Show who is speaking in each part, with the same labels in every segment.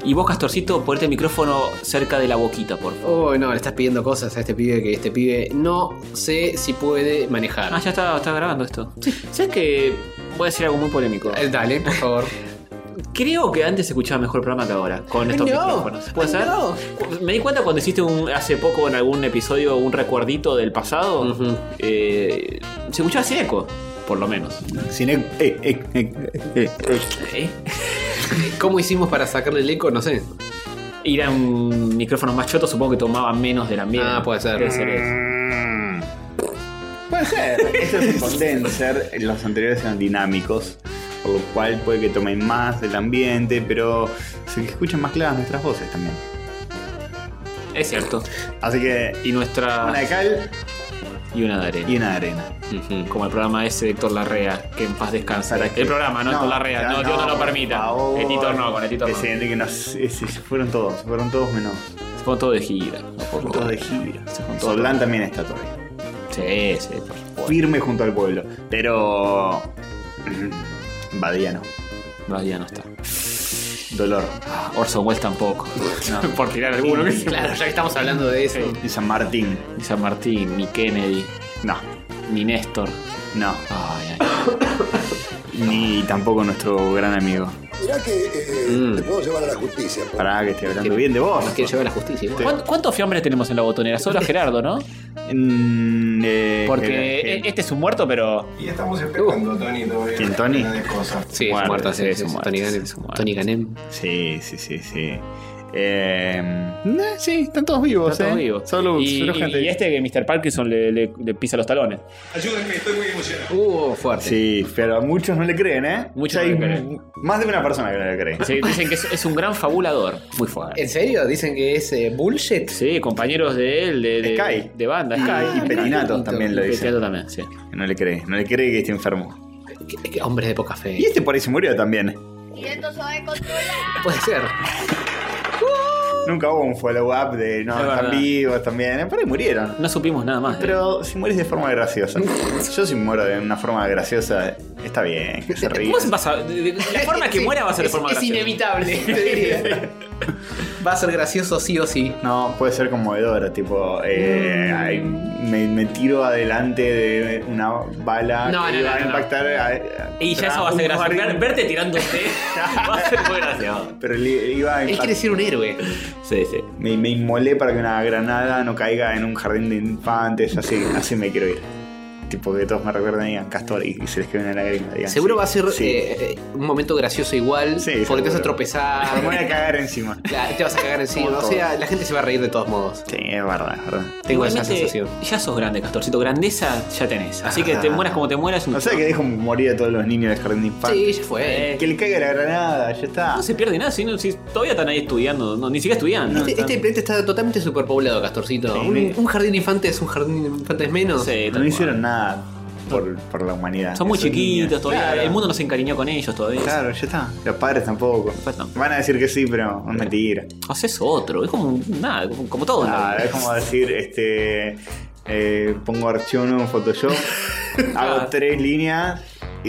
Speaker 1: Y vos, Castorcito, ponete el micrófono cerca de la boquita, por favor.
Speaker 2: Oh, no, le estás pidiendo cosas a este pibe que este pibe no sé si puede manejar.
Speaker 1: Ah, ya está grabando esto. Sí. ¿Sabes que voy a decir algo muy polémico?
Speaker 2: Dale, por favor.
Speaker 1: Creo que antes se escuchaba mejor el programa que ahora, con estos micrófonos. ¿Puede ser?
Speaker 2: No.
Speaker 1: Me di cuenta cuando hiciste hace poco en algún episodio un recuerdito del pasado.
Speaker 2: Uh-huh.
Speaker 1: Se escuchaba sin eco, por lo menos.
Speaker 3: Sin eco.
Speaker 2: ¿Cómo hicimos para sacarle el eco? No sé.
Speaker 1: Ir a un micrófono más choto, supongo que tomaba menos del ambiente.
Speaker 2: Ah, puede ser.
Speaker 1: Debe ser eso.
Speaker 3: Puede ser. Esto es un condenser. Los anteriores eran dinámicos, por lo cual puede que tomen más del ambiente, pero se escuchan más claras nuestras voces también.
Speaker 1: Es cierto.
Speaker 3: Así que
Speaker 1: Y nuestra.
Speaker 3: una de cal
Speaker 1: Y una de arena.
Speaker 3: y una de arena.
Speaker 1: Ujú. Como el programa ese de Héctor Larrea, que en paz descanse.
Speaker 3: ¿Para qué?
Speaker 1: El programa, no Héctor Larrea. No, Dios no lo
Speaker 3: por
Speaker 1: permita.
Speaker 3: favor.
Speaker 1: Editor no, con editor no.
Speaker 3: Se fueron todos menos.
Speaker 1: Se fueron todos de gira.
Speaker 3: Fueron todos de gira.
Speaker 1: Se fueron todos.
Speaker 3: Solán también está todavía.
Speaker 1: Sí, por supuesto.
Speaker 3: Firme junto al pueblo. Pero. Badía no.
Speaker 1: Ya no está.
Speaker 3: Dolor.
Speaker 1: Orson Welles tampoco. No, por tirar alguno que
Speaker 2: Claro, ya que estamos hablando de eso.
Speaker 3: Y San Martín.
Speaker 1: Ni San Martín, ni Kennedy,
Speaker 3: No.
Speaker 1: ni Néstor.
Speaker 3: No.
Speaker 1: Ay.
Speaker 3: Ni tampoco nuestro gran amigo.
Speaker 4: Mirá que te puedo llevar a la justicia. pues.
Speaker 3: Pará, que estoy hablando bien de vos.
Speaker 2: Nos quiere llevar a la justicia.
Speaker 1: ¿Cuántos fiambres tenemos en la botonera? Solo a Gerardo, ¿no? Porque este es un muerto, pero.
Speaker 5: Y estamos esperando, Tony, todavía.
Speaker 3: ¿Quién, Tony?
Speaker 5: De cosas.
Speaker 2: Sí, es
Speaker 1: Muerto,
Speaker 2: muerto,
Speaker 1: sí,
Speaker 2: sí,
Speaker 1: es
Speaker 2: sí,
Speaker 1: un muerto,
Speaker 2: Tony Ganem.
Speaker 1: es un muerto.
Speaker 2: Tony Ganem.
Speaker 3: Sí. Sí, están todos vivos,
Speaker 1: Está todo vivo.
Speaker 3: Solo
Speaker 1: y
Speaker 3: gente.
Speaker 1: este que Mr. Parkinson le pisa los talones.
Speaker 5: Ayúdenme, estoy muy emocionado.
Speaker 2: Fuerte.
Speaker 3: Sí, pero a muchos no le creen, ¿eh?
Speaker 1: Muchos
Speaker 3: Ya
Speaker 1: no
Speaker 3: hay
Speaker 1: le creen.
Speaker 3: más de una persona que no le cree.
Speaker 1: Sí, dicen que es un gran fabulador. Muy fuerte.
Speaker 2: ¿En serio? ¿Dicen que es bullshit?
Speaker 1: Sí, compañeros de él, de
Speaker 3: Sky.
Speaker 1: de banda, Sky.
Speaker 3: Y Petinato también lo dice.
Speaker 1: Petinato también, sí.
Speaker 3: No le cree que esté enfermo.
Speaker 2: Que hombres de poca fe.
Speaker 3: Y este por ahí se murió también.
Speaker 6: Y esto se va a controlar.
Speaker 2: Puede ser.
Speaker 3: Nunca hubo un follow-up de no,
Speaker 1: Es
Speaker 3: están
Speaker 1: verdad.
Speaker 3: vivos también. Por ahí murieron.
Speaker 1: No supimos nada más.
Speaker 3: Pero si mueres de forma graciosa. Yo si muero de una forma graciosa, está bien, que se ríe.
Speaker 1: ¿Cómo se pasa? La forma que muera va a ser de forma
Speaker 2: Es
Speaker 1: graciosa.
Speaker 2: inevitable, te diría. Va a ser gracioso sí o sí.
Speaker 3: No, puede ser conmovedor, tipo, ay, me tiro adelante de una bala
Speaker 2: No,
Speaker 3: que
Speaker 2: no,
Speaker 3: va
Speaker 2: no,
Speaker 3: a
Speaker 2: no.
Speaker 3: impactar
Speaker 1: Y ya eso va a ser gracioso. Verte tirándote va a ser muy gracioso.
Speaker 3: Pero iba a
Speaker 2: Él
Speaker 3: impactar.
Speaker 2: quiere ser un héroe.
Speaker 1: Sí.
Speaker 3: Me inmolé para que una granada no caiga en un jardín de infantes, así me quiero ir. Tipo que todos me recuerden y digan Castor y se les quede una lágrima. Digan,
Speaker 2: Seguro
Speaker 3: sí,
Speaker 2: va a ser
Speaker 3: sí.
Speaker 2: un momento gracioso igual.
Speaker 3: Sí,
Speaker 2: porque te vas a
Speaker 3: seguro.
Speaker 2: tropezar.
Speaker 3: Me voy a cagar encima.
Speaker 2: Claro, te vas a cagar encima.
Speaker 3: Como
Speaker 2: O sea, la gente se va a reír de todos modos.
Speaker 3: Sí, es verdad.
Speaker 2: Tengo esa
Speaker 1: Igualmente,
Speaker 2: sensación.
Speaker 1: ya sos grande, Castorcito. Grandeza ya tenés. Así que te mueras como te mueras.
Speaker 3: O sea que dejo morir a todos los niños del jardín de infantes.
Speaker 2: Sí, ya fue.
Speaker 3: Que le caiga la granada, ya está.
Speaker 1: No se pierde nada, si todavía están ahí estudiando, ni siquiera estudiando.
Speaker 2: Este planeta está totalmente superpoblado, Castorcito.
Speaker 3: Sí,
Speaker 2: Un jardín de infantes es un jardín de infantes menos.
Speaker 1: Sí, tal
Speaker 3: No
Speaker 1: cual.
Speaker 3: hicieron nada por la humanidad.
Speaker 1: Son muy chiquitos
Speaker 3: niños.
Speaker 1: todavía.
Speaker 3: Claro.
Speaker 1: El mundo no se encariñó con ellos todavía.
Speaker 3: Claro, ya está. Los padres tampoco.
Speaker 1: Faltan.
Speaker 3: Van a decir que sí, pero es mentira.
Speaker 1: Haces otro. Es como nada, como todo. en la
Speaker 3: Nada,
Speaker 1: vida.
Speaker 3: es como decir, pongo archivo nuevo en Photoshop, hago 3 líneas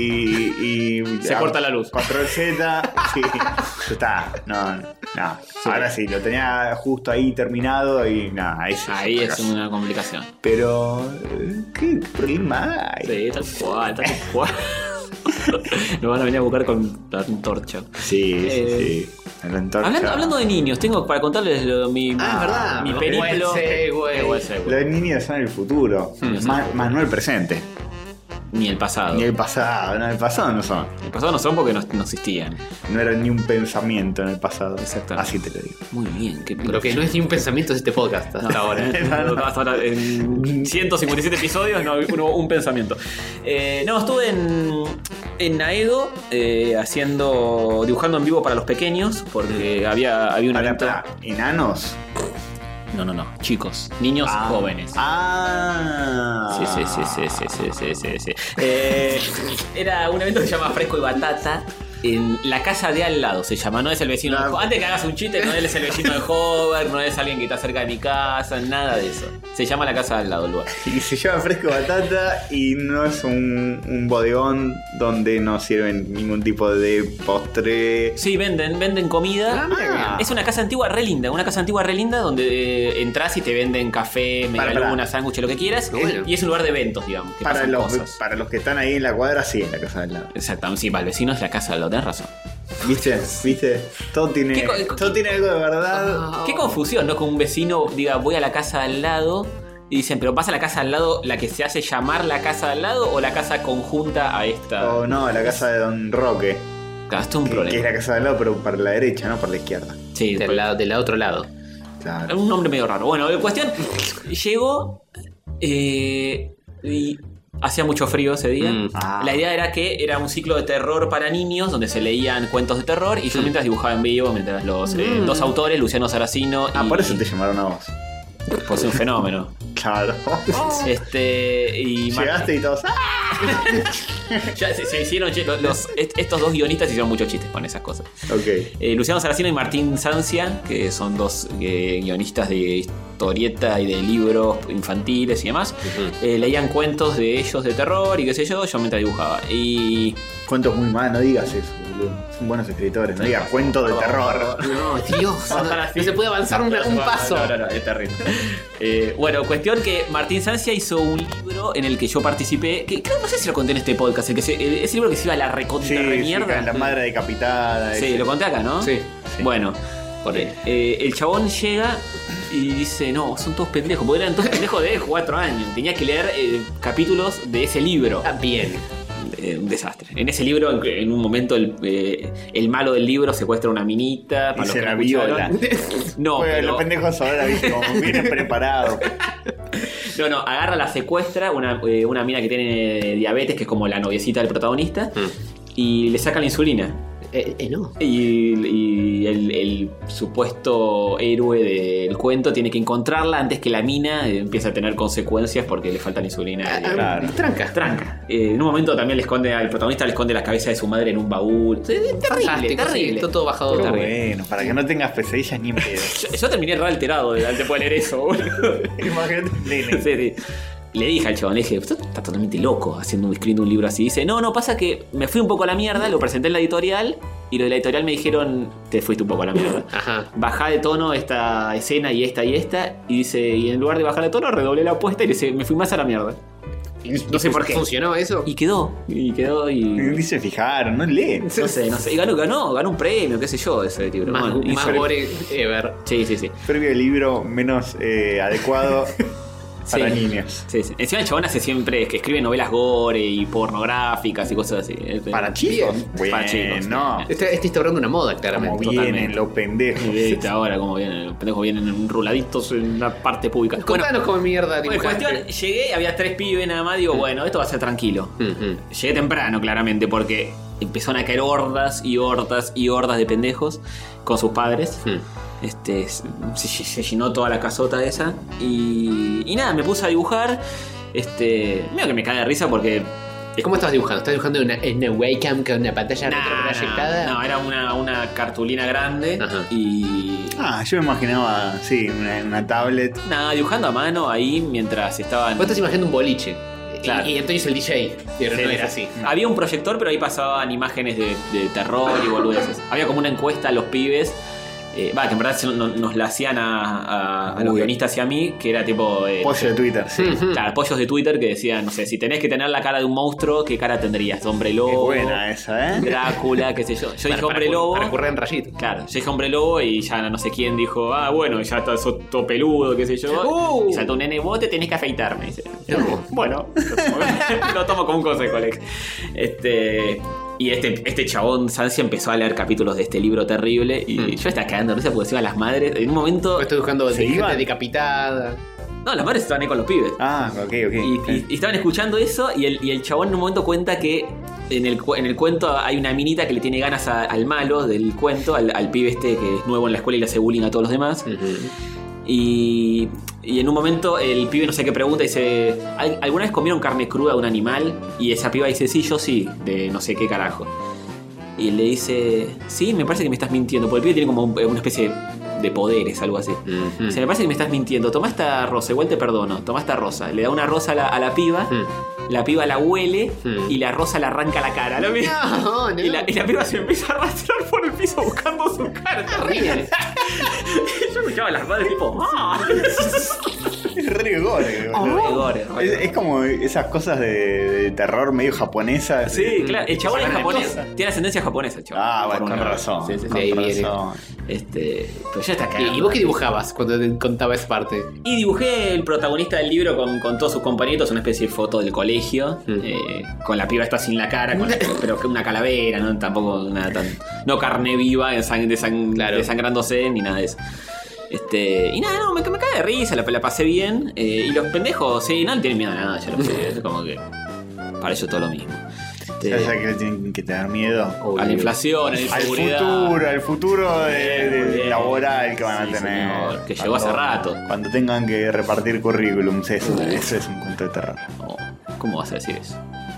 Speaker 3: y
Speaker 1: Se corta la luz.
Speaker 3: Control Z, sí, ya está. No. Ahora sí, lo tenía justo ahí terminado y nada,
Speaker 1: Ahí es una complicación.
Speaker 3: Pero, ¿qué problema hay?
Speaker 1: Sí, tal cual. Nos van a venir a buscar con la antorcha.
Speaker 3: Sí. La antorcha.
Speaker 1: Hablando de niños, tengo para contarles mi
Speaker 2: Es verdad.
Speaker 1: mi
Speaker 2: Buen
Speaker 1: periplo.
Speaker 2: segue.
Speaker 1: Qué buen segue.
Speaker 3: Los niños son el futuro, más no el presente.
Speaker 1: Ni el pasado.
Speaker 3: Ni el pasado, no, el pasado no son.
Speaker 1: El pasado no son porque no existían.
Speaker 3: No era ni un pensamiento en el pasado.
Speaker 1: Exactamente.
Speaker 3: Así te lo digo.
Speaker 1: Muy bien.
Speaker 2: Lo que no es ni un pensamiento es este podcast hasta ahora.
Speaker 1: Hasta ahora, en 157 episodios, no hubo un pensamiento. Estuve en Aedo dibujando en vivo para los pequeños, porque había un evento.
Speaker 3: ¿Enanos?
Speaker 1: No, chicos, niños jóvenes. Sí. Era un evento que se llama Fresco y Batata. en la casa de al lado se llama, no es el vecino. Antes que hagas un chiste, no es el vecino de Hover, no es alguien que está cerca de mi casa, nada de eso. Se llama la casa de al lado el lugar.
Speaker 3: Y se llama Fresco Batata y no es un bodegón donde no sirven ningún tipo de postre.
Speaker 1: Sí, venden comida. Es una casa antigua re linda, donde entras y te venden café, medialuna, sándwich, lo que quieras.
Speaker 2: Bueno.
Speaker 1: Y es un lugar de eventos, digamos. Que
Speaker 3: Para
Speaker 1: pasan
Speaker 3: los,
Speaker 1: cosas.
Speaker 3: para los que están ahí en la cuadra, sí, en la casa del lado.
Speaker 1: Exactamente, sí, para el vecino es la casa del lado, tenés razón.
Speaker 3: ¿Viste? Todo tiene algo de verdad.
Speaker 1: Qué confusión, ¿no? Que un vecino diga voy a la casa al lado y dicen, pero pasa la casa al lado, la que se hace llamar la casa al lado o la casa conjunta a esta.
Speaker 3: O no, la casa de Don Roque.
Speaker 1: Claro, esto es un
Speaker 3: Que
Speaker 1: problema.
Speaker 3: es la casa del lado, pero para la derecha, no para la izquierda.
Speaker 1: Sí,
Speaker 2: Del otro lado.
Speaker 3: Claro.
Speaker 1: un nombre medio raro. Bueno, la cuestión, llegó y hacía mucho frío ese día. La idea era que era un ciclo de terror para niños donde se leían cuentos de terror y yo mientras dibujaba en vivo, mientras los dos autores, Luciano Saracino y...
Speaker 3: Por eso te llamaron a vos.
Speaker 1: Por ser un fenómeno.
Speaker 3: Claro.
Speaker 1: Y
Speaker 3: Llegaste y todos.
Speaker 1: ya se hicieron estos dos guionistas hicieron muchos chistes con esas cosas.
Speaker 3: Ok.
Speaker 1: Luciano Saracino y Martín Sancia, que son dos guionistas de historieta y de libros infantiles y demás, leían cuentos de ellos de terror y qué sé yo mientras dibujaba. Y
Speaker 3: Cuentos muy mal, no digas eso, boludo. Son buenos escritores, no digas cuentos de terror.
Speaker 2: No, Dios. No se puede avanzar un paso.
Speaker 1: No, es terrible. Bueno, cuestión que Martín Sancia hizo un libro en el que yo participé, que creo, no sé si lo conté en este podcast, ese libro que se iba a la recontra mierda.
Speaker 3: la madre decapitada.
Speaker 1: Sí, lo conté acá, ¿no?
Speaker 2: Sí.
Speaker 1: Bueno, el chabón llega y dice, no, son todos pendejos, porque eran todos pendejos de 4 años. Tenía que leer capítulos de ese libro.
Speaker 2: Bien.
Speaker 1: Un desastre. En ese libro, en un momento, el malo del libro secuestra a una minita.
Speaker 3: Y se la viola.
Speaker 1: No,
Speaker 3: pues
Speaker 1: pero...
Speaker 3: los pendejos ahora, viste, como vienen preparados.
Speaker 1: No, agarra, la secuestra, una mina que tiene diabetes, que es como la noviecita del protagonista, y le saca la insulina.
Speaker 2: No.
Speaker 1: Y el supuesto héroe del cuento tiene que encontrarla antes que la mina empiece a tener consecuencias porque le falta la insulina.
Speaker 3: Claro.
Speaker 2: Tranca.
Speaker 1: En un momento también al protagonista le esconde las cabezas de su madre en un baúl. Terrible.
Speaker 2: Todo bajado.
Speaker 3: Pero bueno, para que no tengas pesadillas ni en pedo.
Speaker 1: Yo terminé re alterado de poder leer eso, boludo.
Speaker 3: Imagínate, nene.
Speaker 1: Sí. Le dije al chabón, le dije, usted está totalmente loco escribiendo un libro así. Dice, no, pasa que me fui un poco a la mierda, lo presenté en la editorial y los de la editorial me dijeron, te fuiste un poco a la mierda.
Speaker 2: Ajá.
Speaker 1: Bajá de tono esta escena y esta. Y dice, y en lugar de bajar de tono, redoblé la apuesta y dice, me fui más a la mierda.
Speaker 2: No sé por qué. ¿Funcionó eso?
Speaker 1: Y quedó.
Speaker 3: Ni se fijaron, no leen.
Speaker 1: No sé. Y ganó un premio, qué sé yo, ese libro.
Speaker 2: Más gore ever.
Speaker 1: Sí.
Speaker 3: Previo libro menos adecuado para niños.
Speaker 1: Sí. Encima el chabón hace siempre que escribe novelas gore y pornográficas y cosas así.
Speaker 3: Para chicos. Bueno,
Speaker 1: Para chicos.
Speaker 3: no.
Speaker 2: Está instaurando una moda, claramente.
Speaker 3: Como vienen los pendejos.
Speaker 1: Y viste ahora como vienen, los pendejos vienen enruladitos en una parte pública.
Speaker 2: Contanos cómo mierda
Speaker 1: Bueno, cuestión, llegué, había 3 pibes nada más, digo, bueno, esto va a ser tranquilo. Llegué temprano, claramente, porque empezaron a caer hordas y hordas de pendejos con sus padres. Se llenó toda la casota esa. Y nada, me puse a dibujar. Medio que me cae de risa porque...
Speaker 2: ¿Cómo estabas dibujando? ¿Estás dibujando en una webcam con una pantalla retroproyectada?
Speaker 1: No, era una cartulina grande.
Speaker 2: Ajá.
Speaker 1: Y...
Speaker 3: yo me imaginaba, sí, una tablet.
Speaker 1: Nada, dibujando a mano ahí mientras estaban...
Speaker 2: Vos estás imaginando un boliche.
Speaker 1: Claro.
Speaker 2: Y entonces el DJ. Pero no era así.
Speaker 1: Había un proyector, pero ahí pasaban imágenes de terror y boludeces. Había como una encuesta a los pibes. Que en verdad nos la hacían a los guionistas y a mí, que era tipo...
Speaker 3: Pollo de Twitter, sí.
Speaker 1: Claro, pollos de Twitter que decían, no sé, si tenés que tener la cara de un monstruo, ¿qué cara tendrías? Hombre lobo.
Speaker 3: Es buena esa, ¿eh?
Speaker 1: Drácula, qué sé yo. Yo dije hombre lobo.
Speaker 2: Para correr en rayito.
Speaker 1: Claro, yo dije hombre lobo y ya no sé quién dijo, bueno, ya está todo peludo, qué sé yo. Y saltó un nene, vos te tenés que afeitarme. Dice, bueno, lo tomo como un consejo, Alex. Y este chabón Sancia empezó a leer capítulos de este libro terrible y yo estaba cagando risa porque se iban las madres. En un momento...
Speaker 2: Estoy buscando gente
Speaker 3: iban?
Speaker 2: decapitada.
Speaker 1: No, las madres estaban ahí con los pibes.
Speaker 3: Ok.
Speaker 1: Y estaban escuchando eso y el chabón en un momento cuenta que en el cuento hay una minita que le tiene ganas al malo del cuento, al pibe que es nuevo en la escuela y le hace bullying a todos los demás. Y en un momento el pibe no sé qué pregunta y dice, ¿alguna vez comieron carne cruda de un animal? Y esa piba dice, sí, yo sí, de no sé qué carajo. Y él le dice, sí, me parece que me estás mintiendo. Porque el pibe tiene como una especie de poderes, algo así. Dice, me parece que me estás mintiendo. Toma esta rosa, igual te perdono. Toma esta rosa. Le da una rosa a la piba. La piba la huele y la rosa le arranca la cara. ¿Lo ves?
Speaker 2: No.
Speaker 1: Y la piba se empieza a arrastrar por el piso buscando su cara.
Speaker 2: Terrible.
Speaker 1: Yo escuchaba a las madres tipo,
Speaker 3: Es re gore. Es como esas cosas de terror medio japonesa.
Speaker 1: Sí, claro. El chabón es
Speaker 3: Esa
Speaker 1: japonés.
Speaker 3: cosa.
Speaker 1: Tiene ascendencia japonesa el chabón.
Speaker 3: Ah, bueno,
Speaker 1: Por
Speaker 3: con
Speaker 1: una-
Speaker 3: razón.
Speaker 1: Sí, sí, sí.
Speaker 3: Con
Speaker 2: ahí viene.
Speaker 3: razón.
Speaker 1: Pero ya está cagado.
Speaker 2: ¿Y vos qué dibujabas cuando te contaba esa parte?
Speaker 1: Y dibujé el protagonista del libro con todos sus compañeros, una especie de foto del colegio, con la piba está sin la cara, pero que una calavera, ¿no? Tampoco nada tan. No carne viva, desangrándose, ni nada de eso. Y nada, no, me cae de risa, la pasé bien. Y los pendejos, sí, no le tienen miedo a nada, ya lo sé. Es como que para ellos todo lo mismo.
Speaker 3: ¿Sabes a qué le tienen que tener miedo?
Speaker 1: A la inflación, a la inseguridad.
Speaker 3: Al futuro de laboral que van a
Speaker 1: Sí,
Speaker 3: tener.
Speaker 1: señor, que llegó hace rato.
Speaker 3: Cuando tengan que repartir currículums, eso es un cuento de terror.
Speaker 1: Oh, ¿cómo vas a decir eso?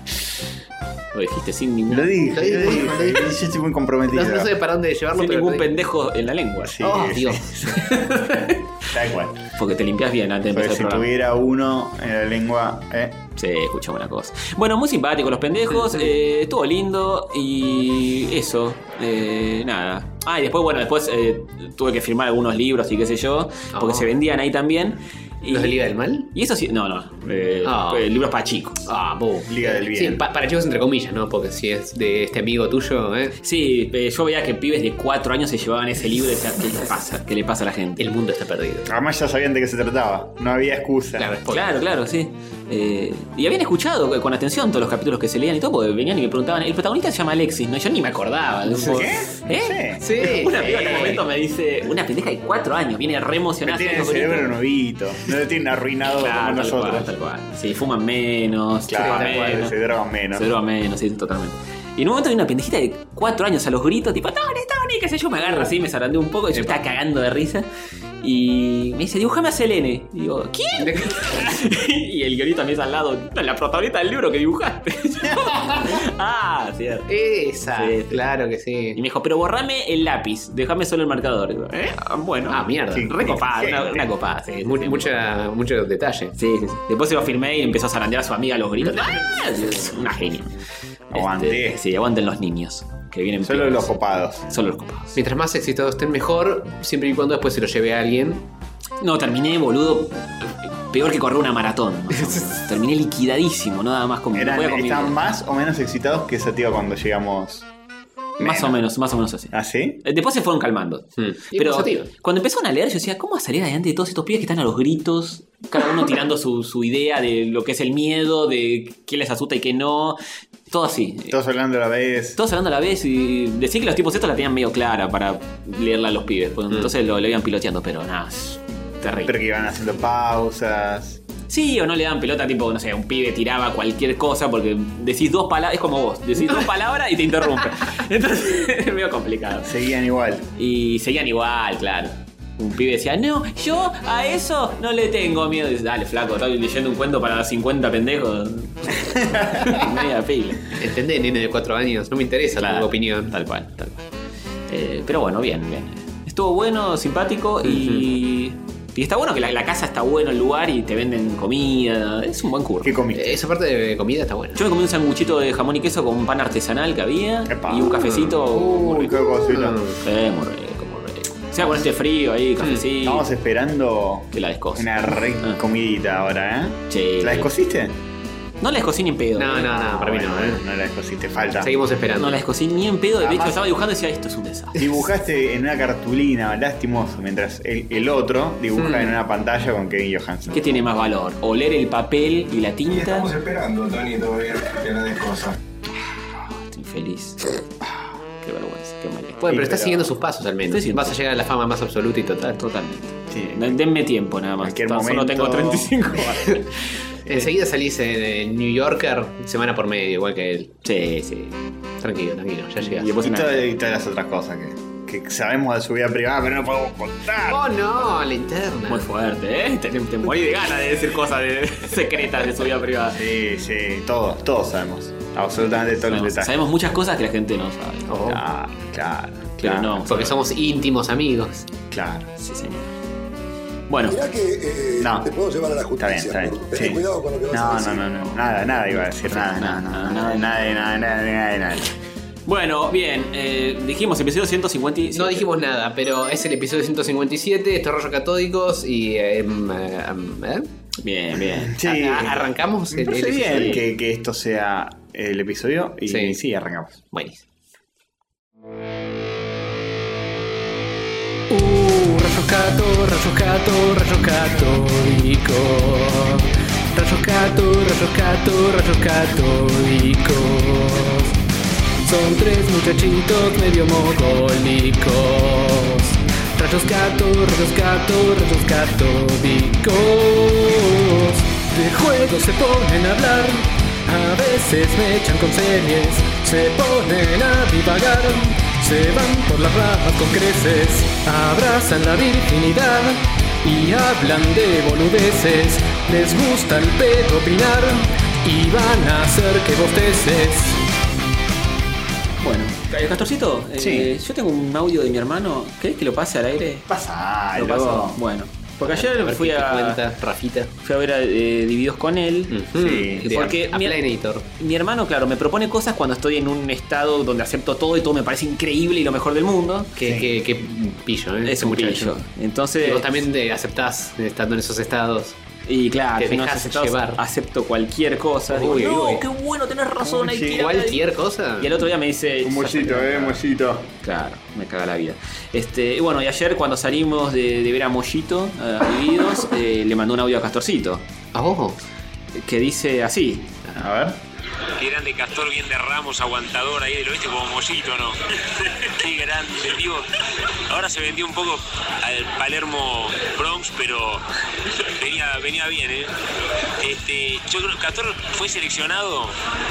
Speaker 1: Lo dijiste sin ningún,
Speaker 3: Lo dije.
Speaker 2: Lo dije.
Speaker 3: Yo estoy muy comprometido.
Speaker 2: No sé para dónde llevarlo,
Speaker 1: sin
Speaker 2: pero
Speaker 1: ningún
Speaker 2: lo dije.
Speaker 1: pendejo en la lengua.
Speaker 3: Sí,
Speaker 2: Oh,
Speaker 3: sí,
Speaker 2: Dios.
Speaker 3: sí. Tal cual.
Speaker 1: Porque te limpias bien antes de
Speaker 3: Porque
Speaker 1: empezar
Speaker 3: si
Speaker 1: el programa.
Speaker 3: tuviera uno en la lengua,
Speaker 1: Sí, escuchamos una cosa. Bueno, muy simpáticos los pendejos. Estuvo lindo. Y eso. Nada. Ah, y después tuve que firmar algunos libros y qué sé yo. Porque se vendían ahí también.
Speaker 2: ¿Los de Liga del Mal?
Speaker 1: Y eso sí. No. Libros para chicos.
Speaker 3: Liga del Bien.
Speaker 2: Sí, para chicos entre comillas, ¿no? Porque si es de este amigo tuyo, ¿eh?
Speaker 1: Sí, yo veía que pibes de 4 años se llevaban ese libro y decía, ¿qué le pasa? ¿Qué le pasa a la gente?
Speaker 2: El mundo está perdido.
Speaker 3: Además ya sabían de qué se trataba. No había excusa.
Speaker 2: Claro, spoiler.
Speaker 1: Claro, sí. Y habían escuchado con atención todos los capítulos que se leían y todo, porque venían y me preguntaban, el protagonista se llama Alexis, ¿no? Yo ni me acordaba.
Speaker 3: ¿Qué?
Speaker 1: ¿Eh?
Speaker 3: Sí.
Speaker 2: Sí.
Speaker 1: Una piba en un momento me dice, una pendeja de 4 años, viene re emocionada.
Speaker 3: Tienen el cerebro nuevito. No lo tienen arruinado como
Speaker 1: Claro,
Speaker 3: nosotros.
Speaker 1: tal cual. Sí, fuman menos,
Speaker 3: Claro,
Speaker 1: chupan menos,
Speaker 3: se drogan menos.
Speaker 1: se drogan menos, sí, totalmente. Y en un momento hay una pendejita de 4 años a los gritos, tipo, Tony, qué sé yo, me agarra así, me zarandeo un poco y yo estaba cagando de risa. Y me dice, dibujame a Selene. Y digo, ¿quién? Y el guionista me dice al lado, no, la protagonista del libro que dibujaste. Cierto.
Speaker 2: Esa,
Speaker 1: Sí.
Speaker 2: claro que sí.
Speaker 1: Y me dijo, pero borrame el lápiz, déjame solo el marcador. Y digo, Bueno.
Speaker 2: Mierda.
Speaker 3: Sí.
Speaker 1: Recopada, una copada. Sí,
Speaker 2: Mucho detalle.
Speaker 1: Sí. Después se lo firmé y empezó a zarandear a su amiga a los gritos. Una genia.
Speaker 3: Aguanté.
Speaker 1: Sí, aguanten los niños. Que vienen
Speaker 3: Solo
Speaker 1: peores.
Speaker 3: los copados.
Speaker 1: Solo los copados.
Speaker 2: Mientras más éxitos estén mejor, siempre y cuando después se lo lleve a alguien.
Speaker 1: No, terminé, boludo. Peor que correr una maratón. Más o menos. Terminé liquidadísimo, nada más como.
Speaker 3: Están más o menos excitados que esa tía cuando llegamos.
Speaker 1: Más o menos así.
Speaker 3: ¿Ah, sí?
Speaker 1: Después se fueron calmando.
Speaker 2: Y
Speaker 1: Pero
Speaker 2: positiva.
Speaker 1: cuando empezaron a leer, yo decía, ¿cómo va a salir adelante de todos estos pibes que están a los gritos? Cada uno tirando su idea de lo que es el miedo, de qué les asusta y qué no. Todo así.
Speaker 3: Todos hablando a la vez.
Speaker 1: Todos hablando a la vez y decir que los tipos estos la tenían medio clara para leerla a los pibes. Pues entonces lo iban piloteando, pero nada, es terrible.
Speaker 3: Pero que iban haciendo pausas.
Speaker 1: Sí, o no le dan pelota, tipo, no sé, un pibe tiraba cualquier cosa porque decís 2 palabras, es como vos, decís 2 palabras y te interrumpe. Entonces es medio complicado.
Speaker 3: Seguían igual.
Speaker 1: Y seguían igual, claro. Un pibe decía, no, yo a eso no le tengo miedo. Y dice, dale, flaco, estoy leyendo un cuento para 50 pendejos. Media pila.
Speaker 2: ¿Entendés, nene de 4 años? No me interesa tu opinión.
Speaker 1: Tal cual. Pero bueno, bien. Estuvo bueno, simpático y está bueno que la casa está bueno el lugar y te venden comida. Es un buen curro.
Speaker 3: ¿Qué comiste?
Speaker 2: Esa parte de comida está buena.
Speaker 1: Yo me comí un sanguchito de jamón y queso con un pan artesanal que había.
Speaker 3: Epa.
Speaker 1: Y un cafecito.
Speaker 3: Uy, qué cosita.
Speaker 1: Muy rico. O sea, con este frío ahí, cafecito.
Speaker 3: Estamos esperando
Speaker 1: Que la descose.
Speaker 3: una re comidita ahora, ¿eh?
Speaker 1: Sí.
Speaker 3: ¿La descosiste?
Speaker 1: No la descosí ni en pedo.
Speaker 2: No, para mí no,
Speaker 3: Bueno, no la descosiste, falta.
Speaker 2: Seguimos esperando.
Speaker 1: No la descosí ni en pedo. De hecho,
Speaker 3: Además-
Speaker 1: estaba dibujando y decía, esto es un desastre.
Speaker 3: Dibujaste en una cartulina, lastimoso, mientras el otro dibuja en una pantalla con Kevin Johansson.
Speaker 1: ¿Qué tiene más valor? ¿Oler el papel y la
Speaker 5: Y
Speaker 1: tinta?
Speaker 5: estamos esperando, Tony, todavía que la descosa.
Speaker 1: Estoy infeliz. Qué vergüenza, qué maleta.
Speaker 2: Bueno, pero
Speaker 3: Sí,
Speaker 2: estás
Speaker 3: pero-
Speaker 2: siguiendo sus pasos al menos.
Speaker 1: Estoy siguiendo.
Speaker 2: Vas a llegar a la fama más absoluta y total.
Speaker 1: Totalmente.
Speaker 3: Sí.
Speaker 1: Denme tiempo nada más.
Speaker 3: Cualquier
Speaker 1: Solo
Speaker 3: momento.
Speaker 1: tengo 35 años.
Speaker 2: Enseguida salís en New Yorker semana por medio, igual que él.
Speaker 1: Sí.
Speaker 2: Tranquilo, ya
Speaker 1: Y
Speaker 2: llegás.
Speaker 1: después
Speaker 3: Y
Speaker 1: una-
Speaker 3: todas las otras cosas que sabemos de su vida privada, pero no podemos contar.
Speaker 2: Oh no, la interna.
Speaker 1: Muy fuerte, ¿eh? Te morí de ganas de decir cosas secretas de su vida privada.
Speaker 3: Sí, todos sabemos. Absolutamente todos los detalles.
Speaker 1: Sabemos muchas cosas que la gente no sabe.
Speaker 2: Oh.
Speaker 3: Claro.
Speaker 1: Pero no.
Speaker 2: Porque somos íntimos amigos.
Speaker 3: Claro.
Speaker 1: Sí, señor. Bueno.
Speaker 4: Mirá que te puedo llevar a la justicia.
Speaker 3: Está bien.
Speaker 4: Ten cuidado con lo que vas a decir.
Speaker 3: No. Nada iba a decir. Nada.
Speaker 1: Bueno, bien, dijimos episodio 157.
Speaker 2: No dijimos nada, pero es el episodio 157, estos rollos catódicos y...
Speaker 1: Bien.
Speaker 3: Sí.
Speaker 2: ¿Arrancamos
Speaker 3: Me
Speaker 2: el
Speaker 3: parece
Speaker 2: episodio?
Speaker 3: bien que esto sea el episodio y sí arrancamos.
Speaker 2: Buenísimo. Rayos católicos. Rayos católicos. Son tres muchachitos medio mogólicos. Rayos católicos. De juegos se ponen a hablar. A veces me echan con series. Se ponen a divagar. Se van por las ramas con creces. Abrazan la virginidad y hablan de boludeces. Les gusta el pedo opinar y van a hacer que bosteces.
Speaker 1: Bueno, Castorcito,
Speaker 3: Sí.
Speaker 1: yo tengo un audio de mi hermano. ¿Querés que lo pase al aire?
Speaker 3: Pasalo.
Speaker 1: Lo paso. Bueno, porque ayer fui a ver Divididos con él.
Speaker 3: Sí.
Speaker 1: Porque mi hermano, claro, me propone cosas cuando estoy en un estado donde acepto todo y todo me parece increíble y lo mejor del mundo.
Speaker 2: Qué pillo, ¿eh?
Speaker 1: Es un pillo. Entonces,
Speaker 2: y vos también aceptás estando en esos estados.
Speaker 1: Y claro,
Speaker 2: te
Speaker 1: no
Speaker 2: dejas
Speaker 1: aceptados,
Speaker 2: llevar.
Speaker 1: Acepto cualquier cosa. Digo, no, qué bueno, tenés razón. Hay que ir a
Speaker 2: ¿Cualquier cosa?
Speaker 1: Y el otro día me dice...
Speaker 3: Un mollito, mollito.
Speaker 1: Claro, me caga la vida. Y bueno, y ayer cuando salimos de ver a Mollito, a Divididos, le mandó un audio a Castorcito.
Speaker 2: ¿A vos?
Speaker 1: Que dice así.
Speaker 3: A ver.
Speaker 7: Qué grande Castor, bien de Ramos, aguantador ahí, lo viste como Mollito, ¿no? Qué grande, tío. Ahora se vendió un poco al Palermo Bronx, pero venía bien, ¿eh? Yo creo que Castor fue seleccionado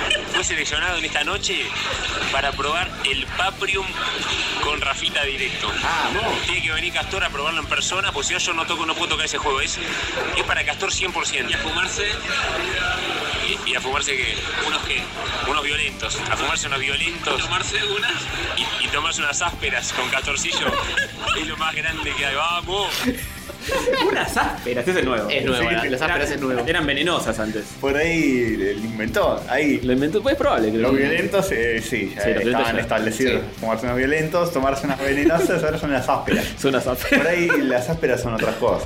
Speaker 7: en esta noche para probar el Paprium con Rafita directo. Tiene que venir Castor a probarlo en persona, porque si no yo no puedo tocar ese juego. Es para Castor 100%. Y a fumarse... ¿Y a fumarse qué? Unos violentos. A fumarse unos violentos. Tomarse unas. Y tomarse unas ásperas con Castorcillo. Es lo más grande que hay. ¡Vamos!
Speaker 1: Unas ásperas, ese es nuevo.
Speaker 2: Es nuevo,
Speaker 3: Sí,
Speaker 2: las ásperas es nuevo.
Speaker 1: Eran venenosas antes.
Speaker 3: Por ahí lo inventó. Ahí.
Speaker 1: Lo inventó, pues es probable. Creo.
Speaker 3: Los violentos, sí, ya
Speaker 1: los violentos
Speaker 3: estaban
Speaker 1: ya.
Speaker 3: establecidos. Tomarse unos violentos, tomarse unas venenosas, ahora son las ásperas.
Speaker 1: Son unas ásperas.
Speaker 3: Por ahí las ásperas son otras cosas,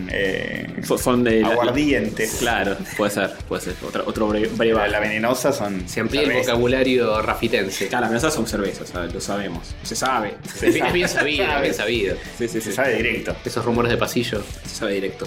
Speaker 1: Son de
Speaker 3: aguardientes.
Speaker 1: Claro, puede ser. Otro brebaje.
Speaker 3: La venenosa son.
Speaker 2: Se amplía el
Speaker 3: cervezas.
Speaker 2: vocabulario rafitense.
Speaker 1: Claro, las venenosas son cervezas, ¿sabes? Lo sabemos. Se sabe.
Speaker 2: Es bien sabido.
Speaker 1: Sí.
Speaker 3: Se sabe directo.
Speaker 2: Esos rumores de pasillo.
Speaker 1: Se sabe directo.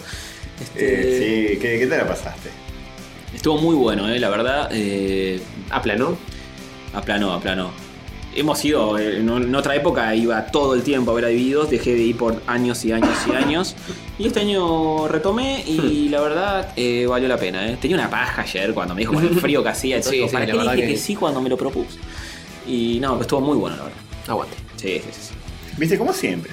Speaker 3: Sí, ¿qué te la pasaste?
Speaker 1: Estuvo muy bueno, la verdad.
Speaker 2: ¿Aplanó?
Speaker 1: Aplanó. Hemos ido, en otra época iba todo el tiempo a ver a Divididos, dejé de ir por años y años. Y este año retomé y la verdad valió la pena. Tenía una paja ayer cuando me dijo con el frío que hacía. Y todo,
Speaker 2: Sí,
Speaker 1: ¿para
Speaker 2: la
Speaker 1: qué
Speaker 2: verdad
Speaker 1: dije
Speaker 2: que
Speaker 1: que sí cuando me lo propuse? Y no, estuvo muy bueno, la verdad.
Speaker 2: Aguante.
Speaker 1: Sí.
Speaker 3: Viste, como siempre.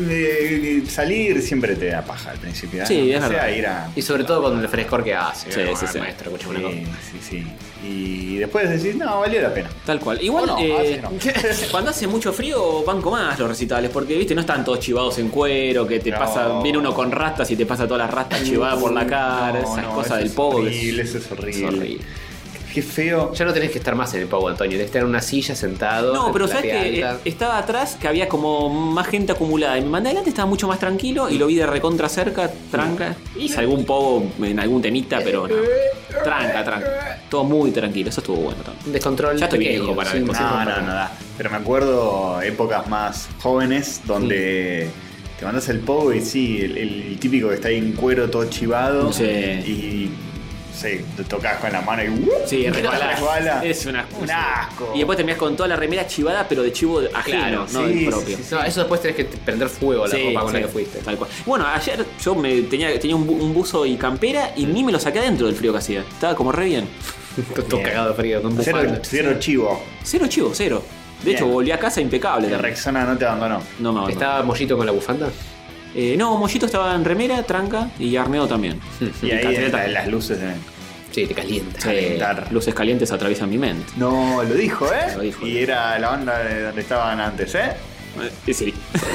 Speaker 3: Salir siempre te da paja al principio. ¿eh?
Speaker 1: Sí, es
Speaker 3: O sea,
Speaker 1: verdad.
Speaker 3: ir a...
Speaker 2: Y sobre todo con el frescor que hace.
Speaker 1: Sí,
Speaker 2: Bueno,
Speaker 1: sí.
Speaker 2: maestro, escuchame una cosa.
Speaker 3: Sí. Y después decís, no, valió la pena.
Speaker 1: Tal cual. Igual,
Speaker 3: O no, a veces no.
Speaker 1: cuando hace mucho frío, banco más los recitales. Porque, viste, no están todos chivados en cuero. Que te
Speaker 3: No.
Speaker 1: pasa, viene uno con rastas y te pasa todas las rastas chivadas por la cara. Esas cosas
Speaker 3: eso
Speaker 1: del
Speaker 3: es
Speaker 1: pogo.
Speaker 3: horrible, eso es horrible.
Speaker 1: Es horrible.
Speaker 3: Qué feo.
Speaker 2: Ya no tenés que estar más en el Pogo, Antonio. Tenés que estar en una silla sentado.
Speaker 1: No, pero
Speaker 2: en
Speaker 1: sabes
Speaker 2: platea
Speaker 1: que
Speaker 2: alta.
Speaker 1: estaba atrás, que había como más gente acumulada. Y mi manda adelante estaba mucho más tranquilo y lo vi de recontra cerca, tranca. Hice algún poco en algún temita, pero no. Tranca. Todo muy tranquilo, eso estuvo bueno también.
Speaker 2: Un descontrol.
Speaker 1: Ya estoy
Speaker 2: pequeño,
Speaker 1: viejo para
Speaker 2: sí,
Speaker 1: ver
Speaker 3: No,
Speaker 1: cosas.
Speaker 3: no da. Pero me acuerdo épocas más jóvenes donde te mandas el pogo y sí, el típico que está ahí en cuero todo chivado.
Speaker 1: Sí.
Speaker 3: Y te tocas con la mano y
Speaker 1: Sí,
Speaker 3: resbala.
Speaker 1: es un
Speaker 3: asco.
Speaker 1: Y después terminás con toda la remera chivada, pero de chivo ajeno,
Speaker 2: Claro,
Speaker 1: no
Speaker 3: sí,
Speaker 1: del propio.
Speaker 3: sí,
Speaker 2: No, eso después tenés que prender fuego a la ropa con la que fuiste.
Speaker 1: Tal cual. Bueno, ayer yo tenía un buzo y campera y ni me lo saqué adentro del frío que hacía. Estaba como re bien.
Speaker 2: Todo cagado de frío, con bufanda.
Speaker 3: Cero chivo.
Speaker 1: Cero chivo, cero. De
Speaker 3: Bien.
Speaker 1: hecho, volví a casa impecable.
Speaker 3: La Rexona no te abandonó.
Speaker 1: No me abandonó.
Speaker 2: ¿Estaba Mollito con la bufanda?
Speaker 1: No, Mollito estaba en remera, tranca y Arneo también.
Speaker 3: Y ahí
Speaker 1: Catreta.
Speaker 3: las luces de...
Speaker 2: Sí, te calienta.
Speaker 1: Sí, luces calientes atraviesan mi mente.
Speaker 3: No, lo dijo, ¿eh?
Speaker 1: Lo dijo.
Speaker 3: Y era la banda de donde estaban antes, ¿eh?
Speaker 1: Sí.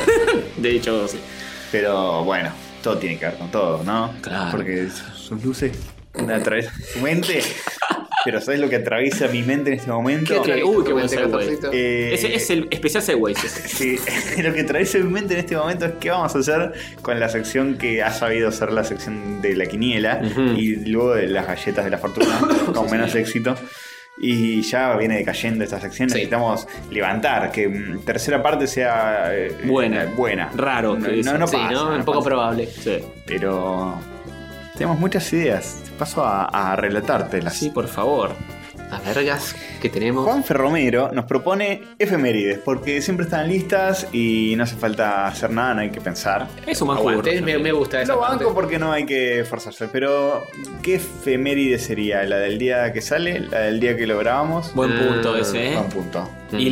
Speaker 1: De hecho, sí.
Speaker 3: Pero bueno, todo tiene que ver con todo, ¿no?
Speaker 1: Claro.
Speaker 3: Porque sus luces atraviesan su mente. Pero ¿sabes lo que atraviesa mi mente en este momento?
Speaker 2: ¿Qué
Speaker 1: Uy, qué buen
Speaker 2: mente,
Speaker 1: segue.
Speaker 2: Castorcito?
Speaker 1: Ese es el especial Segway.
Speaker 3: Sí, lo que atraviesa mi mente en este momento es qué vamos a hacer con la sección que ha sabido ser la sección de la quiniela y luego de las galletas de la fortuna con menos éxito. Y ya viene decayendo esta sección.
Speaker 2: Sí.
Speaker 3: Necesitamos levantar, que tercera parte sea buena.
Speaker 1: Raro.
Speaker 3: No,
Speaker 1: que eso.
Speaker 3: no
Speaker 2: Sí,
Speaker 3: pasa,
Speaker 2: ¿no?
Speaker 3: no
Speaker 2: Un poco
Speaker 3: pasa.
Speaker 2: probable.
Speaker 1: Sí.
Speaker 3: Pero tenemos muchas ideas. Paso a relatártelas.
Speaker 1: Sí, por favor.
Speaker 2: Las vergas que tenemos.
Speaker 3: Juan Ferromero nos propone efemérides, porque siempre están listas y no hace falta hacer nada, no hay que pensar.
Speaker 1: Es un buen juego.
Speaker 2: Aguante, me gusta esa
Speaker 3: Lo
Speaker 2: parte.
Speaker 3: banco porque no hay que forzarse, pero ¿qué efeméride sería? ¿La del día que sale? ¿La del día que lo grabamos?
Speaker 1: Buen punto ese, ¿eh?
Speaker 3: Buen punto.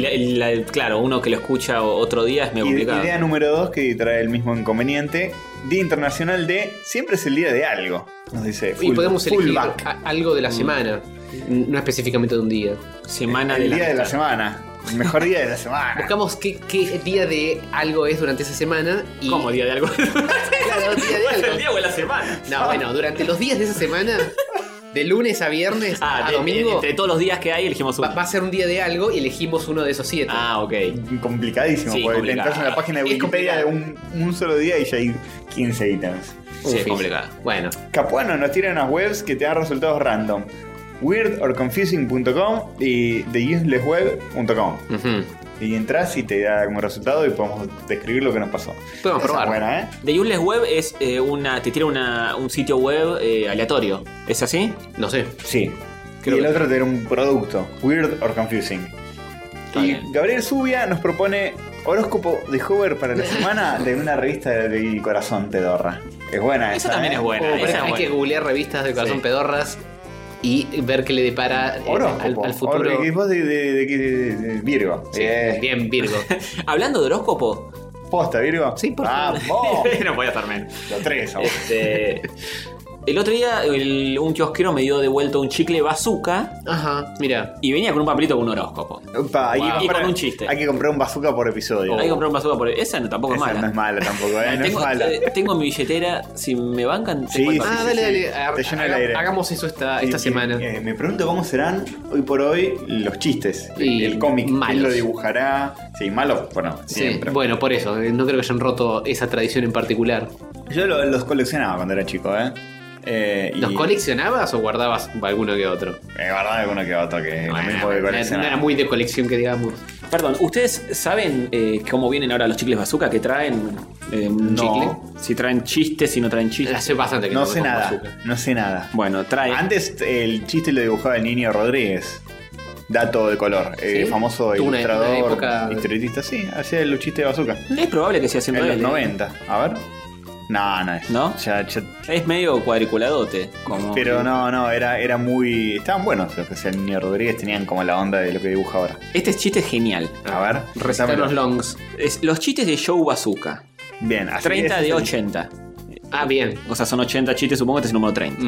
Speaker 1: Y claro, uno que lo escucha otro día es medio complicado.
Speaker 3: Idea número 2 que trae el mismo inconveniente. Día Internacional de siempre es el día de algo. Nos dice
Speaker 2: Y podemos elegir
Speaker 3: fullback.
Speaker 2: algo de la semana. No específicamente de un día.
Speaker 1: Semana
Speaker 3: El
Speaker 1: de
Speaker 3: día de la semana. El mejor día de la semana.
Speaker 2: Buscamos qué día de algo es durante esa semana. Y...
Speaker 1: ¿Cómo día de algo?
Speaker 2: Claro, día de
Speaker 1: ¿Es el
Speaker 2: algo.
Speaker 1: día o la semana?
Speaker 2: No, bueno, durante los días de esa semana, de lunes a viernes a domingo,
Speaker 1: entre todos los días que hay elegimos uno.
Speaker 2: va a ser un día de algo y elegimos uno de esos 7.
Speaker 1: Ah, ok.
Speaker 3: Complicadísimo,
Speaker 1: Sí,
Speaker 3: porque
Speaker 1: complicado.
Speaker 3: entras en la página de
Speaker 2: Es
Speaker 3: Wikipedia de un solo día y ya hay 15 ítems.
Speaker 1: Sí, es complicado.
Speaker 2: Bueno,
Speaker 3: Capuano nos tira unas webs que te dan resultados random. Weirdorconfusing.com y theuselessweb.com. Y entras y te da como resultado y podemos describir lo que nos pasó.
Speaker 2: Podemos
Speaker 3: Esa es
Speaker 2: probar.
Speaker 3: buena, ¿eh?
Speaker 1: The Useless Web es te tira un sitio web aleatorio. ¿Es así?
Speaker 2: no sé.
Speaker 3: Sí.
Speaker 1: Creo
Speaker 3: y el
Speaker 1: que-
Speaker 3: otro te da un producto. Weird or Confusing.
Speaker 1: Está
Speaker 3: Y
Speaker 1: bien.
Speaker 3: Gabriel Zubia nos propone horóscopo de Hover para la semana de una revista del corazón pedorra. Es buena esa.
Speaker 1: Esa también es buena.
Speaker 2: Pero
Speaker 1: esa es
Speaker 2: hay que
Speaker 1: buena.
Speaker 2: googlear revistas de corazón
Speaker 3: Sí.
Speaker 2: pedorras y ver qué le depara
Speaker 3: Horóscopo.
Speaker 2: al futuro.
Speaker 3: Vos de Virgo.
Speaker 2: Sí, bien, Virgo.
Speaker 1: Hablando de horóscopo.
Speaker 3: ¿Posta, Virgo?
Speaker 2: Sí, por
Speaker 3: ¡Vamos!
Speaker 1: No podía estar menos.
Speaker 3: Los tres, vamos.
Speaker 1: El otro día un kiosquero me dio de vuelta un chicle bazooka
Speaker 2: Ajá, mira.
Speaker 1: y venía con un papelito con un horóscopo.
Speaker 3: Upa, hay que
Speaker 1: Y
Speaker 3: comprar-
Speaker 1: con un chiste.
Speaker 3: Hay que comprar un bazooka por episodio.
Speaker 1: Hay que comprar un bazooka por esa tampoco es
Speaker 3: Esa
Speaker 1: mala.
Speaker 3: no es mala tampoco, no es
Speaker 1: tengo,
Speaker 3: mala.
Speaker 1: tengo mi billetera, si me bancan,
Speaker 3: Sí,
Speaker 1: tengo el
Speaker 3: sí,
Speaker 1: papel.
Speaker 2: Ah, dale, dale.
Speaker 3: Te llena el aire.
Speaker 2: Hagamos eso esta
Speaker 3: Y-
Speaker 2: semana.
Speaker 3: me pregunto cómo serán hoy por hoy los chistes.
Speaker 2: Y
Speaker 3: el cómic. ¿Quién
Speaker 2: malos.
Speaker 3: lo dibujará? Sí, malo, bueno,
Speaker 2: Sí,
Speaker 3: siempre.
Speaker 2: bueno, por eso. No creo que hayan roto esa tradición en particular.
Speaker 3: Yo los coleccionaba cuando era chico, ¿eh?
Speaker 2: ¿Los coleccionabas o guardabas alguno que otro?
Speaker 3: Me guardaba alguno que otro que lo
Speaker 2: Bueno,
Speaker 3: mismo que
Speaker 2: no
Speaker 3: coleccionaba.
Speaker 2: era muy de colección que digamos.
Speaker 1: Perdón, ¿ustedes saben cómo vienen ahora los chicles bazooka que traen? Un
Speaker 3: No.
Speaker 1: chicle. Si traen chistes, si no traen chistes.
Speaker 2: Hace bastante que
Speaker 3: No
Speaker 2: me
Speaker 3: sé
Speaker 2: como
Speaker 3: nada,
Speaker 2: azúcar.
Speaker 3: no sé nada.
Speaker 1: Bueno, trae.
Speaker 3: Antes el chiste lo dibujaba el Niño Rodríguez. Dato de color.
Speaker 2: ¿Sí?
Speaker 3: Famoso
Speaker 2: Tuvo una
Speaker 3: ilustrador,
Speaker 2: época-
Speaker 3: historietista. Sí, hacía los chistes de bazooka.
Speaker 1: Es probable que sea haciendo
Speaker 3: En los
Speaker 1: él,
Speaker 3: 90. A ver. No es.
Speaker 1: ¿No?
Speaker 3: Ya-
Speaker 1: Es medio cuadriculadote. Como
Speaker 3: Pero no, era muy. Estaban buenos los que hacía el Niño Rodríguez, tenían como la onda de lo que dibuja ahora.
Speaker 1: Este chiste es genial.
Speaker 3: A ver,
Speaker 2: Recitar los
Speaker 3: resámelo.
Speaker 2: longs.
Speaker 1: Los chistes de Joe Bazooka.
Speaker 3: Bien, así
Speaker 1: 30
Speaker 3: ese
Speaker 1: de
Speaker 3: es el-
Speaker 1: 80.
Speaker 2: Ah, bien.
Speaker 1: O sea, son 80 chistes, supongo que este es el número 30.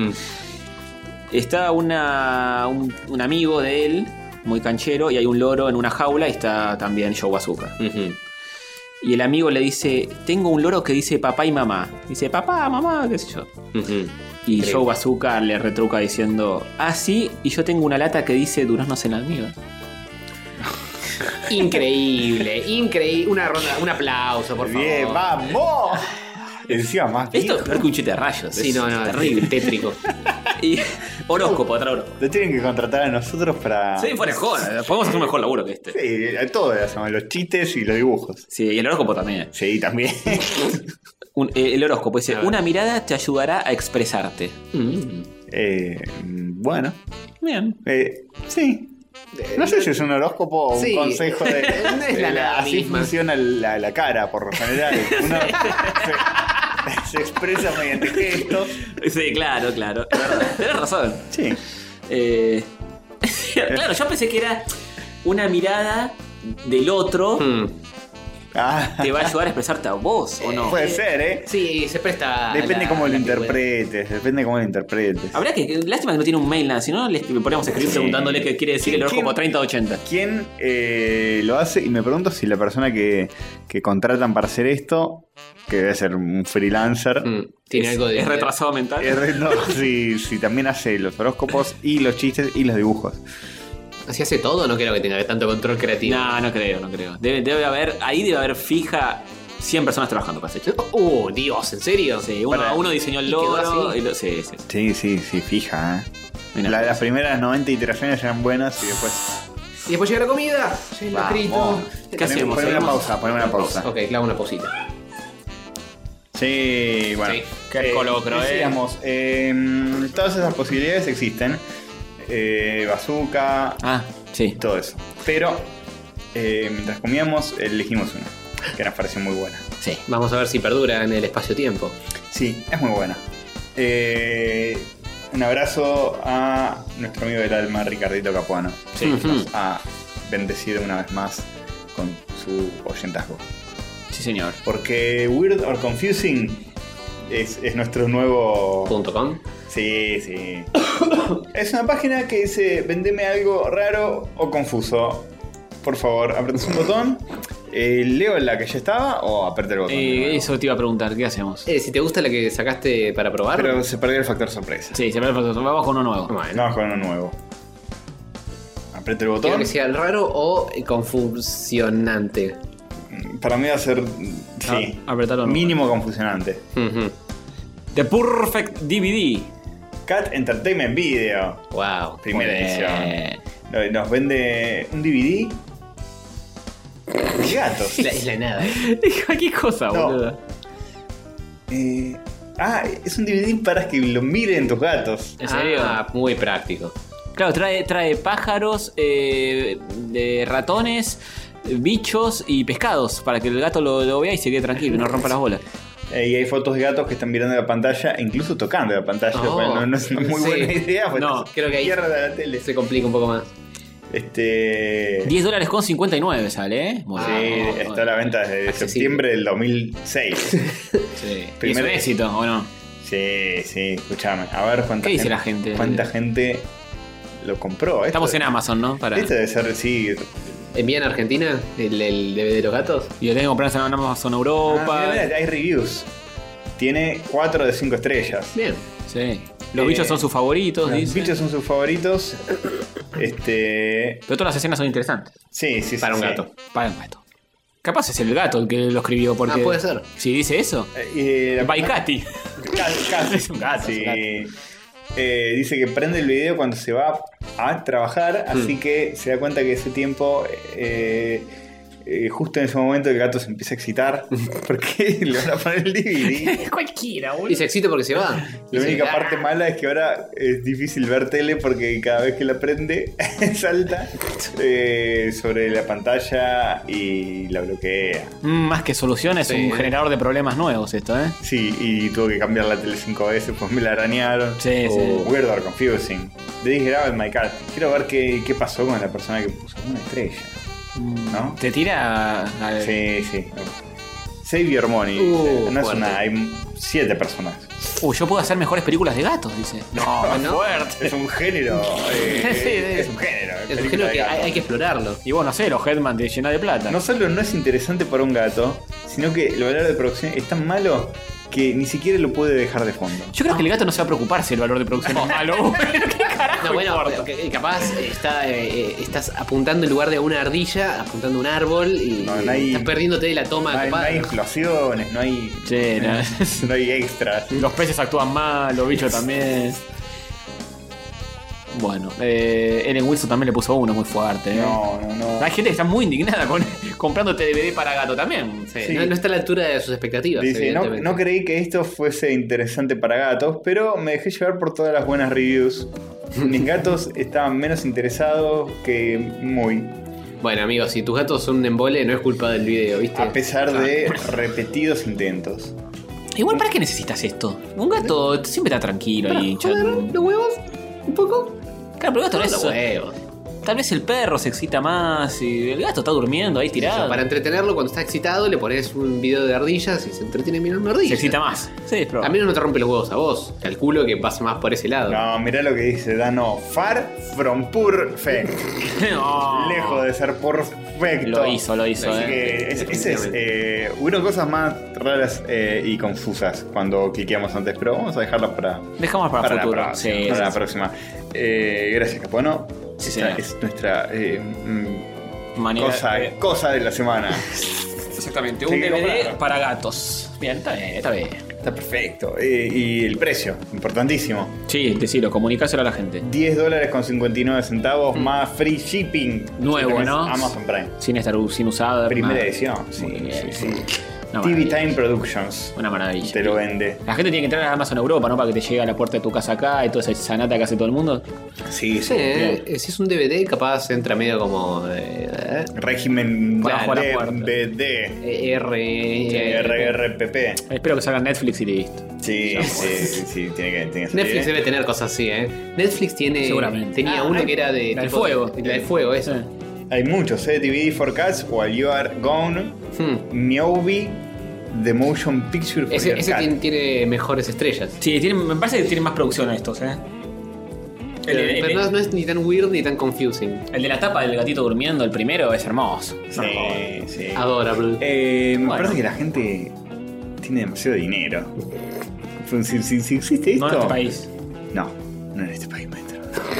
Speaker 1: Está un amigo de él, muy canchero, y hay un loro en una jaula y está también Joe Bazooka. Y el amigo le dice, tengo un loro que dice papá y mamá. Dice, papá, mamá, qué sé yo. Y
Speaker 2: Increíble.
Speaker 1: Joe Bazooka le retruca diciendo, ah, sí, y yo tengo una lata que dice duraznos en almíbar.
Speaker 2: Increíble, increíble. Una ronda, un aplauso, por favor.
Speaker 3: Bien, vamos. Encima más
Speaker 1: Esto es
Speaker 3: viejo.
Speaker 1: peor que un chiste de rayos.
Speaker 2: Sí,
Speaker 1: es
Speaker 2: no,
Speaker 1: terrible.
Speaker 2: tétrico.
Speaker 1: Y horóscopo, otro horóscopo.
Speaker 3: Lo tienen que contratar a nosotros para.
Speaker 1: Sí, fuera de joda. Podemos hacer un mejor laburo que este.
Speaker 3: Sí, a todo le hacemos, los chistes y los dibujos.
Speaker 1: Sí, y el horóscopo también.
Speaker 3: Sí, también.
Speaker 1: El horóscopo dice,
Speaker 2: A ver.
Speaker 1: una mirada te ayudará a expresarte.
Speaker 3: Bueno.
Speaker 1: Bien.
Speaker 3: Sí. No sé si es un horóscopo o un
Speaker 2: Sí.
Speaker 3: consejo de.
Speaker 2: No es la nada
Speaker 3: así
Speaker 2: misma.
Speaker 3: funciona la cara, por lo general. Uno se expresa mediante gestos.
Speaker 1: Sí, claro. Es verdad. Tenés razón.
Speaker 3: Sí.
Speaker 1: Claro, yo pensé que era una mirada del otro te va a ayudar a expresarte a vos, ¿o no?
Speaker 3: Puede ser, ¿eh?
Speaker 2: Sí, se presta.
Speaker 3: Depende cómo lo interpretes.
Speaker 1: Habría que. Lástima que no tiene un mail nada, si no le podríamos escribir preguntándole qué quiere decir el horóscopo 3080.
Speaker 3: ¿Quién lo hace? Y me pregunto si la persona que contratan para hacer esto, que debe ser un freelancer,
Speaker 2: tiene algo de.
Speaker 1: ¿Es retrasado mental?
Speaker 3: si también hace los horóscopos y los chistes y los dibujos.
Speaker 2: Si hace todo, no creo que tenga tanto control creativo.
Speaker 1: No creo. Debe haber fija 100 personas trabajando para ese hecho.
Speaker 2: Dios, ¿en serio?
Speaker 1: Sí, uno diseñó el logo. Sí.
Speaker 3: Sí, fija, ¿eh? Las primeras 90 iteraciones eran buenas y después.
Speaker 2: Y después llega la comida.
Speaker 1: ¿Qué hacemos?
Speaker 3: Poneme una pausa.
Speaker 2: Ok, clavo una pausita.
Speaker 3: Sí, bueno.
Speaker 2: Sí.
Speaker 1: Qué colocro,
Speaker 3: decíamos, todas esas posibilidades existen. Bazooka.
Speaker 1: Sí.
Speaker 3: Todo eso. Pero mientras comíamos, elegimos una que nos pareció muy buena.
Speaker 2: Sí. Vamos a ver si perdura en el espacio-tiempo.
Speaker 3: Sí, es muy buena. Un abrazo a nuestro amigo del alma, Ricardito Capuano.
Speaker 1: Sí.
Speaker 3: Nos ha bendecido una vez más con su oyentazgo.
Speaker 1: Sí, señor.
Speaker 3: Porque Weird or Confusing es nuestro nuevo...
Speaker 2: .com.
Speaker 3: Sí. Es una página que dice: vendeme algo raro o confuso. Por favor, apretas un botón. ¿Leo la que ya estaba o apreté el botón?
Speaker 1: Eso te iba a preguntar, ¿qué hacemos?
Speaker 2: Si te gusta la que sacaste para probar.
Speaker 3: Pero se perdió el factor sorpresa.
Speaker 1: Sí, se perdió el factor sorpresa. Vamos con uno nuevo.
Speaker 2: Bueno.
Speaker 3: Vamos con uno nuevo. Apriete el botón.
Speaker 2: Quiero que sea raro o confusionante.
Speaker 3: Para mí va a ser... Sí.
Speaker 1: Apretalo
Speaker 3: mínimo confusionante.
Speaker 1: The Perfect DVD.
Speaker 3: Cat Entertainment Video.
Speaker 2: Wow.
Speaker 3: Primera edición. Nos vende un DVD de gatos.
Speaker 2: Es la nada.
Speaker 1: ¿Qué cosa, boludo?
Speaker 3: Es un DVD para que lo miren tus gatos.
Speaker 1: ¿En serio?
Speaker 2: Muy práctico.
Speaker 1: Claro, trae pájaros, de ratones, bichos y pescados para que el gato lo vea y se quede tranquilo y no rompa las bolas.
Speaker 3: Y hay fotos de gatos que están mirando la pantalla e incluso tocando la pantalla. No es una muy buena idea.
Speaker 2: No, creo que ahí
Speaker 3: la tele.
Speaker 2: se complica un poco más.
Speaker 1: $10.59 sale, ¿eh?
Speaker 3: Sí, está a la venta desde septiembre del 2006.
Speaker 1: Sí. ¿Y es un éxito o no?
Speaker 3: Sí, escuchame. A ver
Speaker 1: ¿Qué dice la gente?
Speaker 3: ¿Cuánta gente lo compró?
Speaker 1: Estamos en Amazon, ¿no?
Speaker 3: Esto debe ser, sí.
Speaker 2: ¿Envían a Argentina el DVD de los gatos?
Speaker 1: Y lo tengo que comprar en Amazon Europa.
Speaker 3: Mirá, hay reviews. Tiene 4 de 5 estrellas.
Speaker 2: Bien.
Speaker 1: Sí. Los bichos son sus favoritos.
Speaker 3: Los bichos son sus favoritos.
Speaker 1: Pero todas las escenas son interesantes.
Speaker 3: Sí.
Speaker 2: Para un gato.
Speaker 1: Capaz es el gato el que lo escribió. Porque
Speaker 2: puede ser.
Speaker 1: Si dice eso. Baikati.
Speaker 3: Casi.
Speaker 1: Es un gato.
Speaker 3: Sí. Dice que prende el video cuando se va a trabajar, así que se da cuenta que ese tiempo, justo en ese momento, el gato se empieza a excitar porque le van a poner el DVD.
Speaker 1: Cualquiera, boludo.
Speaker 2: Y se excita porque se va.
Speaker 3: La única parte mala es que ahora es difícil ver tele porque cada vez que la prende salta sobre la pantalla y la bloquea.
Speaker 1: Más que solución, es un generador de problemas nuevos esto, ¿eh?
Speaker 3: Sí, y tuvo que cambiar la tele 5 veces, pues me la arañaron.
Speaker 1: Sí.
Speaker 3: Weird or Confusing. The Disgravel My Cat. Quiero ver qué pasó con la persona que puso una estrella. ¿No?
Speaker 1: Te tira.
Speaker 3: Sí. Save your money. No es una, hay 7 personas.
Speaker 1: Yo puedo hacer mejores películas de gatos, dice. No, fuerte.
Speaker 3: Es un género. Es un género.
Speaker 2: Es un género que hay que explorarlo.
Speaker 1: Y vos, no sé, los Headman te llenan de plata.
Speaker 3: No solo no es interesante para un gato, sino que el valor de producción es tan malo que ni siquiera lo puede dejar de fondo.
Speaker 1: Yo creo que el gato no se va a preocupar si el valor de producción es malo. ¿Qué carajo?
Speaker 2: No, bueno, capaz estás apuntando en lugar de una ardilla, apuntando a un árbol y estás perdiéndote de la toma.
Speaker 3: No hay explosiones, no hay.
Speaker 1: Sí,
Speaker 3: no hay extras.
Speaker 1: Los peces actúan mal, los bichos también. Bueno, Ellen Wilson también le puso uno muy fuerte.
Speaker 3: No.
Speaker 1: Hay gente que está muy indignada comprándote DVD para gato también.
Speaker 2: Sí. No está a la altura de sus expectativas.
Speaker 3: Dice, no creí que esto fuese interesante para gatos, pero me dejé llevar por todas las buenas reviews. Mis gatos estaban menos interesados que muy.
Speaker 2: Bueno, amigos, si tus gatos son un embole, no es culpa del video, ¿viste?
Speaker 3: A pesar de repetidos intentos.
Speaker 1: Igual, ¿para qué necesitas esto? Un gato siempre está tranquilo ahí.
Speaker 2: ¿Joder los huevos? ¿Un poco?
Speaker 1: Claro, pero el gato no es
Speaker 2: los huevos.
Speaker 1: tal vez el perro se excita más y el gato está durmiendo ahí tirado.
Speaker 2: Para entretenerlo, cuando está excitado, le pones un video de ardillas y se entretiene mirando una ardilla.
Speaker 1: Se excita más. Sí, es
Speaker 2: A
Speaker 1: probable.
Speaker 2: mí no te rompe los huevos a vos. Calculo que pasa más por ese lado.
Speaker 3: No, mirá lo que dice Dano. Far from perfect.
Speaker 1: No.
Speaker 3: Lejos de ser perfecto.
Speaker 1: Lo hizo.
Speaker 3: Así que ese es. Hubieron cosas más raras y confusas cuando cliqueamos antes, pero vamos a dejarlas para.
Speaker 1: Dejamos para
Speaker 3: la
Speaker 1: futuro.
Speaker 3: próxima,
Speaker 1: Sí,
Speaker 3: para
Speaker 1: sí,
Speaker 3: la
Speaker 1: sí.
Speaker 3: próxima. Gracias, Capuano.
Speaker 1: Sí,
Speaker 3: Esta
Speaker 1: señor.
Speaker 3: es nuestra
Speaker 1: Manera de-
Speaker 3: cosa de la semana.
Speaker 1: Exactamente,
Speaker 3: Sí,
Speaker 1: un
Speaker 3: que
Speaker 1: DVD
Speaker 3: comprar.
Speaker 1: para gatos. Bien, está bien, está bien.
Speaker 3: Está perfecto. Y el precio, importantísimo.
Speaker 1: Sí, decilo, comunicáselo a la gente.
Speaker 3: $10.59 más free shipping.
Speaker 1: Nuevo,
Speaker 3: Si tenés
Speaker 1: ¿no?
Speaker 3: Amazon Prime.
Speaker 1: Sin estar sin usada.
Speaker 3: Primera
Speaker 1: nada.
Speaker 3: edición. Sí,
Speaker 1: Muy bien.
Speaker 3: sí.
Speaker 1: Una
Speaker 3: TV
Speaker 1: maravilla.
Speaker 3: Time Productions.
Speaker 1: Una maravilla.
Speaker 3: Te lo vende.
Speaker 1: La gente tiene que entrar a Amazon Europa, ¿no? Para que te llegue a la puerta de tu casa acá y toda esa sanata que hace todo el mundo.
Speaker 3: Sí,
Speaker 2: Sí, si es un DVD, capaz entra medio como
Speaker 3: Régimen
Speaker 1: Por abajo de la puerta.
Speaker 3: DVD. RRPP.
Speaker 1: Espero que salga Netflix y listo.
Speaker 3: Sí, sí, tiene que salir.
Speaker 2: Netflix debe tener cosas así, ¿eh? Netflix
Speaker 1: Seguramente.
Speaker 2: tenía uno que era de...
Speaker 1: La del
Speaker 2: tipo
Speaker 1: fuego.
Speaker 2: La del fuego, eso.
Speaker 1: Sí.
Speaker 3: Hay muchos, DVD for Cats, While You Are Gone, Miobi, The Motion Picture for
Speaker 2: Ese
Speaker 3: Your Cat.
Speaker 2: tiene mejores estrellas.
Speaker 1: Sí, me parece que tienen más producción estos, ¿eh?
Speaker 2: Pero no es ni tan weird ni tan confusing.
Speaker 1: El de la tapa del gatito durmiendo, el primero, es hermoso.
Speaker 3: Sí, sí.
Speaker 2: Adorable.
Speaker 3: Me
Speaker 1: Bueno.
Speaker 3: parece que la gente tiene demasiado dinero. Si existe esto.
Speaker 1: No en este país.
Speaker 3: No en este país, maestro.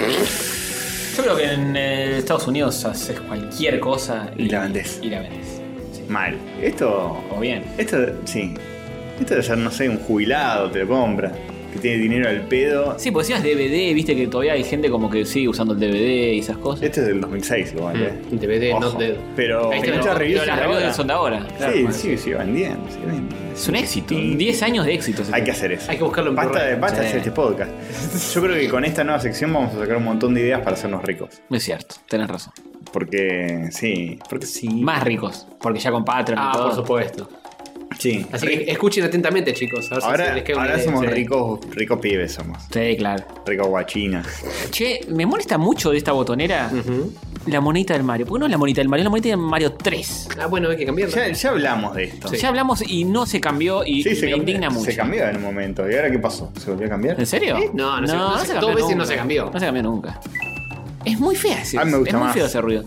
Speaker 1: Yo creo que en Estados Unidos haces cualquier cosa
Speaker 3: Y la vendés.
Speaker 1: Y la vendés. Sí.
Speaker 3: Mal. Esto.
Speaker 1: O bien.
Speaker 3: Esto, sí. Esto debe ser, no sé, un jubilado, te lo compra. Que tiene dinero al pedo.
Speaker 1: Sí, porque decías DVD, viste que todavía hay gente como que sigue usando el DVD y esas cosas.
Speaker 3: Este es del 2006 igual,
Speaker 2: Un DVD,
Speaker 3: Ojo.
Speaker 2: not dead.
Speaker 3: Pero
Speaker 2: Ahí está,
Speaker 3: hay muchas
Speaker 2: pero
Speaker 3: reviews
Speaker 1: las
Speaker 3: de
Speaker 1: reviews
Speaker 3: ahora.
Speaker 1: son de ahora. Claro,
Speaker 3: Sí,
Speaker 1: bueno.
Speaker 3: sí, vendiendo.
Speaker 1: Es un éxito.
Speaker 3: Sí.
Speaker 1: 10 años de éxito.
Speaker 3: Hay que hacer eso.
Speaker 2: Hay que buscarlo en Blu-ray.
Speaker 3: Basta
Speaker 1: Sí.
Speaker 3: de hacer este podcast. Yo creo que con esta nueva sección vamos a sacar un montón de ideas para hacernos ricos.
Speaker 1: Es cierto, tenés razón.
Speaker 3: Porque sí.
Speaker 1: Más ricos, porque ya con Patreon y todo.
Speaker 2: Por supuesto.
Speaker 3: Sí.
Speaker 2: Así que escuchen atentamente, chicos. A ver si
Speaker 3: Ahora,
Speaker 2: se les queda una
Speaker 3: ahora
Speaker 2: idea.
Speaker 3: somos
Speaker 2: Sí.
Speaker 3: ricos pibes somos.
Speaker 1: Sí, claro.
Speaker 3: Ricos guachinas.
Speaker 1: Che, me molesta mucho de esta botonera la monedita del Mario. ¿Por qué no es la monedita del Mario? Es la monedita del Mario 3.
Speaker 2: Ah, bueno, hay que cambiarla.
Speaker 3: Ya hablamos de esto.
Speaker 1: Ya hablamos y no se cambió y
Speaker 3: Sí,
Speaker 1: me indigna mucho.
Speaker 3: Se cambió en un momento. ¿Y ahora qué pasó? ¿Se volvió a cambiar?
Speaker 1: ¿En serio?
Speaker 2: No, no se cambió
Speaker 1: cambió
Speaker 2: dos veces,
Speaker 1: nunca.
Speaker 2: no se cambió.
Speaker 1: No se cambió nunca. Es muy fea ese.
Speaker 3: A mí me gusta
Speaker 1: es muy
Speaker 3: más.
Speaker 1: feo ese ruido.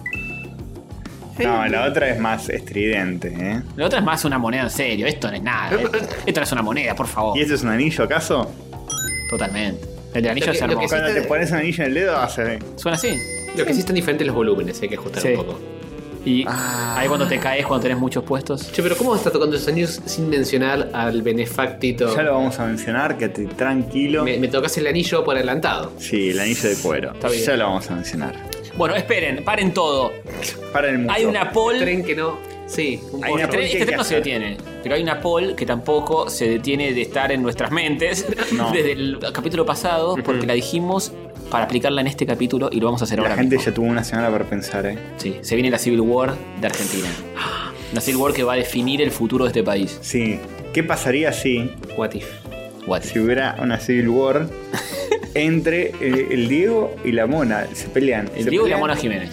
Speaker 3: No, la otra es más estridente, ¿eh?
Speaker 1: La otra es más una moneda en serio. Esto no es nada. Esto no es una moneda, por favor.
Speaker 3: ¿Y esto es un anillo acaso?
Speaker 1: Totalmente. El del anillo
Speaker 2: Lo
Speaker 1: es
Speaker 2: que- lo que
Speaker 1: hermoso.
Speaker 2: sí
Speaker 3: Cuando te pones un anillo en el dedo hace.
Speaker 1: Suena así.
Speaker 2: Lo que sí están diferentes los volúmenes, hay que ajustar
Speaker 1: Sí.
Speaker 2: un poco.
Speaker 1: Y ahí cuando te caes, cuando tenés muchos puestos.
Speaker 2: Che, pero ¿cómo vas a estar tocando esos anillos sin mencionar al benefactito?
Speaker 3: Ya lo vamos a mencionar, que tranquilo.
Speaker 2: Me tocas el anillo por adelantado.
Speaker 3: Sí, el anillo de cuero.
Speaker 1: Está bien.
Speaker 3: Ya lo vamos a mencionar.
Speaker 1: Bueno, esperen, paren todo.
Speaker 3: Para el mundo.
Speaker 1: Hay una poll.
Speaker 2: Tren que no. Sí, un
Speaker 3: Hay
Speaker 2: pollo.
Speaker 3: una poll.
Speaker 1: Este
Speaker 3: ¿Qué
Speaker 1: tren no se
Speaker 3: hacer?
Speaker 1: detiene, pero hay una poll que tampoco se detiene de estar en nuestras mentes
Speaker 3: No.
Speaker 1: desde el capítulo pasado, porque la dijimos para aplicarla en este capítulo y lo vamos a hacer
Speaker 3: La
Speaker 1: ahora
Speaker 3: gente
Speaker 1: mismo.
Speaker 3: ya tuvo una semana para pensar, ¿eh?
Speaker 1: Sí, se viene la Civil War de Argentina. La Civil War que va a definir el futuro de este país.
Speaker 3: Sí. ¿Qué pasaría si
Speaker 2: What if?
Speaker 1: What?
Speaker 3: si hubiera una Civil War entre el Diego y la Mona? Se pelean.
Speaker 1: El
Speaker 3: se
Speaker 1: Diego y la
Speaker 3: pelean
Speaker 1: Mona Jiménez.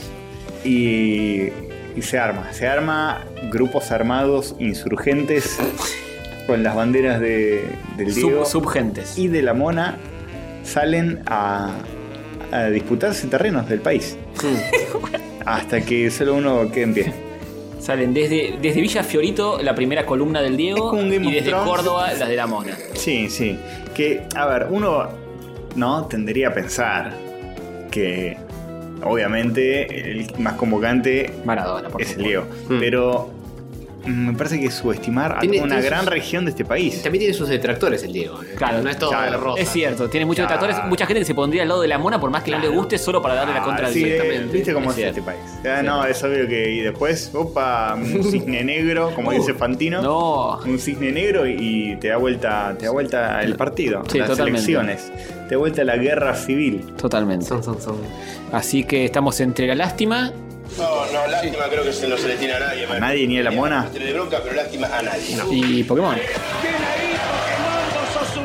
Speaker 3: Y se arma. Se arma grupos armados insurgentes con las banderas del Diego
Speaker 1: Subgentes.
Speaker 3: y de la Mona. Salen a disputarse terrenos del país. Hasta que solo uno quede en pie.
Speaker 1: Salen desde Villa Fiorito la primera columna del
Speaker 3: Es
Speaker 1: Diego
Speaker 3: como un Game
Speaker 1: y
Speaker 3: of
Speaker 1: desde
Speaker 3: Thrones.
Speaker 1: Córdoba las de la Mona.
Speaker 3: Sí, sí. Que, a ver, uno no tendería a pensar que obviamente el más convocante
Speaker 1: Maradona, por
Speaker 3: es el
Speaker 1: favor.
Speaker 3: Diego. Pero me parece que subestimar a
Speaker 2: Tiene-
Speaker 3: una
Speaker 2: tiene
Speaker 3: gran
Speaker 2: sus-
Speaker 3: región de este país.
Speaker 2: También tiene sus detractores el Diego.
Speaker 1: Claro,
Speaker 2: no es todo
Speaker 3: claro,
Speaker 2: rosa.
Speaker 1: Es cierto, tiene muchos
Speaker 3: Claro.
Speaker 1: detractores, mucha gente que se pondría al lado de la Mona por más que no le guste solo para darle la contra al
Speaker 3: sí,
Speaker 1: directamente.
Speaker 3: ¿viste cómo es
Speaker 1: cierto.
Speaker 3: este país? No, es obvio que y después, opa, un cisne negro, como dice Fantino.
Speaker 1: No.
Speaker 3: Un cisne negro y te da vuelta el partido,
Speaker 1: Sí,
Speaker 3: las
Speaker 1: totalmente.
Speaker 3: elecciones. Te da vuelta la guerra civil.
Speaker 1: Totalmente.
Speaker 2: Son.
Speaker 1: Así que estamos entre la lástima.
Speaker 5: No, lástima creo que no se le tiene a nadie.
Speaker 3: ¿A nadie ni a la Mona?
Speaker 5: Se le bronca, pero lástima a nadie.
Speaker 1: Y Pokémon.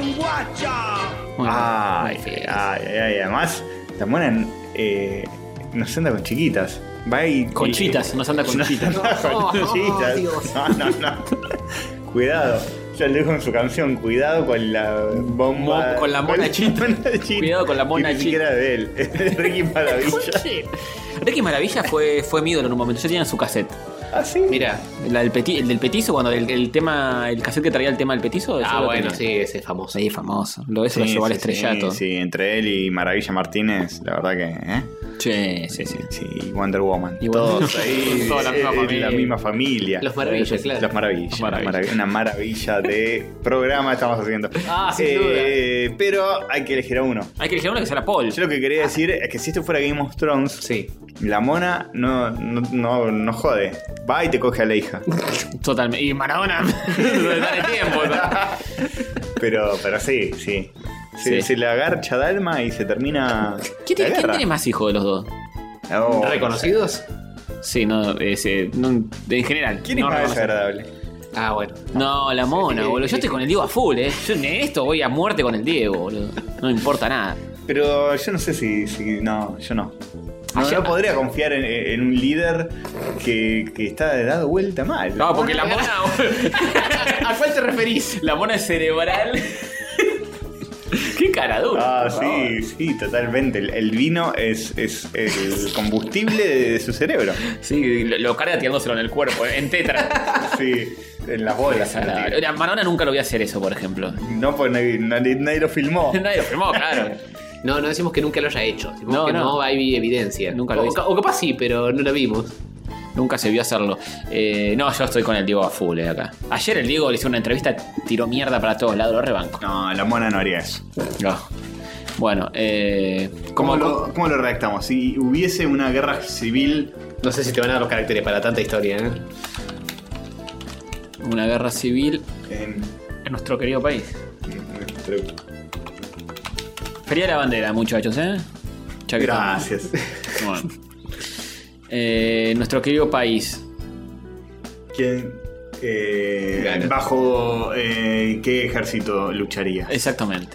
Speaker 1: Muy
Speaker 3: Ay,
Speaker 1: bien.
Speaker 3: además, la Mona no se anda con chiquitas. Va y...
Speaker 1: Conchitas, no se anda con chiquitas.
Speaker 3: No, con chiquitas. No. Cuidado. Ya le dijo en su canción, cuidado con la bomba.
Speaker 1: Con la mona chita. Cuidado con la mona
Speaker 3: chita. Ni siquiera de él, es de Ricky Maravilla.
Speaker 1: Ricky Maravilla fue mi ídolo en un momento. Yo tenía su cassette.
Speaker 3: ¿Ah, sí?
Speaker 1: Mira, el del petizo, cuando el cassette que traía el tema del petizo.
Speaker 2: Bueno, sí, ese es famoso.
Speaker 1: Sí, famoso. Lo llevó al estrellato.
Speaker 3: Sí, entre él y Maravilla Martínez, la verdad que.
Speaker 1: Sí.
Speaker 3: Sí, Wonder Woman.
Speaker 1: Y
Speaker 3: todos ahí.
Speaker 1: Toda la misma familia.
Speaker 2: Los Maravillas, claro.
Speaker 3: Los Maravillas. Una maravilla de programa estamos haciendo.
Speaker 2: Sin duda.
Speaker 3: Pero hay que elegir a uno.
Speaker 1: Hay que elegir a uno que sea la Paul.
Speaker 3: Yo lo que quería decir es que si esto fuera Game of Thrones,
Speaker 2: sí,
Speaker 3: la mona no jode. Va y te coge a la hija.
Speaker 1: Totalmente. Y Maradona dale tiempo.
Speaker 3: Pero sí. Se le agarcha Dalma y se termina.
Speaker 1: ¿Quién tiene más hijos de los dos?
Speaker 2: ¿Reconocidos?
Speaker 1: Sí, en general.
Speaker 3: ¿Quién es más desagradable?
Speaker 2: Bueno.
Speaker 1: No, la mona, boludo. Yo estoy con el Diego a full, Yo en esto voy a muerte con el Diego, boludo. No me importa nada.
Speaker 3: Pero yo no sé si no, yo no. No podría confiar en un líder que está dado vuelta mal.
Speaker 1: No, porque la mona...
Speaker 2: ¿A cuál te referís?
Speaker 1: La mona es cerebral. Qué cara dura.
Speaker 3: Sí, totalmente. El vino es el combustible de su cerebro.
Speaker 1: Sí, lo carga tirándoselo en el cuerpo, en tetra.
Speaker 3: Sí, en las bolas.
Speaker 1: Maradona nunca lo voy a hacer eso, por ejemplo.
Speaker 3: No, pues nadie lo filmó.
Speaker 1: Nadie lo filmó, claro.
Speaker 2: No decimos que nunca lo haya hecho. Decimos que no hay evidencia.
Speaker 1: Nunca lo hizo.
Speaker 2: O capaz sí, pero no lo vimos.
Speaker 1: Nunca se vio hacerlo. No, yo estoy con el Diego a full acá. Ayer el Diego le hizo una entrevista, tiró mierda para todos lados, lo rebanco.
Speaker 3: No, la mona no haría eso.
Speaker 1: No. Bueno,
Speaker 3: ¿Cómo lo redactamos? Si hubiese una guerra civil...
Speaker 2: No sé si te van a dar los caracteres para tanta historia,
Speaker 1: Una guerra civil en nuestro querido país. Feria de la bandera, muchachos,
Speaker 3: Gracias.
Speaker 1: Bueno. Nuestro querido país.
Speaker 3: ¿Quién? ¿Bajo qué ejército lucharía?
Speaker 1: Exactamente.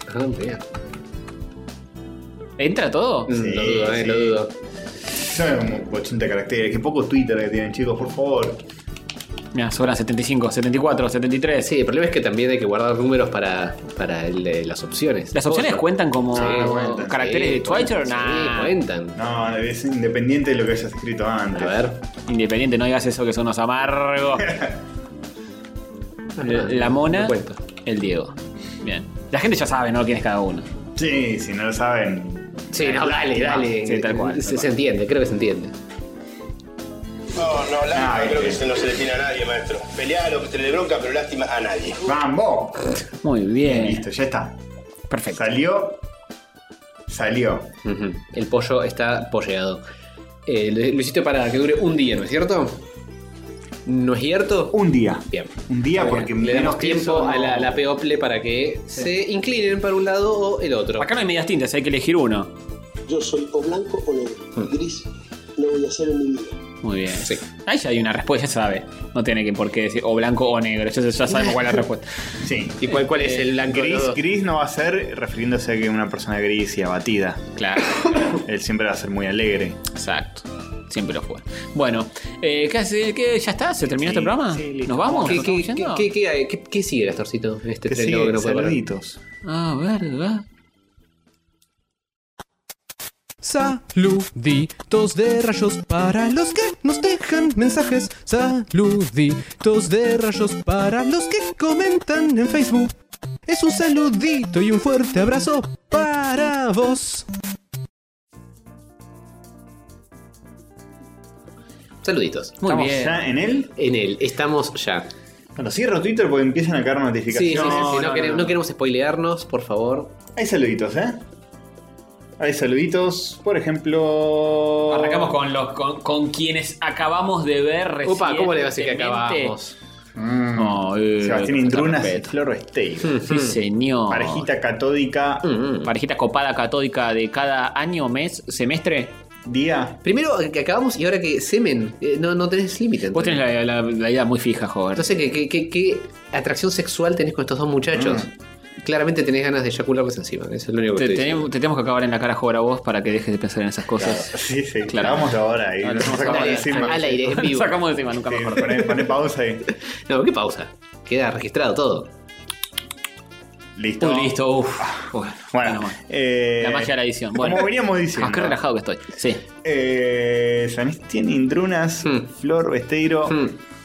Speaker 1: ¿Entra todo?
Speaker 3: Sí,
Speaker 2: lo dudo.
Speaker 3: Son como 80 caracteres. Qué poco Twitter que tienen, chicos, por favor.
Speaker 1: Mira, sobran 75, 74, 73.
Speaker 2: Sí, el problema es que también hay que guardar números para las opciones.
Speaker 1: ¿Las opciones cuentan como
Speaker 3: cuentan.
Speaker 1: caracteres de Twitter?
Speaker 2: Sí, cuentan.
Speaker 3: No, es independiente de lo que hayas escrito antes.
Speaker 2: A ver.
Speaker 1: Independiente, no digas eso que son unos amargos. La mona, el Diego. Bien. La gente ya sabe, ¿no? Quién es cada uno.
Speaker 3: Sí, si no lo saben.
Speaker 2: Sí, no, dale.
Speaker 1: Sí, tal cual.
Speaker 2: Se entiende, creo que se entiende.
Speaker 5: No, lástima, creo que no se le tiene a nadie, maestro. Peleá lo que te le bronca, pero lástima a nadie.
Speaker 3: ¡Vamos!
Speaker 1: Muy bien.
Speaker 3: Listo, ya está.
Speaker 1: Perfecto.
Speaker 3: Salió.
Speaker 2: Uh-huh. El pollo está polleado. Lo hiciste para que dure un día, ¿no es cierto? ¿No es cierto?
Speaker 3: Un día.
Speaker 2: Bien.
Speaker 3: Un día porque
Speaker 2: le damos
Speaker 3: menos
Speaker 2: tiempo a la People para que se inclinen para un lado o el otro.
Speaker 1: Acá no hay medias tintas, hay que elegir uno.
Speaker 4: Yo soy o blanco o negro. Gris no voy a hacer en mi vida.
Speaker 1: Muy bien. Sí. Ahí ya hay una respuesta, ya sabe. No tiene por qué decir o blanco o negro. Ya sabemos cuál es la respuesta.
Speaker 3: Sí.
Speaker 2: ¿Y cuál es el blanco?
Speaker 3: Gris no va a ser refiriéndose a que una persona gris y abatida.
Speaker 1: Claro.
Speaker 3: Él siempre va a ser muy alegre.
Speaker 1: Exacto. Siempre lo fue. Bueno, ¿qué hace? ¿Ya está? ¿Se terminó este programa?
Speaker 3: Sí, listo.
Speaker 1: ¿Nos vamos?
Speaker 2: ¿Qué sigue, Gastorcito? Este
Speaker 3: que
Speaker 2: tren
Speaker 3: sigue,
Speaker 2: que no puede parar.
Speaker 3: saluditos.
Speaker 1: ¿Verdad?
Speaker 2: Saluditos de rayos para los que nos dejan mensajes. Saluditos de rayos para los que comentan en Facebook. Es un saludito y un fuerte abrazo para vos. Saluditos.
Speaker 1: Muy
Speaker 3: ¿Estamos
Speaker 1: bien.
Speaker 3: ya en él?
Speaker 2: En él, estamos ya.
Speaker 3: Bueno, cierro Twitter porque empiezan a caer
Speaker 2: Sí,
Speaker 3: notificaciones.
Speaker 2: no queremos spoilearnos, por favor.
Speaker 3: Hay saluditos, Hay saluditos, por ejemplo...
Speaker 1: Arrancamos con quienes acabamos de ver recién.
Speaker 2: Opa, ¿cómo le va a decir que acabamos?
Speaker 3: Sebastián Indrunas y Flor Stein.
Speaker 1: Sí, señor.
Speaker 3: Parejita catódica.
Speaker 1: Parejita copada catódica de cada año, mes, semestre.
Speaker 3: Día.
Speaker 2: Primero que acabamos y ahora que semen, no tenés límite.
Speaker 1: Vos tenés la idea muy fija, joven.
Speaker 2: Entonces, ¿qué atracción sexual tenés con estos dos muchachos? claramente tenés ganas de eyacularles encima. Eso es lo único que estoy diciendo.
Speaker 1: Te tenemos que acabar en la cara joder a vos para que dejes de pensar en esas cosas.
Speaker 3: Sí, sí,
Speaker 1: Claro.
Speaker 3: hagámoslo ahora y
Speaker 1: Ahora
Speaker 3: nos sacamos de
Speaker 2: Dale,
Speaker 3: encima.
Speaker 2: al aire, en vivo.
Speaker 1: Sacamos de encima, nunca
Speaker 3: Sí,
Speaker 1: mejor.
Speaker 3: poné pausa y
Speaker 2: No, ¿qué pausa? Queda registrado todo.
Speaker 3: listo.
Speaker 1: Listo, uff.
Speaker 3: Bueno,
Speaker 1: Bueno, la magia de la edición. Bueno,
Speaker 3: como veníamos diciendo,
Speaker 1: qué relajado que estoy. Sí.
Speaker 3: Sebastián Indrunas, Flor Besteiro,
Speaker 2: Hmm.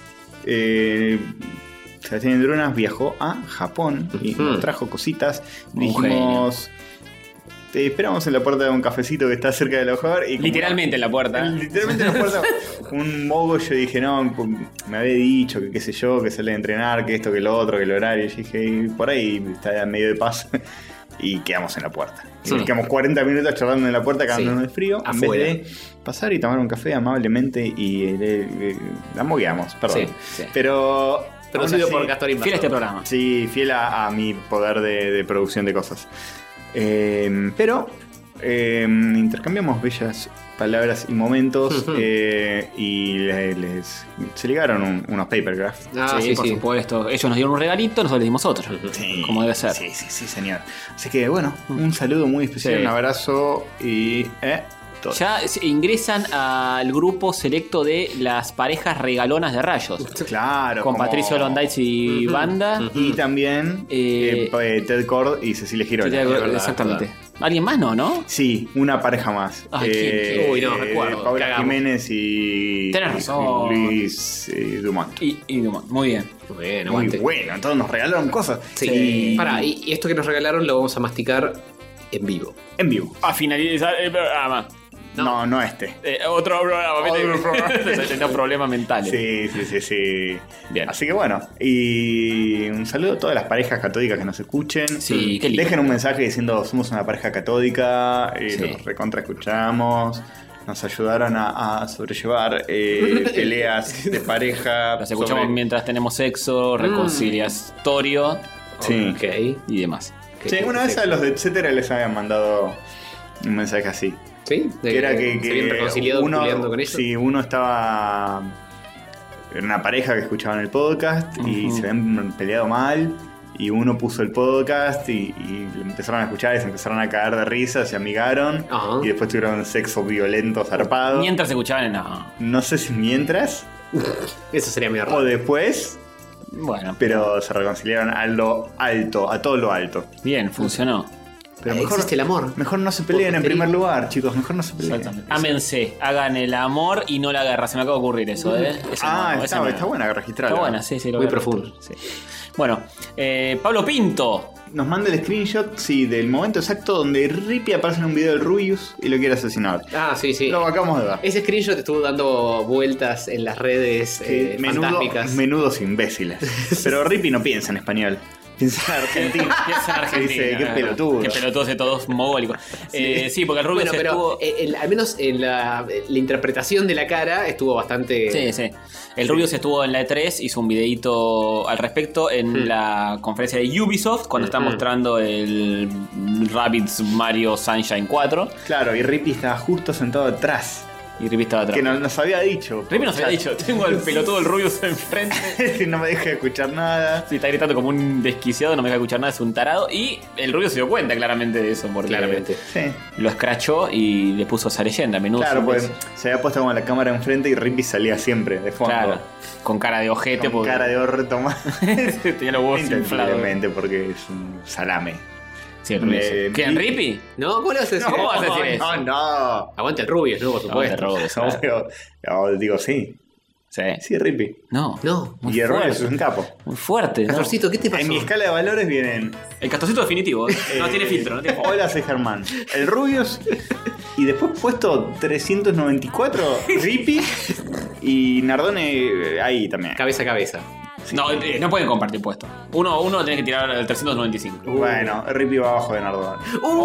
Speaker 3: Sebastián Indrunas viajó a Japón y nos trajo cositas.
Speaker 1: Un
Speaker 3: Dijimos, te esperamos en la puerta de un cafecito que está cerca del hogar. Y como-
Speaker 1: Literalmente en la puerta.
Speaker 3: Literalmente en la puerta. Un mogo, yo dije, no, me había dicho que qué sé yo, que sale a entrenar, que esto, que lo otro, que el horario. Y yo dije, y por ahí está en medio de paz. Y quedamos en la puerta. Y nos quedamos 40 minutos charlando en la puerta, cagándonos de frío.
Speaker 2: Afuera.
Speaker 3: En vez de pasar y tomar un café amablemente y la mogueamos, perdón.
Speaker 2: Sí,
Speaker 1: sí.
Speaker 3: Pero.
Speaker 2: Producido
Speaker 3: aún así,
Speaker 2: por Castor
Speaker 1: Fiel a
Speaker 2: Invasor.
Speaker 1: este programa.
Speaker 3: Sí, fiel a mi poder de producción de cosas. Pero intercambiamos bellas palabras y momentos y se ligaron unos papergraphs.
Speaker 2: Ah,
Speaker 1: sí, por supuesto. Ellos nos dieron un regalito, nosotros les dimos otro.
Speaker 3: Sí,
Speaker 1: Como debe ser.
Speaker 3: Sí, señor. Así que bueno, un saludo muy especial,
Speaker 1: Sí.
Speaker 3: un abrazo y todo.
Speaker 1: Ya ingresan al grupo selecto de las parejas regalonas de rayos.
Speaker 3: Claro.
Speaker 1: Con
Speaker 3: como-
Speaker 1: Patricio Londaitz y Banda.
Speaker 3: Y también Ted Cord y Cecilia Girola.
Speaker 1: Sí, exactamente. ¿Alguien más no?
Speaker 3: Sí, una pareja más.
Speaker 1: Ay, ¿quién?
Speaker 2: Uy, no recuerdo.
Speaker 3: Paula
Speaker 2: Cagamos.
Speaker 3: Jiménez y
Speaker 1: Tenés razón.
Speaker 3: Luis Dumont.
Speaker 1: Y Dumont. Muy bien.
Speaker 2: Bueno,
Speaker 3: Muy
Speaker 2: aguante.
Speaker 3: bueno, entonces nos regalaron cosas.
Speaker 2: Sí. Pará, y esto que nos regalaron lo vamos a masticar en vivo.
Speaker 3: En vivo.
Speaker 1: A finalizar el programa.
Speaker 3: No este.
Speaker 1: Otro programa.
Speaker 3: Otro programa.
Speaker 1: Tengo problemas mentales.
Speaker 3: Sí.
Speaker 1: Bien.
Speaker 3: Así que bueno, y un saludo a todas las parejas catódicas que nos escuchen.
Speaker 1: Sí, qué lindo.
Speaker 3: Dejen un mensaje diciendo somos una pareja catódica,
Speaker 1: Sí.
Speaker 3: los recontra escuchamos, nos ayudaron a sobrellevar peleas de pareja.
Speaker 1: Los escuchamos mientras tenemos sexo, reconciliatorio
Speaker 3: Sí.
Speaker 2: Ok.
Speaker 1: y demás.
Speaker 3: Sí, una vez a los de etcétera les habían mandado un mensaje así.
Speaker 2: ¿Sí?
Speaker 3: Que era que
Speaker 2: se habían reconciliado culiando con ellos.
Speaker 3: Sí, uno estaba en una pareja que escuchaban el podcast y se habían peleado mal. Y uno puso el podcast y le empezaron a escuchar y se empezaron a cagar de risa, se amigaron.
Speaker 2: Ajá.
Speaker 3: Y después tuvieron sexo violento zarpado.
Speaker 1: Mientras escuchaban, no.
Speaker 3: No sé si mientras
Speaker 2: Eso sería mi
Speaker 3: o
Speaker 2: error.
Speaker 3: después,
Speaker 1: Bueno,
Speaker 3: pero se reconciliaron a lo alto, a todo lo alto.
Speaker 1: bien, funcionó.
Speaker 3: Pero
Speaker 2: Ahí existe el amor.
Speaker 3: Mejor no se peleen en
Speaker 2: Porque
Speaker 3: primer lugar, chicos. Mejor no se peleen.
Speaker 1: Exactamente. Ámense, hagan el amor y no la guerra. Se me acaba de ocurrir eso, ¿eh? Ese
Speaker 3: Ah,
Speaker 1: nuevo, ese
Speaker 3: está
Speaker 1: nuevo.
Speaker 3: buena registrarla.
Speaker 1: Está buena, sí, lo
Speaker 2: Muy
Speaker 1: voy a
Speaker 2: profundo.
Speaker 1: registrar, sí. Bueno, Pablo Pinto.
Speaker 3: Nos manda el screenshot, sí, del momento exacto donde Rippy aparece en un video del Rubius y lo quiere asesinar.
Speaker 2: Ah, sí.
Speaker 3: Lo acabamos de ver.
Speaker 2: Ese screenshot estuvo dando vueltas en las redes fantásticas.
Speaker 3: Menudos imbéciles. Pero Rippy no piensa en español. Piensa en argentino.
Speaker 1: Piensa en Argentina.
Speaker 3: Dice, qué pelotudo.
Speaker 1: Qué pelotudos de todos mogólicos. Sí, porque el Rubio
Speaker 2: Bueno,
Speaker 1: se
Speaker 2: pero
Speaker 1: estuvo.
Speaker 2: al menos en la interpretación de la cara estuvo bastante...
Speaker 1: Sí. El Rubius estuvo en la E3, hizo un videito al respecto en la conferencia de Ubisoft cuando está mostrando el Rabbids Mario Sunshine 4.
Speaker 3: Claro, y Rippy estaba justo sentado atrás.
Speaker 1: Y Rippy estaba atrás.
Speaker 3: Que nos había dicho.
Speaker 1: Rippy nos había dicho, tengo al pelotudo del Rubius enfrente.
Speaker 3: No me deja escuchar nada.
Speaker 1: Sí, está gritando como un desquiciado, no me deja escuchar nada, es un tarado. Y el Rubius se dio cuenta claramente de eso, porque
Speaker 2: Claramente.
Speaker 3: Sí.
Speaker 1: lo escrachó y le puso esa leyenda. Menudo
Speaker 3: Claro, pues
Speaker 1: imbécil.
Speaker 3: se había puesto como la cámara enfrente y Rippy salía siempre de fondo.
Speaker 1: Claro, con cara de ojete.
Speaker 3: Con
Speaker 1: porque
Speaker 3: cara de orto más.
Speaker 1: tenía los huevos inflados.
Speaker 3: Intensamente porque es un salame.
Speaker 1: Sí, el Rubius. ¿Quién, Rippy?
Speaker 2: No, ¿cómo le vas a decir?
Speaker 1: ¿Cómo vas a decir eso?
Speaker 3: No.
Speaker 2: Aguante el Rubius, ¿no? Por
Speaker 1: Aguante
Speaker 2: supuesto.
Speaker 1: Rubius, claro.
Speaker 3: Obvio. Digo, sí.
Speaker 1: Sí.
Speaker 3: Sí, Rippy.
Speaker 1: No.
Speaker 2: No.
Speaker 1: Muy
Speaker 3: Y el Rubius es
Speaker 1: fuerte.
Speaker 3: un capo.
Speaker 1: Muy fuerte. ¿no?
Speaker 2: Castorcito, ¿qué te pasó?
Speaker 3: En mi escala de valores vienen.
Speaker 1: El castorcito definitivo. No tiene filtro. No tiene...
Speaker 3: Hola, soy Germán. El Rubius. Y después puesto 394, Rippy. Y Nardone ahí también.
Speaker 2: Cabeza a cabeza.
Speaker 1: No, no pueden compartir puesto. Uno tiene que tirar al 395.
Speaker 3: Bueno, Rippy va abajo de Nardone.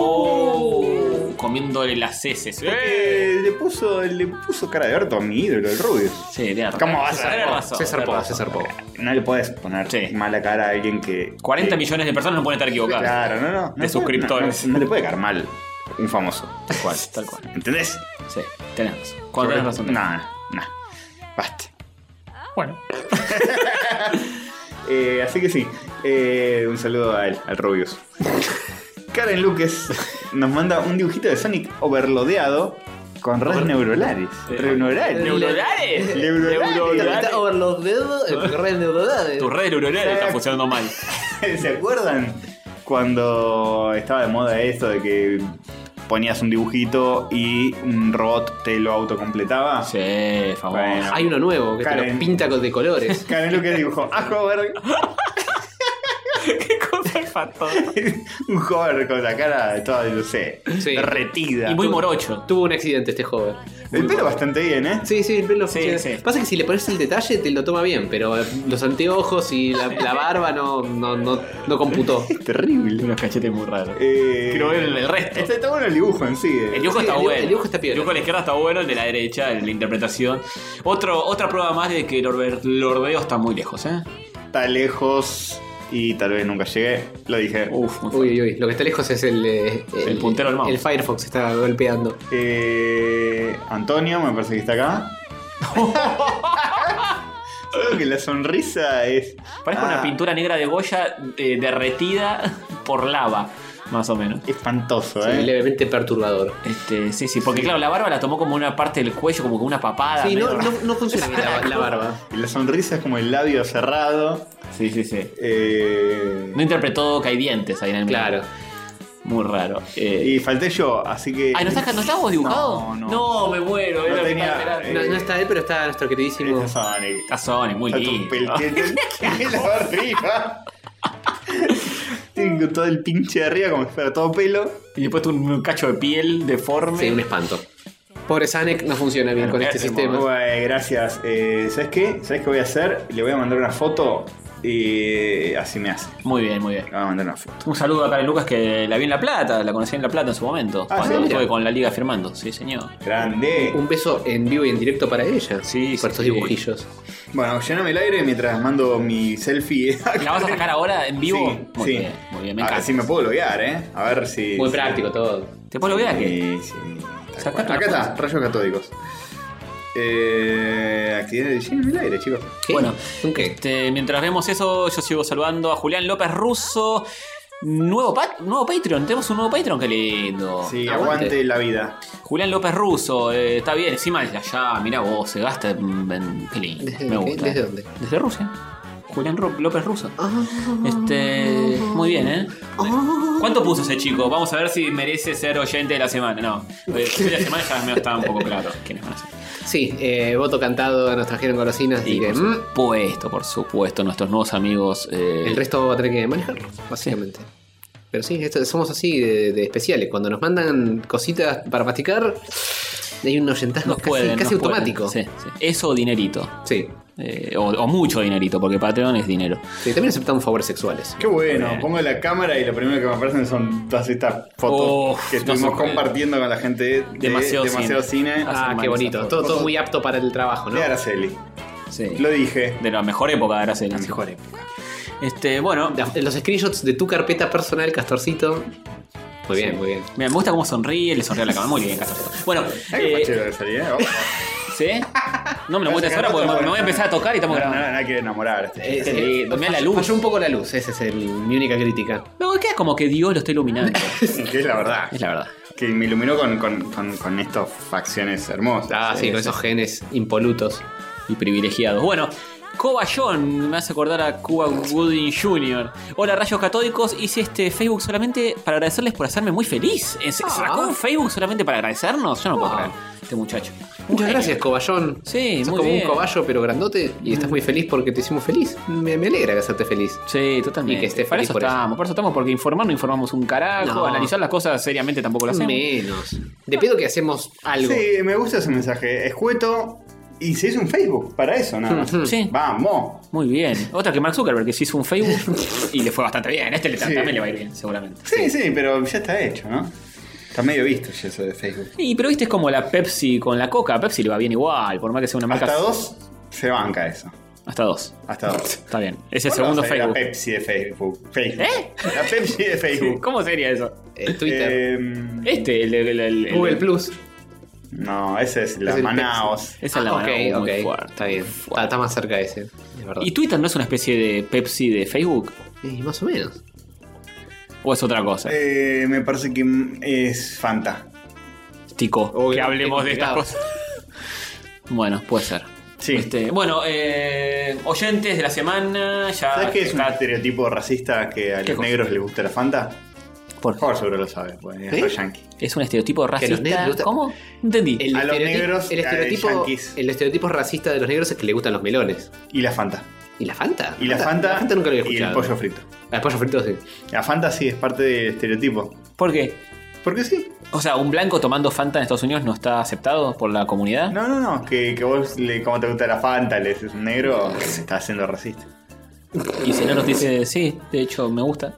Speaker 1: Comiéndole las heces.
Speaker 3: Le puso cara de orto a mi ídolo, el Rubius.
Speaker 1: Sí, tiene razón.
Speaker 3: ¿Cómo vas a
Speaker 1: Tiene
Speaker 3: ver?
Speaker 1: razón,
Speaker 2: Se zarpó,
Speaker 1: tiene
Speaker 2: se
Speaker 1: razón.
Speaker 2: zarpó.
Speaker 3: No le puedes poner
Speaker 1: Sí.
Speaker 3: mala cara a alguien que.
Speaker 1: 40
Speaker 3: que-
Speaker 1: millones de personas no pueden estar equivocadas.
Speaker 3: Claro, no.
Speaker 1: De
Speaker 3: puede-
Speaker 1: suscriptores.
Speaker 3: No le puede caer mal un famoso.
Speaker 1: Tal cual, tal cual.
Speaker 3: ¿Entendés?
Speaker 1: Sí, tenés razón. Cuando tenés razón.
Speaker 3: No. Basta.
Speaker 1: Bueno.
Speaker 3: Así que sí. Un saludo a él, al Rubius. Karen Lucas nos manda un dibujito de Sonic overloadeado con redes neuronales.
Speaker 1: ¿Neuronales?
Speaker 2: Está overloadado en redes neuronales.
Speaker 1: Tus redes neuronales están funcionando mal.
Speaker 3: ¿Se acuerdan cuando estaba de moda esto de que ponías un dibujito y un robot te lo autocompletaba?
Speaker 1: Sí, famoso.
Speaker 3: Bueno.
Speaker 2: Hay uno nuevo que te
Speaker 3: Karen.
Speaker 2: lo pinta de colores.
Speaker 3: Karen Lucas dibujó a Hover.
Speaker 1: Qué cosa espantosa.
Speaker 3: Un Hover con la cara toda, no sé,
Speaker 2: Sí.
Speaker 3: derretida.
Speaker 1: Y muy morocho.
Speaker 2: Tuvo un accidente este joven.
Speaker 3: El pelo bastante bien, ¿eh?
Speaker 2: Sí, el pelo
Speaker 1: Sí,
Speaker 2: funciona.
Speaker 1: sí.
Speaker 2: Pasa que si le pones el detalle te lo toma bien, pero los anteojos y la barba no computó.
Speaker 3: Terrible.
Speaker 1: Unos cachetes muy raros.
Speaker 3: Eh,
Speaker 1: Quiero ver el resto.
Speaker 3: Está bueno el dibujo en sí.
Speaker 1: El dibujo
Speaker 2: Sí,
Speaker 1: está bueno.
Speaker 2: el dibujo está piola.
Speaker 1: El dibujo de la izquierda está bueno, el de la derecha, la interpretación. Otra prueba más de que el Orbeo está muy lejos, ¿eh?
Speaker 3: Está lejos y tal vez nunca llegué. Lo dije.
Speaker 1: Uf, muy
Speaker 2: Uy, lo que está lejos es el
Speaker 1: puntero del mouse.
Speaker 2: El Firefox está golpeando.
Speaker 3: Antonio, me parece que está acá. Solo que la sonrisa es.
Speaker 1: Parece una pintura negra de Goya derretida por lava, más o menos.
Speaker 3: Espantoso,
Speaker 2: Sí, levemente perturbador.
Speaker 1: Sí, porque claro, la barba la tomó como una parte del cuello, como una papada.
Speaker 2: Sí,
Speaker 1: medio-
Speaker 2: no funciona bien la barba.
Speaker 3: Y la sonrisa es como el labio cerrado.
Speaker 1: Sí. No interpretó que hay dientes ahí en el medio.
Speaker 2: Claro.
Speaker 1: Muy raro.
Speaker 3: Y falté yo, así que.
Speaker 1: Ay, ¿no estábamos dibujados?
Speaker 3: No.
Speaker 1: Me muero.
Speaker 3: No
Speaker 1: era lo que
Speaker 3: tenía-
Speaker 1: estaba esperando.
Speaker 2: No está él, pero está nuestro queridísimo.
Speaker 3: Está Sonic.
Speaker 1: Está Sonic, muy
Speaker 3: Está tu
Speaker 1: lindo.
Speaker 3: pelo arriba. Tiene todo el pinche de arriba como si fuera todo pelo.
Speaker 1: Y después un cacho de piel deforme.
Speaker 2: Sí, un espanto. Pobre Sanek no funciona bien con este sistema.
Speaker 3: Bueno, gracias. ¿Sabes qué? ¿Sabes qué voy a hacer? Le voy a mandar una foto y así me hace.
Speaker 1: Muy bien.
Speaker 3: Le voy a mandar una foto.
Speaker 1: Un saludo a Karen Lucas, que la vi en La Plata, la conocí en La Plata en su momento.
Speaker 3: Ah,
Speaker 1: cuando
Speaker 3: ¿sí?
Speaker 1: estuve con la liga firmando. Sí, señor.
Speaker 3: Grande.
Speaker 2: Un beso en vivo y en directo para ella.
Speaker 1: Sí,
Speaker 2: por estos
Speaker 1: sí.
Speaker 2: dibujillos.
Speaker 3: Bueno, llename el aire mientras mando mi selfie.
Speaker 1: ¿La vas a sacar ahora en vivo?
Speaker 3: Sí,
Speaker 1: Muy
Speaker 3: sí.
Speaker 1: bien, muy bien. Me
Speaker 3: A ver
Speaker 1: encanta.
Speaker 3: si me puedo loguear, A ver si.
Speaker 2: Muy
Speaker 3: si-
Speaker 2: práctico todo.
Speaker 1: ¿Te puedo lograr qué?
Speaker 3: Sí.
Speaker 1: Sacate
Speaker 3: Acá
Speaker 1: una
Speaker 3: está, rayos catódicos. Actividad de llename el aire, chicos.
Speaker 2: ¿Qué?
Speaker 1: Bueno,
Speaker 2: ¿Un qué?
Speaker 1: mientras vemos eso, yo sigo saludando a Julián López Russo. Nuevo Patreon, tenemos un nuevo Patreon, qué lindo.
Speaker 3: Sí,
Speaker 2: Aguante.
Speaker 3: aguante la vida.
Speaker 1: Julián López Russo, está bien, encima desde allá, mira vos, se gasta qué lindo, me gusta.
Speaker 2: ¿Desde dónde?
Speaker 1: Desde Rusia. Julián López Russo. Muy bien, ¿eh? ¿Cuánto puso ese chico? Vamos a ver si merece ser oyente de la semana. No, de la semana ya me está un poco claro quiénes van a ser.
Speaker 2: Sí, voto cantado nos trajeron golosinas. Así
Speaker 1: Y
Speaker 2: que,
Speaker 1: por supuesto, nuestros nuevos amigos.
Speaker 2: el resto va a tener que manejarlo, básicamente. Pero sí, somos así de especiales. Cuando nos mandan cositas para masticar, hay un oyentazgo casi automático.
Speaker 1: Sí. Eso o dinerito.
Speaker 2: Sí.
Speaker 1: O mucho dinerito, porque Patreon es dinero.
Speaker 2: Sí, también aceptamos favores sexuales.
Speaker 3: Qué bueno, pongo la cámara y lo primero que me aparecen son todas estas fotos que estuvimos
Speaker 1: no se puede.
Speaker 3: compartiendo con la gente de
Speaker 1: Demasiado
Speaker 3: Cine.
Speaker 2: Ah, qué
Speaker 1: mal
Speaker 2: bonito.
Speaker 1: esa
Speaker 2: Todo
Speaker 3: foto.
Speaker 2: muy apto para el trabajo, ¿no?
Speaker 3: De Araceli.
Speaker 1: Sí.
Speaker 3: Lo dije.
Speaker 1: De la mejor época de Araceli.
Speaker 3: La mejor época.
Speaker 1: Bueno,
Speaker 2: Los screenshots de tu carpeta personal, Castorcito. Muy bien, muy bien.
Speaker 1: mira, me gusta cómo sonríe, le sonríe a la cámara. Muy bien, Castorcito. Bueno,
Speaker 3: Qué fachero de Araceli, Ojo.
Speaker 1: ¿sí? No me lo muestres ahora porque me voy a empezar a tocar y estamos grabando.
Speaker 3: No hay que enamorar.
Speaker 1: Mira la luz.
Speaker 2: Falló un poco la luz, esa es mi única crítica.
Speaker 1: No, queda como que Dios lo está iluminando.
Speaker 3: Que es la verdad.
Speaker 1: Es la verdad.
Speaker 3: Que me iluminó con estas facciones hermosas.
Speaker 2: Ah, sí, con esos genes impolutos.
Speaker 1: Y privilegiados. Bueno, Coballón me hace acordar a Cuba Gooding Jr. Hola, rayos catódicos. Hice este Facebook solamente para agradecerles por hacerme muy feliz. ¿Se sacó un Facebook solamente para agradecernos? Yo no puedo creer. Este muchacho.
Speaker 2: Muchas gracias, Coballón.
Speaker 1: Sí,
Speaker 2: Sos
Speaker 1: muy
Speaker 2: como
Speaker 1: bien.
Speaker 2: un caballo, pero grandote. Y estás muy feliz porque te hicimos feliz. Me alegra que hacerte feliz.
Speaker 1: Sí, totalmente.
Speaker 2: Y que esté
Speaker 1: para
Speaker 2: feliz
Speaker 1: eso
Speaker 2: por
Speaker 1: estamos, por eso estamos, porque informar no informamos un carajo,
Speaker 2: No.
Speaker 1: analizar las cosas seriamente tampoco lo hacemos.
Speaker 2: Menos. De pedo que hacemos algo.
Speaker 3: Sí, me gusta ese mensaje. Escueto. Y se hizo un Facebook para eso, nada más.
Speaker 1: Sí.
Speaker 3: Vamos.
Speaker 1: Muy bien. Otra que Mark Zuckerberg, que se hizo un Facebook y le fue bastante bien. Este
Speaker 3: Sí.
Speaker 1: también le va a ir bien, seguramente.
Speaker 3: Sí, pero ya está hecho, ¿no? Está medio visto ya eso de Facebook.
Speaker 1: Y pero viste es como la Pepsi con la Coca. A Pepsi le va bien igual, por más que sea una marca.
Speaker 3: Hasta 2 se banca eso.
Speaker 1: Hasta 2.
Speaker 3: Hasta 2.
Speaker 1: Está bien. Es el
Speaker 3: ¿Cuándo
Speaker 1: segundo
Speaker 3: va a salir
Speaker 1: Facebook.
Speaker 3: La Pepsi de Facebook.
Speaker 1: ¿Eh?
Speaker 3: La Pepsi de Facebook.
Speaker 1: ¿Cómo sería eso?
Speaker 2: Twitter.
Speaker 1: Este, el
Speaker 2: Google Plus.
Speaker 3: No, ese es la
Speaker 2: Es el
Speaker 3: Manaos.
Speaker 1: Esa es la
Speaker 2: ok,
Speaker 1: mano muy
Speaker 2: ok.
Speaker 1: fuerte.
Speaker 2: Está bien. Está más cerca ese. Es verdad.
Speaker 1: ¿Y Twitter no es una especie de Pepsi de Facebook?
Speaker 2: Y más o menos.
Speaker 1: ¿O es otra cosa?
Speaker 3: Me parece que es Fanta.
Speaker 1: Tico,
Speaker 2: Obvio,
Speaker 1: que hablemos
Speaker 2: es
Speaker 1: de estas
Speaker 2: complicado.
Speaker 1: cosas. Bueno, puede ser.
Speaker 3: Sí.
Speaker 1: Bueno, oyentes de la semana, ya.
Speaker 3: ¿Sabes qué es un
Speaker 1: está-
Speaker 3: estereotipo racista que a
Speaker 1: ¿Qué
Speaker 3: los
Speaker 1: cosa?
Speaker 3: negros les gusta la Fanta?
Speaker 1: ¿Por qué?
Speaker 3: Jorge seguro lo sabe, pues es
Speaker 2: ¿Sí?
Speaker 3: re yankee.
Speaker 1: Es un estereotipo
Speaker 2: Que a los negros
Speaker 1: racista.
Speaker 2: les gusta-
Speaker 1: ¿Cómo? No entendí.
Speaker 3: A los negros, yanquis.
Speaker 2: el estereotipo racista de los negros es que le gustan los melones.
Speaker 3: Y la Fanta.
Speaker 2: ¿Y la Fanta?
Speaker 3: Y la Fanta,
Speaker 2: La Fanta nunca lo había
Speaker 3: y el
Speaker 2: escuchado.
Speaker 3: pollo frito.
Speaker 2: El pollo frito sí.
Speaker 3: La Fanta sí es parte del estereotipo.
Speaker 1: ¿Por qué?
Speaker 3: ¿Por qué sí?
Speaker 1: O sea, ¿un blanco tomando Fanta en Estados Unidos no está aceptado por la comunidad?
Speaker 3: No, que vos, como te gusta la Fanta, le dices un negro, estás siendo racista.
Speaker 1: Y si no nos dice, sí, de hecho me gusta.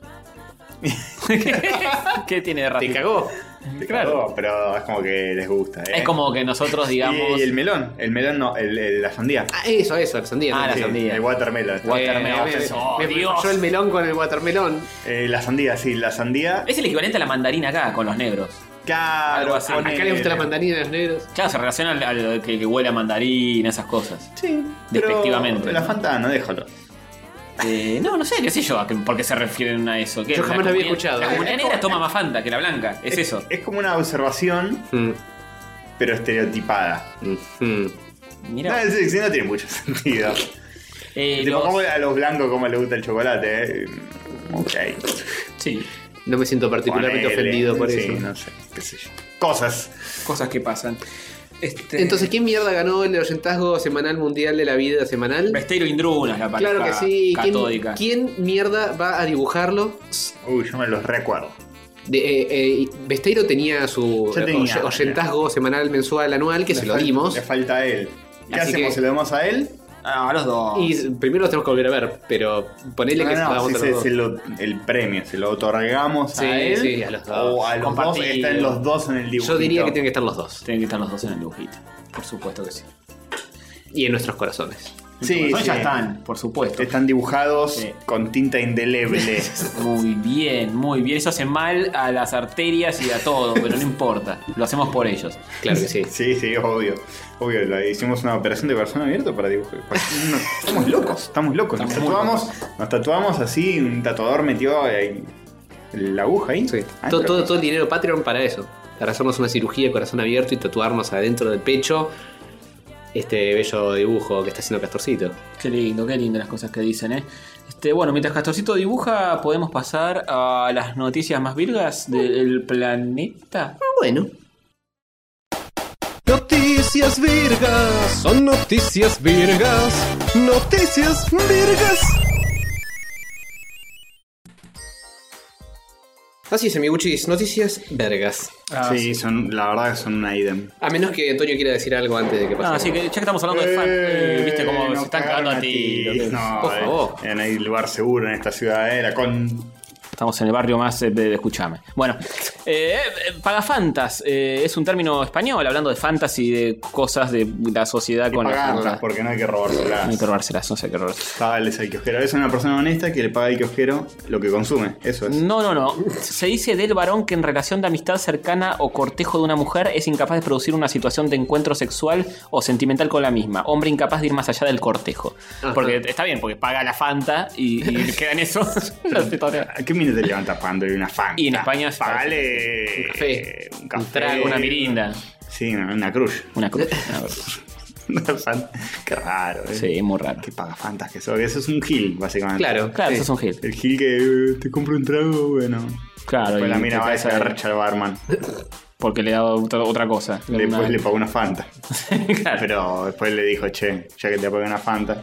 Speaker 1: ¿Qué tiene de
Speaker 2: ¿Te
Speaker 1: racista?
Speaker 2: cagó?
Speaker 1: Claro.
Speaker 3: No, pero es como que les gusta.
Speaker 1: Es como que nosotros digamos.
Speaker 3: Y el melón no, la sandía.
Speaker 2: Ah, eso, la sandía.
Speaker 1: Ah, la
Speaker 2: Sí.
Speaker 1: sandía.
Speaker 3: El watermelon.
Speaker 1: Watermelon.
Speaker 2: Me
Speaker 1: Dios.
Speaker 2: falló el melón con el watermelón.
Speaker 3: La sandía, sí, la sandía.
Speaker 1: Es el equivalente a la mandarina acá con los negros.
Speaker 3: Claro,
Speaker 1: Algo así.
Speaker 2: Acá les gusta la mandarina a los negros.
Speaker 1: Claro, se relaciona al que huele a mandarina, esas cosas.
Speaker 3: Sí, pero
Speaker 1: Despectivamente.
Speaker 3: La Fanta, no, déjalo.
Speaker 1: No sé, qué sé yo, por qué se refieren a eso. ¿Qué?
Speaker 2: Yo jamás
Speaker 1: La
Speaker 2: lo había
Speaker 1: comunidad-
Speaker 2: escuchado.
Speaker 1: La comunidad negra toma más Fanta que la blanca, es eso.
Speaker 3: Es como una observación, pero estereotipada.
Speaker 1: Mirá.
Speaker 3: No, sí, no tiene mucho sentido. Tipo,
Speaker 1: Los-
Speaker 3: como a los blancos como les gusta el chocolate, Ok.
Speaker 1: Sí,
Speaker 2: No me siento particularmente
Speaker 3: Ponele.
Speaker 2: ofendido por
Speaker 3: Sí,
Speaker 2: eso.
Speaker 3: no sé, qué sé yo. Cosas.
Speaker 1: cosas que pasan.
Speaker 2: Entonces, ¿quién mierda ganó el oyentazgo semanal mundial de la vida semanal?
Speaker 1: Besteiro Indrunas, la pareja
Speaker 2: Claro que sí.
Speaker 1: catódica.
Speaker 2: ¿Quién mierda va a dibujarlo?
Speaker 3: Uy, yo me los recuerdo.
Speaker 2: Besteiro tenía su
Speaker 3: Ya tenía,
Speaker 2: oyentazgo semanal, mensual, anual, que se lo dimos.
Speaker 3: Le falta a él. ¿Qué
Speaker 2: Así
Speaker 3: hacemos?
Speaker 2: que-
Speaker 3: ¿Se lo damos a él?
Speaker 1: Ah, a los dos.
Speaker 2: Y primero los tenemos que volver a ver, pero ponele que se lo damos
Speaker 3: sí,
Speaker 2: a los dos.
Speaker 3: el premio, se lo otorgamos
Speaker 2: Sí,
Speaker 3: a él.
Speaker 2: sí, a los dos.
Speaker 3: O a los dos,
Speaker 1: Compartido.
Speaker 3: están los dos en el dibujo.
Speaker 2: Yo diría que tienen que estar los dos.
Speaker 1: Tienen que estar los dos en el dibujito. Por supuesto que sí.
Speaker 2: Y en nuestros corazones.
Speaker 3: Sí,
Speaker 1: Son
Speaker 3: sí.
Speaker 1: ya están, por supuesto.
Speaker 3: Están dibujados
Speaker 1: Sí.
Speaker 3: con tinta indeleble.
Speaker 1: Muy bien, muy bien. Eso hace mal a las arterias y a todo, pero no importa. Lo hacemos por ellos.
Speaker 2: Claro que sí.
Speaker 3: Sí, obvio. Obvio, hicimos una operación de corazón abierto para dibujar. No, estamos locos.
Speaker 1: Estamos muy
Speaker 3: Nos tatuamos así, un tatuador metió ahí la aguja ahí.
Speaker 2: Sí.
Speaker 3: Ah,
Speaker 2: Todo el dinero Patreon para eso. Para hacernos una cirugía de corazón abierto y tatuarnos adentro del pecho este bello dibujo que está haciendo Castorcito.
Speaker 1: Qué lindo las cosas que dicen, ¿eh? Bueno, mientras Castorcito dibuja, podemos pasar a las noticias más virgas del planeta.
Speaker 2: Bueno.
Speaker 8: Noticias virgas, son noticias virgas, noticias virgas.
Speaker 2: Así es, amiguchis, noticias vergas.
Speaker 3: Sí, la verdad que son una idem.
Speaker 2: A menos que Antonio quiera decir algo antes de que pase.
Speaker 1: Ah, así que ya que estamos hablando de fan, viste cómo se están cagando a ti.
Speaker 3: No,
Speaker 2: Por favor.
Speaker 3: No hay lugar seguro en esta ciudad, la con...
Speaker 1: Estamos en el barrio más de escuchame. Bueno, pagafantas es un término español, hablando de fantasy, de cosas de la sociedad con la
Speaker 3: pagarlas,
Speaker 1: fanta.
Speaker 3: porque no hay que robárselas.
Speaker 1: No hay que robárselas, no sé qué robárselas.
Speaker 3: Pagarles al kiosquero. Es una persona honesta que le paga al kiosquero lo que consume. Eso es.
Speaker 1: No. Se dice del varón que en relación de amistad cercana o cortejo de una mujer es incapaz de producir una situación de encuentro sexual o sentimental con la misma. Hombre incapaz de ir más allá del cortejo.
Speaker 2: Ajá.
Speaker 1: Porque está bien, porque paga la fanta y queda en eso.
Speaker 3: ¿A qué minuto te levantas pagándole una Fanta?
Speaker 1: Y en España es
Speaker 3: Pagale
Speaker 2: un café,
Speaker 3: un café,
Speaker 2: un trago,
Speaker 1: una mirinda.
Speaker 3: Sí, una cruz.
Speaker 1: Una cruz.
Speaker 3: Una Fanta. Qué raro,
Speaker 1: Sí, es muy raro.
Speaker 3: Que paga Fantas que eso. Eso es un gil, básicamente.
Speaker 2: Claro.
Speaker 1: Claro,
Speaker 2: Sí.
Speaker 1: eso es un hit.
Speaker 3: El gil que te compra un trago, bueno.
Speaker 1: Claro,
Speaker 3: Pues la
Speaker 1: y
Speaker 3: mina
Speaker 1: te
Speaker 3: va y
Speaker 1: pasa
Speaker 3: se arrecha al barman.
Speaker 1: porque le da otra cosa.
Speaker 3: Después le pagó una Fanta.
Speaker 1: Claro.
Speaker 3: Pero después le dijo, che, ya que te pagué una Fanta.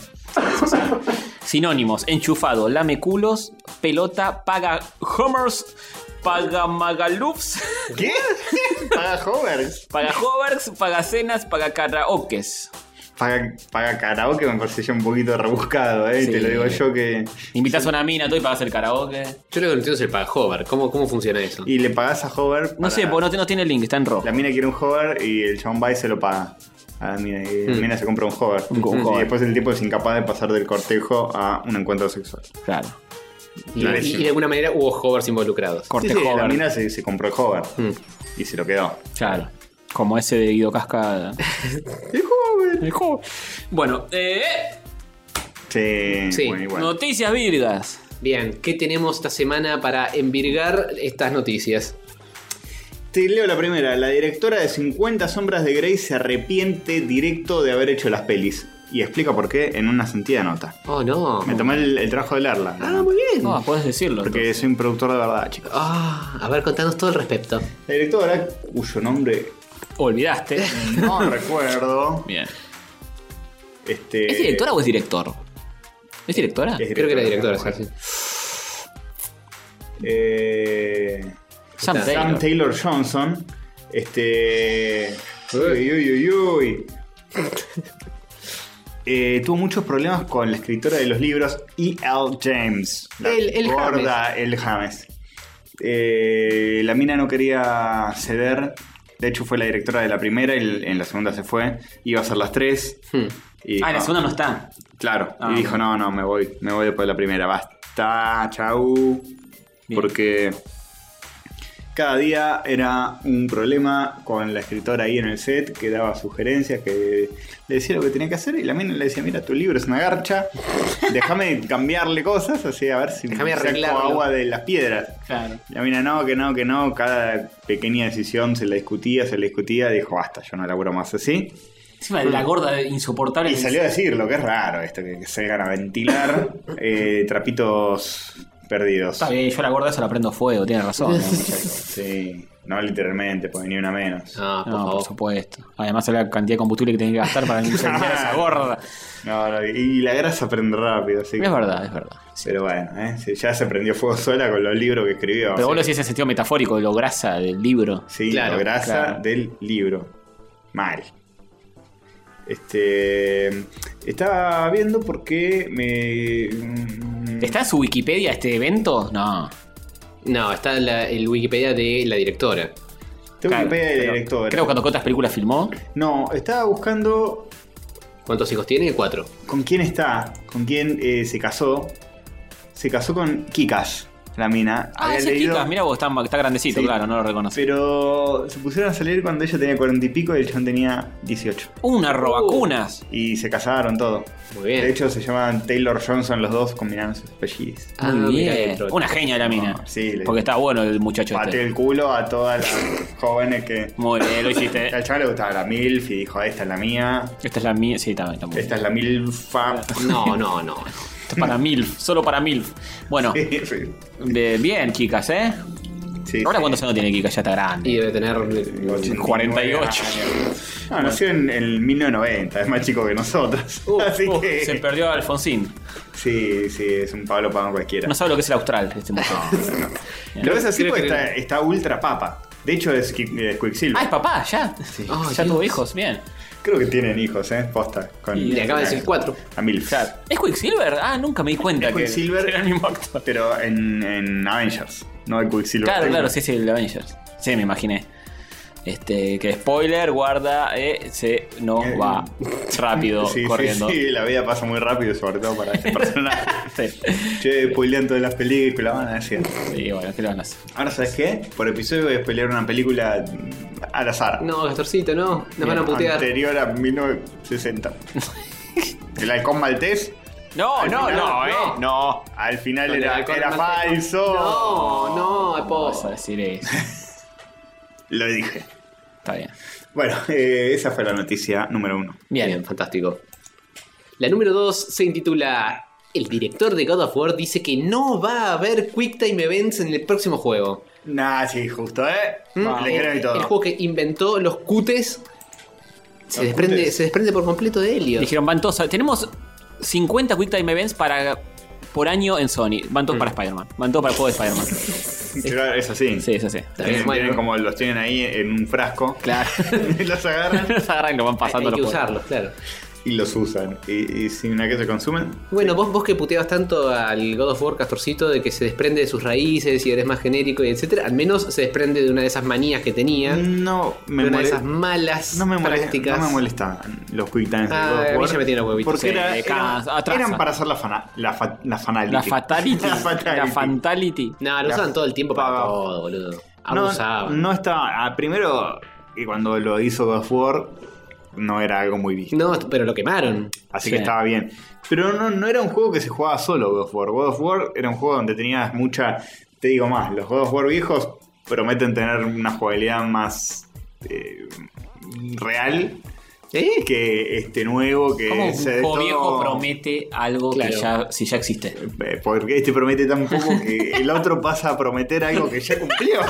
Speaker 1: Sinónimos: enchufado, lame culos, pelota, paga homers, paga magalufs,
Speaker 3: ¿Qué? Paga Hovers.
Speaker 1: paga hovers, paga cenas, paga karaokes.
Speaker 3: Paga karaoke, me parece ya un poquito rebuscado, ¿eh?
Speaker 1: Sí.
Speaker 3: Te lo digo yo que.
Speaker 1: Invitas a una mina tú y pagas el karaoke.
Speaker 2: Yo lo que no entiendo es el pagahover. ¿Cómo funciona eso?
Speaker 3: Y le pagás a Hover.
Speaker 1: No sé, porque no tiene el link, está en rojo.
Speaker 3: La mina quiere un Hover y el chabón va y se lo paga. A la mina, y la mina se compra un Hover.
Speaker 1: Un hover.
Speaker 3: Y después el tipo es incapaz de pasar del cortejo a un encuentro sexual.
Speaker 1: Claro.
Speaker 2: Y de alguna manera hubo hovers involucrados.
Speaker 1: Corte
Speaker 3: Sí, sí, la
Speaker 1: hover.
Speaker 3: mina se compró el Hover y se lo quedó.
Speaker 1: Claro. Como ese de Guido Cascada.
Speaker 3: El Hover.
Speaker 1: Bueno,
Speaker 3: Sí,
Speaker 2: Sí.
Speaker 3: bueno, igual.
Speaker 1: noticias virgas.
Speaker 2: Bien, ¿qué tenemos esta semana para envirgar estas noticias?
Speaker 3: Te leo la primera. La directora de 50 Sombras de Grey se arrepiente directo de haber hecho las pelis. Y explica por qué en una sentida nota.
Speaker 2: Oh, no.
Speaker 3: Me tomé el trabajo de leerla.
Speaker 2: Ah, muy bien.
Speaker 1: No, puedes decirlo.
Speaker 3: Porque soy un productor de verdad, chicos.
Speaker 2: A ver, contanos todo al respecto.
Speaker 3: La directora, cuyo nombre
Speaker 1: Olvidaste.
Speaker 3: no recuerdo.
Speaker 1: Bien.
Speaker 3: ¿Es
Speaker 1: ¿Es directora o es director? ¿Es directora?
Speaker 2: Creo que era directora, sí.
Speaker 1: Sam
Speaker 3: Taylor Johnson. Uy. Tuvo muchos problemas con la escritora de los libros E.L. James.
Speaker 2: El
Speaker 3: gorda El James. La mina no quería ceder. De hecho fue la directora de la primera y en la segunda se fue. Iba a hacer las 3. Y dijo,
Speaker 1: en la segunda no está.
Speaker 3: Claro. Y dijo, no, me voy después de la primera. Basta, chau. Bien. Porque cada día era un problema con la escritora ahí en el set, que daba sugerencias, que le decía lo que tenía que hacer, y la mina le decía, mira, tu libro es una garcha, déjame cambiarle cosas, así a ver si me saco agua de las piedras.
Speaker 1: Claro.
Speaker 3: La mina, no, cada pequeña decisión se la discutía, dijo, basta, yo no laburo más así.
Speaker 1: Encima de la gorda insoportable.
Speaker 3: Y salió a decir lo que es raro esto, que salgan a ventilar trapitos perdidos.
Speaker 1: Está bien, yo la gorda eso la prendo fuego, tiene razón. ¿No?
Speaker 3: Sí, no literalmente, porque ni una menos.
Speaker 1: No, por supuesto. Además la cantidad de combustible que tiene que gastar para incendiar esa gorda.
Speaker 3: No, y la grasa prende rápido. Así
Speaker 1: es verdad. Sí.
Speaker 3: Pero bueno, ya se prendió fuego sola con los libros que escribió.
Speaker 1: Pero vos lo decís en sentido metafórico, de lo grasa del libro.
Speaker 3: Sí, claro, lo grasa del libro. Mal. Estaba viendo por qué
Speaker 1: ¿Está en su Wikipedia este evento?
Speaker 2: No, está el Wikipedia de la directora.
Speaker 3: Wikipedia de la directora.
Speaker 1: Creo que cuando otras películas filmó.
Speaker 3: No, estaba buscando.
Speaker 2: ¿Cuántos hijos tiene? 4.
Speaker 3: ¿Con quién está? ¿Con quién se casó? Se casó con Kikas, la mina.
Speaker 1: Ese Kikas, mira vos, está grandecito, sí, claro, no lo reconoce.
Speaker 3: Pero se pusieron a salir cuando ella tenía 40 y pico y el chabón tenía 18.
Speaker 1: Una robacunas.
Speaker 3: Y se casaron todo.
Speaker 2: Muy bien.
Speaker 3: De hecho se llaman Taylor Johnson los dos, combinaron sus apellidos.
Speaker 1: Muy bien. Una genia la mina.
Speaker 3: Sí,
Speaker 1: porque está bueno el muchacho.
Speaker 3: Pateó el culo a todas las jóvenes que...
Speaker 1: Muy bien, lo hiciste.
Speaker 3: Al chaval le gustaba la MILF y dijo, esta es la mía.
Speaker 1: Esta es la mía, sí, también.
Speaker 3: Esta es la MILFA.
Speaker 2: No.
Speaker 1: Para MILF, solo para MILF. Bueno,
Speaker 3: sí.
Speaker 1: Bien, Kikas, ¿eh?
Speaker 3: Sí,
Speaker 1: ahora
Speaker 3: sí.
Speaker 1: ¿Cuántos años tiene Kikas? Ya está grande.
Speaker 2: Y debe tener
Speaker 1: 48.
Speaker 3: No, nació en 1990, es más chico que nosotros. Así que...
Speaker 1: Se perdió a Alfonsín.
Speaker 3: Sí, es un Pablo Pagano cualquiera.
Speaker 1: No sabe lo que es el austral, este muchacho.
Speaker 3: No. Lo ves así porque está ultra papa. De hecho es Quicksilver.
Speaker 1: Es papá, ya.
Speaker 3: Sí.
Speaker 1: Ya tuvo hijos, bien.
Speaker 3: Creo que tienen hijos, posta.
Speaker 2: Y le acaba de decir 4.
Speaker 3: A MILF.
Speaker 1: Claro. ¿Es Quicksilver? Nunca me di cuenta
Speaker 3: es
Speaker 1: que
Speaker 3: Quicksilver,
Speaker 1: era el mismo actor.
Speaker 3: Pero en Avengers, no el Quicksilver.
Speaker 1: Claro, sí, el Avengers. Sí, me imaginé. Que spoiler, guarda, se va rápido corriendo.
Speaker 3: Sí, la vida pasa muy rápido, sobre todo para este personaje.
Speaker 1: Sí.
Speaker 3: Che, spoilean todas las películas, van a decir.
Speaker 1: Sí, bueno, ¿qué le van a hacer?
Speaker 3: Ahora, ¿sabes qué? Por episodio voy a spoilear una película al azar.
Speaker 2: No, Gastorcito, no. Nos van a putear.
Speaker 3: Anterior a 1960. El halcón maltés.
Speaker 1: No.
Speaker 3: Al final
Speaker 2: No,
Speaker 3: era falso.
Speaker 2: No,
Speaker 1: Vas a
Speaker 2: posta.
Speaker 1: decir eso.
Speaker 3: Lo dije.
Speaker 1: Está bien.
Speaker 3: Bueno, esa fue la noticia número 1.
Speaker 2: Bien, fantástico. La número 2 se intitula: el director de God of War dice que no va a haber Quick Time Events en el próximo juego.
Speaker 3: Nah, sí, justo, le creo y todo.
Speaker 2: El juego que inventó los cutes se desprende por completo de Helios.
Speaker 1: Dijeron, van todos. Tenemos 50 Quick Time Events por año en Sony. Van todos para Spider-Man. Van todos para el juego de Spider-Man.
Speaker 3: Claro, es así.
Speaker 1: Sí, es así.
Speaker 3: Tienen como los tienen ahí en un frasco.
Speaker 1: Claro.
Speaker 3: Los agarran.
Speaker 1: Los agarran y lo van pasando.
Speaker 2: Hay que
Speaker 1: los
Speaker 2: usarlos, claro.
Speaker 3: Y los usan. Y sin una que se consumen.
Speaker 2: Bueno, vos que puteabas tanto al God of War, Castorcito, de que se desprende de sus raíces y eres más genérico y etcétera, al menos se desprende de una de esas manías que tenía.
Speaker 3: No me
Speaker 2: de una de esas malas prácticas.
Speaker 3: No me molestaban los quick times de God of
Speaker 2: A mí
Speaker 3: War.
Speaker 2: ya me tiene huevitos.
Speaker 3: Porque eran para hacer la fatality.
Speaker 1: La fatality.
Speaker 2: No, lo usaban todo el tiempo para todo, boludo. Abusaban.
Speaker 3: No estaba. Primero, y cuando lo hizo God of War, no era algo muy visto.
Speaker 2: No, pero lo quemaron.
Speaker 3: Así que estaba bien. Pero no era un juego que se jugaba solo, God of War. God of War era un juego donde tenías mucha... Te digo más, los God of War viejos prometen tener una jugabilidad más real que este nuevo que
Speaker 1: ¿Cómo un
Speaker 3: se
Speaker 1: juego viejo promete algo que ya existe?
Speaker 3: Porque este promete tan poco que el otro pasa a prometer algo que ya cumplió.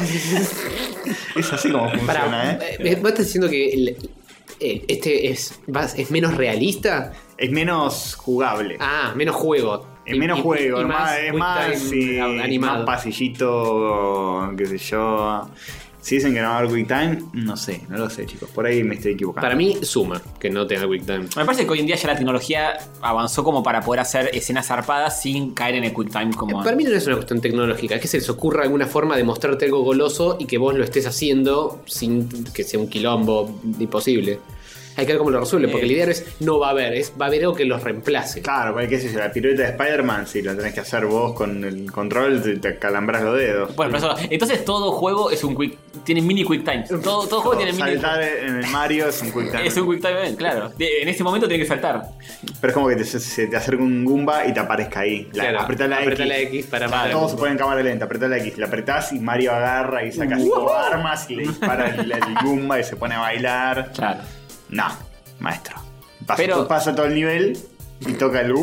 Speaker 3: Es así como funciona.
Speaker 2: ¿Vos estás diciendo que este es menos realista?
Speaker 3: Es menos jugable.
Speaker 2: Ah, menos juego.
Speaker 3: Es menos juego,
Speaker 2: y más
Speaker 3: es más
Speaker 2: animado.
Speaker 3: más pasillito, qué sé yo. Si dicen que no va a haber Quick Time, no sé, no lo sé, chicos. Por ahí me estoy equivocando.
Speaker 2: Para mí suma que no tenga Quick Time.
Speaker 1: Me parece que hoy en día ya la tecnología avanzó como para poder hacer escenas zarpadas sin caer en el Quick Time como...
Speaker 2: Para mí no es una cuestión tecnológica, es que se les ocurra alguna forma de mostrarte algo goloso y que vos lo estés haciendo sin que sea un quilombo imposible. Hay que ver cómo lo resuelve, porque la idea no es no va a haber, va a haber algo que los reemplace.
Speaker 3: Claro, porque qué sé yo, la pirueta de Spider-Man, si lo tenés que hacer vos con el control, te calambras los dedos.
Speaker 1: Bueno, pero entonces todo juego es un tiene mini Quick Time. Todo juego tiene mini...
Speaker 3: Saltar en el Mario es un Quick Time.
Speaker 1: Es un Quick Time, claro. En ese momento tiene que saltar.
Speaker 3: Pero es como que se te acerca un Goomba y te aparezca ahí.
Speaker 2: Claro,
Speaker 3: apretá la X
Speaker 2: para
Speaker 3: matar. Todos se ponen en cámara lenta, apretá la X, la apretás y Mario agarra y saca sus armas y le dispara el Goomba y se pone a bailar.
Speaker 1: Claro.
Speaker 3: No, maestro. Pasa todo el nivel y toca el...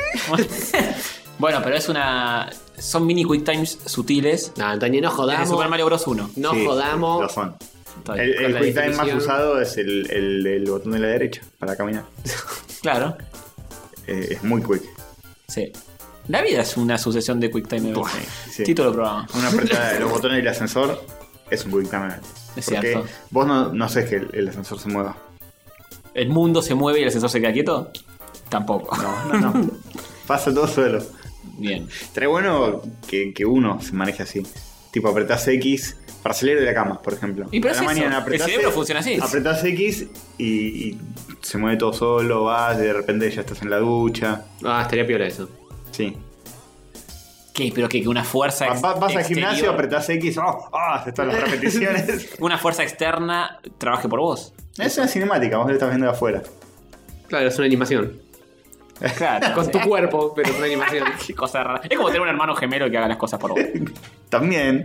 Speaker 1: Bueno, pero son mini Quick Times sutiles.
Speaker 2: No, Antonio, no jodamos.
Speaker 1: Desde Super Mario Bros. 1.
Speaker 2: No jodamos.
Speaker 3: Lo son. El Quick Time más usado es el botón de la derecha para caminar.
Speaker 1: Claro.
Speaker 3: Es muy quick.
Speaker 1: Sí. La vida es una sucesión de Quick Time.
Speaker 3: Sí.
Speaker 1: Título del programa.
Speaker 3: Una apretada de los botones del ascensor es un Quick Time.
Speaker 1: Es
Speaker 3: porque
Speaker 1: cierto.
Speaker 3: Vos no sé que el ascensor se mueva.
Speaker 1: ¿El mundo se mueve y el ascensor se queda quieto? Tampoco.
Speaker 3: No. Pasa todo solo.
Speaker 1: Bien.
Speaker 3: Estaría bueno que uno se maneje así. Tipo, apretás X para salir de la cama, por ejemplo.
Speaker 1: Y pero
Speaker 3: a la mañana
Speaker 1: el cerebro funciona así.
Speaker 3: Apretás X y se mueve todo solo, vas y de repente ya estás en la ducha.
Speaker 2: Ah, estaría piola eso.
Speaker 3: Sí.
Speaker 1: ¿Qué? Pero que una fuerza
Speaker 3: vas al gimnasio, apretás X, haces todas las repeticiones.
Speaker 1: Una fuerza externa trabaje por vos.
Speaker 3: Es una cinemática, vos lo estás viendo de afuera.
Speaker 2: Claro, es una animación.
Speaker 1: Claro.
Speaker 2: Con tu cuerpo, pero es una animación.
Speaker 1: Qué cosa rara. Es como tener un hermano gemelo que haga las cosas por vos.
Speaker 3: También.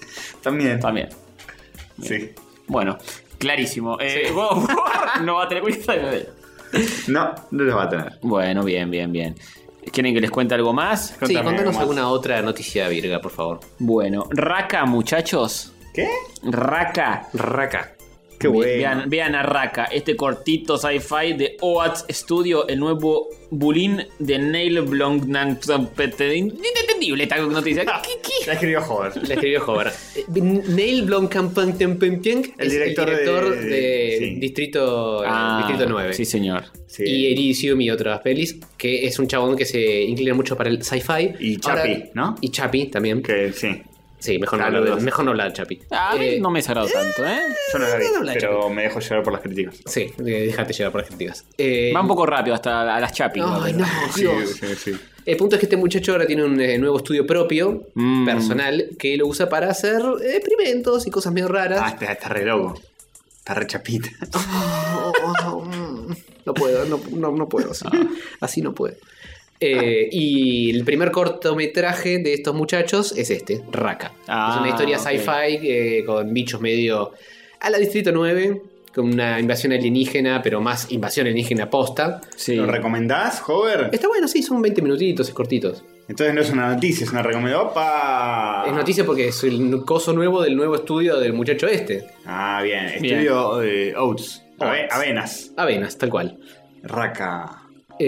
Speaker 1: Sí. Bueno, clarísimo. No va a tener Quick Time.
Speaker 3: No los va a tener.
Speaker 1: Bueno, bien. ¿Quieren que les cuente algo más?
Speaker 2: Sí, contanos alguna otra noticia virga, por favor.
Speaker 1: Bueno, Raka, muchachos.
Speaker 3: ¿Qué?
Speaker 1: Raka.
Speaker 3: Qué bueno.
Speaker 1: Vean a Raka, este cortito sci-fi de OATS Studio, el nuevo bulín de Neil Blomkamp. Inentendible esta noticia.
Speaker 3: La escribió Hover.
Speaker 2: Neil Blomkamp, el director de Distrito 9.
Speaker 1: Sí, señor.
Speaker 3: Sí.
Speaker 2: Y Elysium y otras pelis, que es un chabón que se inclina mucho para el sci-fi.
Speaker 3: Y Chappie, ¿no?
Speaker 2: Y Chappie también.
Speaker 3: Que sí.
Speaker 2: Sí, mejor
Speaker 3: Claro,
Speaker 2: no hablar de Chappie.
Speaker 1: A mí no me desagradó tanto, ¿eh?
Speaker 3: Yo no la vi,
Speaker 2: habla de
Speaker 3: pero me dejo llevar por las críticas.
Speaker 2: Sí, déjate llevar por las críticas.
Speaker 1: Va un poco rápido hasta a las Chappie.
Speaker 2: Ay, no, Dios.
Speaker 3: Sí.
Speaker 2: El punto es que este muchacho ahora tiene un nuevo estudio propio, personal, que lo usa para hacer experimentos y cosas medio raras.
Speaker 3: Está re loco. Está re chapita.
Speaker 2: No puedo, no puedo. Así no puedo. Y el primer cortometraje de estos muchachos es Raka. Es una historia sci-fi con bichos medio a la Distrito 9, con una invasión alienígena, pero más invasión alienígena posta.
Speaker 1: Sí.
Speaker 3: ¿Lo recomendás, Hover?
Speaker 2: Está bueno, sí, son 20 minutitos, es cortitos.
Speaker 3: Entonces no es una noticia, es una recomendación. ¡Opa!
Speaker 2: Es noticia porque es el coso nuevo del nuevo estudio del muchacho
Speaker 3: Ah, bien. Estudio Oats. Avenas,
Speaker 2: tal cual.
Speaker 3: Raka.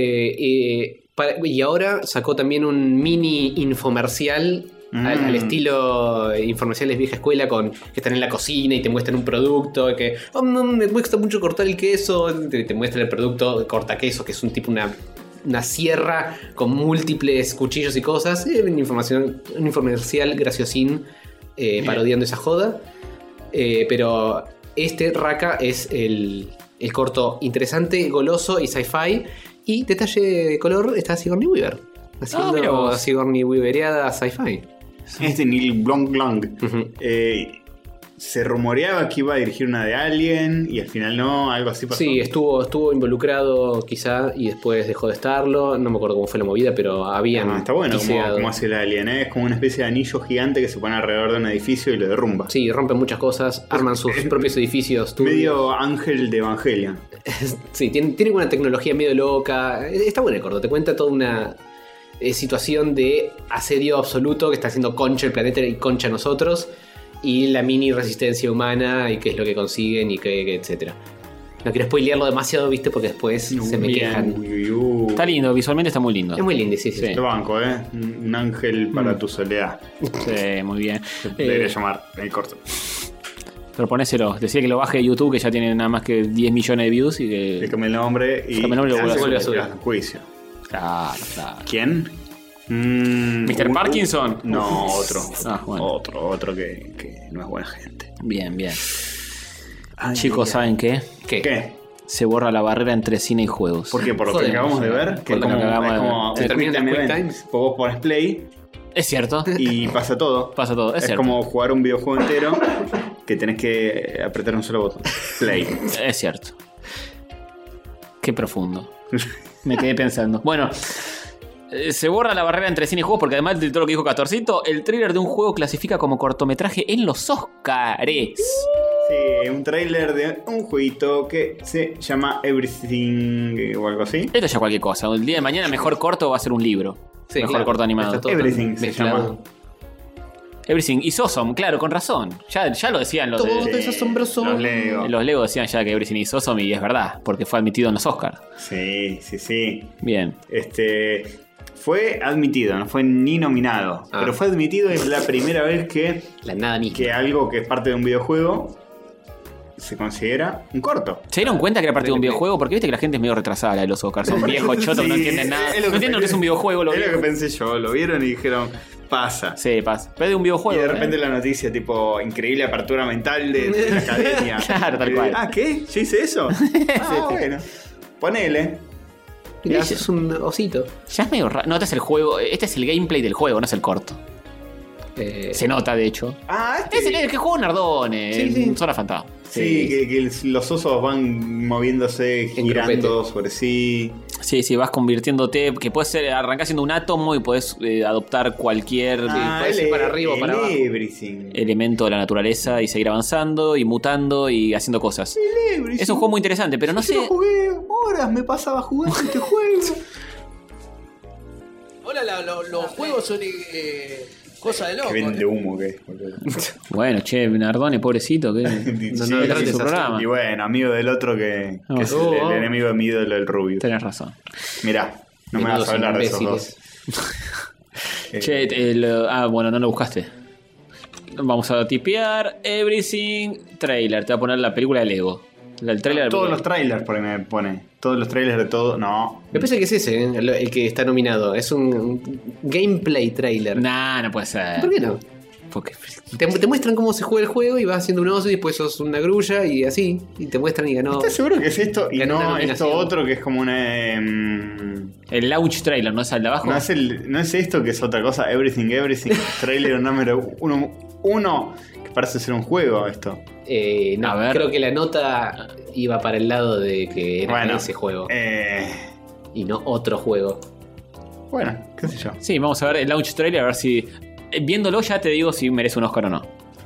Speaker 2: Y ahora sacó también un mini infomercial al estilo infomerciales vieja escuela, que están en la cocina y te muestran un producto que me cuesta mucho cortar el queso, te muestran el producto corta queso, que es un tipo una sierra con múltiples cuchillos y cosas. Un infomercial graciosín parodiando esa joda. Pero Raka es el corto interesante, goloso y sci-fi. Y detalle de color está Sigourney Weaver. Haciendo Sigourney Weavereada sci-fi.
Speaker 3: Neil Blomkamp. se rumoreaba que iba a dirigir una de Alien y al final no, algo así pasó.
Speaker 2: Sí, estuvo involucrado quizá y después dejó de estarlo. No me acuerdo cómo fue la movida, pero habían
Speaker 3: Está bueno
Speaker 2: tiseado.
Speaker 3: como hace el Alien, ¿eh? Es como una especie de anillo gigante que se pone alrededor de un edificio y lo derrumba.
Speaker 2: Sí, rompen muchas cosas, arman sus propios edificios.
Speaker 3: Medio ángel de Evangelion.
Speaker 2: Sí, tiene una tecnología medio loca. Está bueno el corto, te cuenta toda una situación de asedio absoluto que está haciendo concha el planeta y concha nosotros. Y la mini resistencia humana y qué es lo que consiguen y qué etcétera. No quiero spoilearlo demasiado, viste, porque después se me quejan.
Speaker 1: Está lindo, visualmente está muy lindo.
Speaker 2: Es muy lindo, sí.
Speaker 3: Te banco, un ángel para tu soledad.
Speaker 1: Sí, muy bien.
Speaker 3: Debería llamar el corto.
Speaker 1: Pero ponéselo, decía que lo baje de YouTube, que ya tiene nada más que 10 millones de views y que...
Speaker 3: Le cambia el nombre y
Speaker 1: Cambia el nombre y lo
Speaker 3: se
Speaker 1: vuelve
Speaker 2: a subir.
Speaker 3: Juicio.
Speaker 1: Claro.
Speaker 3: ¿Quién?
Speaker 1: ¿Mr. Parkinson?
Speaker 3: No, otro.
Speaker 1: Bueno.
Speaker 3: Otro que no es buena gente.
Speaker 1: Bien.
Speaker 3: Ay,
Speaker 1: Chicos, ¿saben qué?
Speaker 3: ¿Qué?
Speaker 1: Se borra la barrera entre cine y juegos.
Speaker 3: ¿Por qué? Por lo
Speaker 2: Joder,
Speaker 3: que acabamos de ver. Que
Speaker 1: por lo que acabamos de ver.
Speaker 2: Se termina el Quick Time.
Speaker 3: Vos pones play
Speaker 1: Es cierto.
Speaker 3: y pasa todo.
Speaker 1: Pasa todo, es cierto.
Speaker 3: como jugar un videojuego entero que tenés que apretar un solo botón. Play.
Speaker 1: Es cierto. Qué profundo. Me quedé pensando. Bueno, se borra la barrera entre cine y juegos porque además de todo lo que dijo Castorcito, el tráiler de un juego clasifica como cortometraje en los Oscars.
Speaker 3: Sí, un tráiler de un jueguito que se llama Everything o algo así.
Speaker 1: Esto ya cualquier cosa. El día de mañana mejor corto va a ser un libro.
Speaker 2: Sí,
Speaker 1: mejor
Speaker 2: claro.
Speaker 1: corto animado.
Speaker 2: Está todo
Speaker 3: Everything se
Speaker 2: mezclado.
Speaker 3: llama.
Speaker 1: Everything is awesome, claro, con razón. Ya lo decían los
Speaker 2: Todo
Speaker 1: de...
Speaker 2: es asombroso.
Speaker 3: Los Lego.
Speaker 1: Los Lego decían ya que Everything is awesome y es verdad, porque fue admitido en los Oscars.
Speaker 3: Sí.
Speaker 1: Bien.
Speaker 3: Fue admitido, no fue ni nominado.
Speaker 2: Ah.
Speaker 3: Pero fue admitido y es la primera vez que
Speaker 2: La nada misma.
Speaker 3: algo que es parte de un videojuego se considera un corto.
Speaker 1: ¿Se dieron cuenta que era parte de un videojuego? Porque viste que la gente es medio retrasada la de los Oscars. Son viejos chotos, no
Speaker 3: Sí,
Speaker 1: entienden nada.
Speaker 3: es
Speaker 1: No entienden lo que es un videojuego.
Speaker 3: Es lo que pensé yo, lo vieron y dijeron, pasa.
Speaker 1: Sí, pasa. Pero es de un videojuego.
Speaker 3: Y de repente la noticia, tipo, increíble apertura mental de la academia.
Speaker 1: Claro, tal cual.
Speaker 3: ¿Qué? ¿Yo hice eso? Bueno. Ponele.
Speaker 2: Mirá, es un osito.
Speaker 1: Ya es medio raro. No, este es el juego. Este es el gameplay del juego, no es el corto. Se nota, de hecho. Es el que juega Nardone.
Speaker 2: Sí.
Speaker 1: Zona Fantasma.
Speaker 3: Sí, que los osos van moviéndose,
Speaker 2: En
Speaker 3: girando
Speaker 2: grupete.
Speaker 3: sobre sí.
Speaker 1: Sí, vas convirtiéndote. Que puedes ser, arrancás siendo un átomo y puedes adoptar cualquier
Speaker 2: puedes ir para arriba o para abajo.
Speaker 3: Everything.
Speaker 1: elemento de la naturaleza y seguir avanzando y mutando y haciendo cosas.
Speaker 3: Everything.
Speaker 1: Es un juego muy interesante, pero no
Speaker 3: Yo
Speaker 1: sé.
Speaker 3: lo jugué horas, me pasaba jugando este juego.
Speaker 9: Hola, los juegos son cosa de loco.
Speaker 3: Que vende humo que es, boludo.
Speaker 1: Bueno, che, Nardone, pobrecito, que
Speaker 3: Sí,
Speaker 1: no
Speaker 3: sí,
Speaker 1: hace
Speaker 3: sí.
Speaker 1: su programa.
Speaker 3: Y bueno, amigo del otro que
Speaker 1: No.
Speaker 3: es el enemigo de mi ídolo, el Rubio.
Speaker 1: Tenés razón.
Speaker 3: Mirá, no me
Speaker 2: Menudos
Speaker 3: vas a hablar de esos dos.
Speaker 2: imbéciles.
Speaker 1: Che, bueno, no lo buscaste. Vamos a tipear Everything Trailer. Te va a poner la película de Lego. El trailer
Speaker 3: Todos los trailers por ahí me pone. Todos los trailers de todo. No.
Speaker 2: Me parece que es ese, el que está nominado. Es un gameplay trailer.
Speaker 1: Nah, no puede ser.
Speaker 2: ¿Por qué no?
Speaker 1: Porque
Speaker 2: Te muestran cómo se juega el juego y vas haciendo un oso y después sos una grulla y así. Y te muestran y ganó.
Speaker 3: ¿Estás seguro que es esto y
Speaker 2: Ganó una
Speaker 3: no
Speaker 2: nominación.
Speaker 3: esto otro que es como una.
Speaker 1: el launch trailer, ¿no es el de abajo?
Speaker 3: No es esto que es otra cosa. Everything, trailer número uno que parece ser un juego esto.
Speaker 2: No,
Speaker 1: A ver.
Speaker 2: creo que la nota iba para el lado de que era
Speaker 3: Bueno,
Speaker 2: ese juego
Speaker 3: Eh,
Speaker 2: y no otro juego.
Speaker 3: bueno, qué sé yo.
Speaker 1: Sí, vamos a ver el launch trailer a ver si. Viéndolo ya te digo si merece un Oscar o no.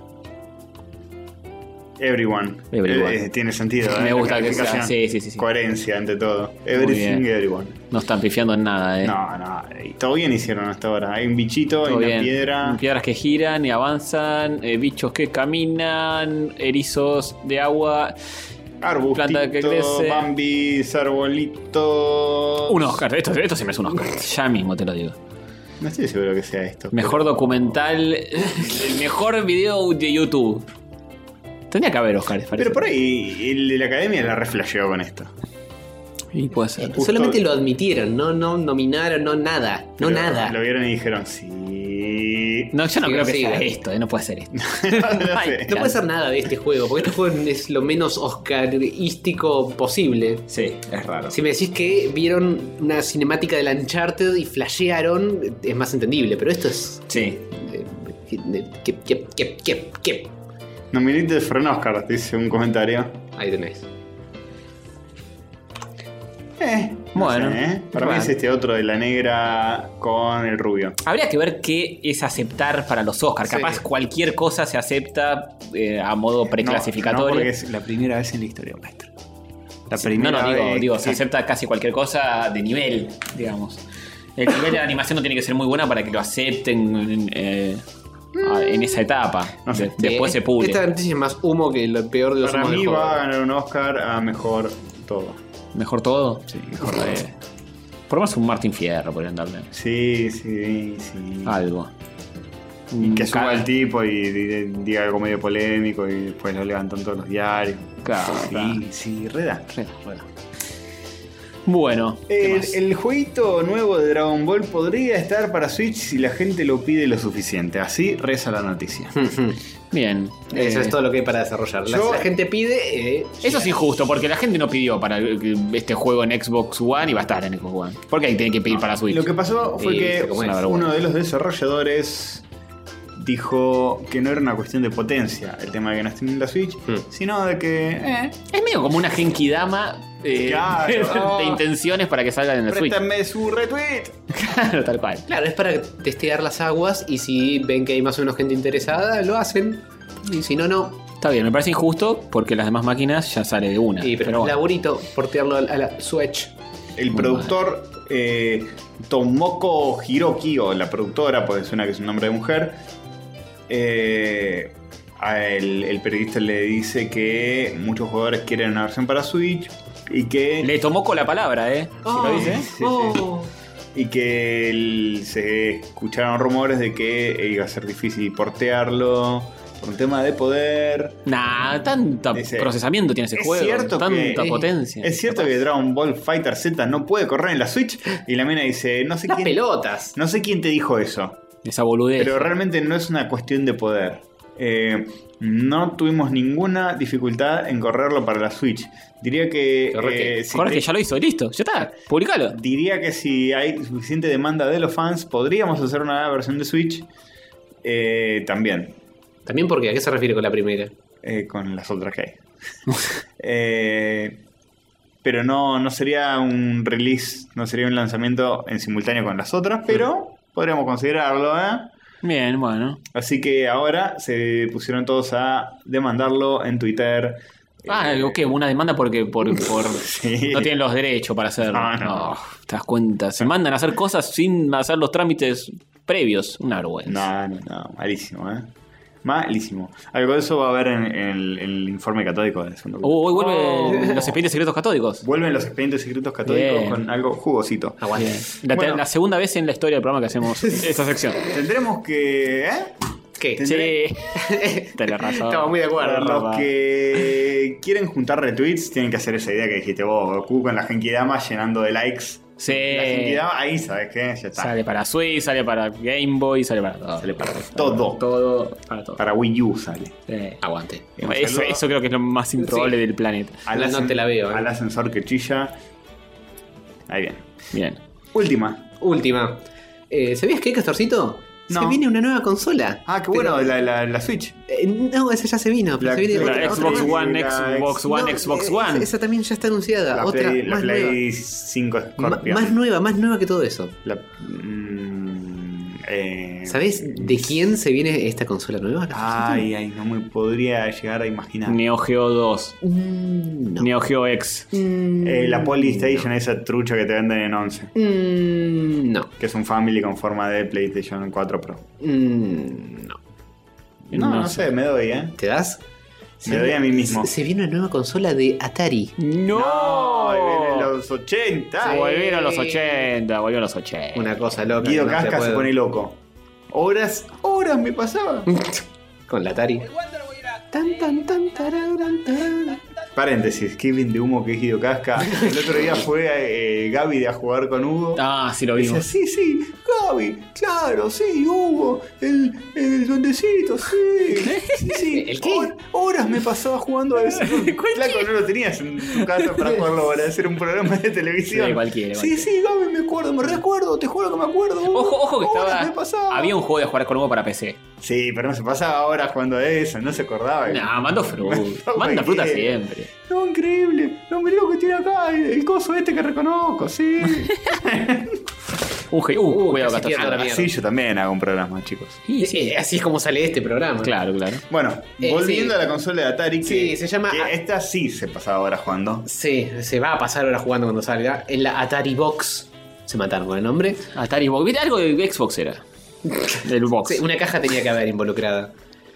Speaker 3: Everyone. Tiene sentido.
Speaker 1: Me
Speaker 3: La
Speaker 1: gusta que sea.
Speaker 3: calificación.
Speaker 1: Sí.
Speaker 3: Coherencia ante todo. Everything,
Speaker 1: bien.
Speaker 3: everyone.
Speaker 1: No están pifiando en nada,
Speaker 3: No, y todo bien hicieron hasta ahora. Hay un bichito, hay
Speaker 1: Todo
Speaker 3: una
Speaker 1: bien.
Speaker 3: piedra.
Speaker 1: Piedras que giran y avanzan, bichos que caminan, erizos de agua.
Speaker 3: Arbustito,
Speaker 1: Planta que crece.
Speaker 3: Bambis, arbolito.
Speaker 1: Un Oscar, esto sí me es un Oscar. Ya mismo te lo digo.
Speaker 3: No estoy seguro que sea esto.
Speaker 1: Mejor documental, el mejor video de YouTube. Tendría que haber Oscars, parece.
Speaker 3: Pero por ahí el de la academia la reflasheó con esto.
Speaker 1: Y puede ser.
Speaker 3: Justo-
Speaker 2: Solamente lo admitieron, no nominaron, no nada. No
Speaker 3: Pero
Speaker 2: nada.
Speaker 3: Lo vieron y dijeron, sí.
Speaker 1: No, yo no
Speaker 2: Sí,
Speaker 1: creo que
Speaker 2: sí,
Speaker 1: sea
Speaker 2: sí.
Speaker 1: esto, no puede ser esto.
Speaker 3: No sé.
Speaker 2: No puede ser nada de este juego, porque este juego es lo menos oscarístico posible.
Speaker 3: Sí, es raro.
Speaker 2: Si me decís que vieron una cinemática del Uncharted y flashearon, es más entendible, pero esto es.
Speaker 1: Sí.
Speaker 2: ¿Qué?
Speaker 3: Nominated for an Oscar, dice un comentario.
Speaker 2: Ahí tenés.
Speaker 1: Bueno,
Speaker 3: Para mí es este otro de la negra con el rubio.
Speaker 1: Habría que ver qué es aceptar para los Oscars.
Speaker 2: Sí.
Speaker 1: Capaz cualquier cosa se acepta a modo preclasificatorio.
Speaker 3: No, porque es la primera vez en la historia, maestro. La primera
Speaker 1: digo,
Speaker 3: vez
Speaker 1: se acepta casi cualquier cosa de nivel, digamos. El nivel de la animación no tiene que ser muy buena para que lo acepten en esa etapa.
Speaker 3: No sé.
Speaker 1: Después se pule.
Speaker 2: Esta noticia es más humo que lo peor de los
Speaker 3: Para
Speaker 2: humos
Speaker 3: mí
Speaker 2: del
Speaker 3: va a
Speaker 2: juego.
Speaker 3: ganar un Oscar a mejor todo.
Speaker 1: ¿Mejor todo?
Speaker 3: Sí,
Speaker 1: Mejor por lo menos un Martín Fierro podrían darle.
Speaker 3: Sí.
Speaker 1: Algo.
Speaker 3: Y que suba el tipo y diga algo medio polémico y después lo levantan todos los diarios.
Speaker 1: Claro,
Speaker 3: Sí, reda.
Speaker 1: Bueno.
Speaker 3: El jueguito nuevo de Dragon Ball podría estar para Switch si la gente lo pide lo suficiente. Así reza la noticia.
Speaker 1: Bien.
Speaker 2: Eso es todo lo que hay para desarrollar. La gente pide.
Speaker 1: Eso es injusto, porque la gente no pidió para este juego en Xbox One y va a estar en Xbox One. ¿Por qué hay que pedir para Switch?
Speaker 3: Lo que pasó fue
Speaker 2: Sí,
Speaker 3: que
Speaker 2: como es.
Speaker 3: uno de los desarrolladores dijo que no era una cuestión de potencia el tema de que no estén en la Switch, sino de que
Speaker 1: Es medio como una Genkidama
Speaker 3: Claro.
Speaker 1: de intenciones para que salgan en la Switch.
Speaker 3: préstame su retweet.
Speaker 1: Claro, tal cual.
Speaker 2: Claro, es para testear las aguas y si ven que hay más o menos gente interesada, lo hacen. Y si no, no.
Speaker 1: Está bien, me parece injusto porque las demás máquinas ya sale de una.
Speaker 2: Sí, pero
Speaker 1: bueno.
Speaker 2: laburito, portearlo a la Switch.
Speaker 3: El
Speaker 1: Muy
Speaker 3: productor Tomoko Hiroki, o la productora, porque suena que es un nombre de mujer, el periodista le dice que muchos jugadores quieren una versión para Switch y que...
Speaker 1: Le tomó con la palabra, ¿eh?
Speaker 3: Sí, lo dice. Sí. Y que se escucharon rumores de que iba a ser difícil portearlo por un tema de poder.
Speaker 1: Nah, tanta procesamiento tiene ese juego, tanta potencia.
Speaker 3: Es cierto que Dragon Ball Fighter Z no puede correr en la Switch. Y la mina dice, no sé
Speaker 2: Las
Speaker 3: quién.
Speaker 2: pelotas.
Speaker 3: No sé quién te dijo eso.
Speaker 1: Esa boludez.
Speaker 3: Pero realmente no es una cuestión de poder. No tuvimos ninguna dificultad en correrlo para la Switch. Diría que...
Speaker 1: Jorge ya lo hizo, listo, ya está, publicalo.
Speaker 3: Diría que si hay suficiente demanda de los fans, podríamos hacer una nueva versión de Switch. También.
Speaker 2: ¿También por qué? ¿A qué se refiere con la primera?
Speaker 3: Con las otras que hay. Pero no sería un release, no sería un lanzamiento en simultáneo con las otras, pero podríamos considerarlo, ¿eh?
Speaker 1: Bien, bueno.
Speaker 3: Así que ahora se pusieron todos a demandarlo en Twitter.
Speaker 1: ¿Qué? ¿Una demanda porque
Speaker 3: Sí.
Speaker 1: no tienen los derechos para hacerlo?
Speaker 3: No.
Speaker 1: ¿Te das cuenta? Se mandan a hacer cosas sin hacer los trámites previos. Una vergüenza.
Speaker 3: No, malísimo, ¿eh? Malísimo. Algo de eso va a haber en el informe catódico del segundo grupo.
Speaker 1: Hoy vuelven los expedientes secretos catódicos.
Speaker 3: Vuelven los expedientes secretos catódicos
Speaker 1: Bien.
Speaker 3: con algo jugosito.
Speaker 2: Aguante.
Speaker 1: Bien. La segunda vez en la historia del programa que hacemos esta sección.
Speaker 3: Tendremos que...
Speaker 2: ¿Qué?
Speaker 1: Sí. Tenés razón.
Speaker 2: Estamos muy de
Speaker 3: Para
Speaker 2: acuerdo.
Speaker 3: los que quieren juntar retweets, tienen que hacer esa idea que dijiste vos, Goku con la Genkidama llenando de likes.
Speaker 1: Sí.
Speaker 3: La Genkidama, ahí sabes qué, ya está.
Speaker 1: Sale para Switch, sale para Game Boy, sale para todo.
Speaker 3: Sale para todo.
Speaker 1: Todo, para todo.
Speaker 3: Para Wii U sale.
Speaker 1: Sí.
Speaker 2: Aguante.
Speaker 1: Eso creo que es lo más improbable del planeta.
Speaker 2: No te la veo,
Speaker 3: Al ascensor que chilla. Ahí viene.
Speaker 1: Bien.
Speaker 2: Última. ¿Sabías qué, Castorcito?
Speaker 3: No.
Speaker 2: Se viene una nueva consola.
Speaker 3: Ah, qué bueno, la Switch.
Speaker 2: No, esa ya se vino. Pero
Speaker 3: La-
Speaker 2: se viene
Speaker 3: la
Speaker 2: otra,
Speaker 1: Xbox
Speaker 2: otra.
Speaker 1: One,
Speaker 3: la
Speaker 1: Xbox One,
Speaker 2: No,
Speaker 1: Xbox One.
Speaker 2: Esa también ya está anunciada.
Speaker 3: La
Speaker 2: otra
Speaker 3: Play, la
Speaker 2: más nueva.
Speaker 3: Play 5 Scorpion.
Speaker 2: Más nueva que todo eso. ¿Sabés de quién se viene esta consola nueva?
Speaker 3: Ay, no me podría llegar a imaginar.
Speaker 1: Neo Geo 2.
Speaker 2: No.
Speaker 1: Neo Geo X.
Speaker 3: La Polystation, esa trucha que te venden en 11.
Speaker 2: No.
Speaker 3: Que es un family con forma de PlayStation 4 Pro.
Speaker 2: No.
Speaker 3: No sé, me doy,
Speaker 2: ¿Te das?
Speaker 3: Me doy a mí mismo.
Speaker 2: Se viene una nueva consola de Atari.
Speaker 1: ¡No!
Speaker 3: En los 80.
Speaker 1: Volvieron los 80, volvieron los 80.
Speaker 2: Una cosa loca.
Speaker 3: Guido
Speaker 2: que no
Speaker 3: Casca se
Speaker 2: puede-
Speaker 3: pone loco. Horas me pasaba.
Speaker 2: Con la Atari. Tan, tan, tan, tararan, tararan.
Speaker 3: Paréntesis, qué bien de humo que es Guido Casca. El otro día fue Gaby a jugar con Hugo.
Speaker 1: Ah, sí lo
Speaker 3: Y decía,
Speaker 1: vimos.
Speaker 3: sí, Gaby, claro, sí, Hugo, el duendecito, sí. Sí.
Speaker 2: ¿El qué?
Speaker 3: Horas me pasaba jugando a eso. Flaco, no lo tenías en tu casa para jugarlo, para hacer un programa de televisión.
Speaker 1: Sí, cualquiera.
Speaker 3: Sí, Gaby, me recuerdo, te juro que me acuerdo.
Speaker 1: Ojo que
Speaker 3: Horas me pasaba.
Speaker 1: había un juego de jugar con Hugo para PC.
Speaker 3: Sí, pero no se pasaba horas jugando a eso, no se acordaba.
Speaker 1: Nah, mando fruta. Manda fruta siempre.
Speaker 3: No, increíble. No, mirá lo que tiene acá, el coso este que reconozco, sí.
Speaker 1: Cuidado
Speaker 2: casi
Speaker 1: que
Speaker 2: tira toda la
Speaker 1: está.
Speaker 2: mierda.
Speaker 3: Sí, yo también hago un programa, chicos.
Speaker 2: Así es como sale este programa.
Speaker 1: Claro.
Speaker 3: Bueno, volviendo
Speaker 2: sí.
Speaker 3: a la consola de Atari, que,
Speaker 2: Sí, se llama
Speaker 3: que esta sí se pasaba horas jugando.
Speaker 2: Sí, se va a pasar ahora jugando cuando salga. En la Atari Box. Se mataron con el nombre.
Speaker 1: Atari Box. ¿Viste? Algo de Xbox era. Del box.
Speaker 2: Sí, una caja tenía que haber involucrada.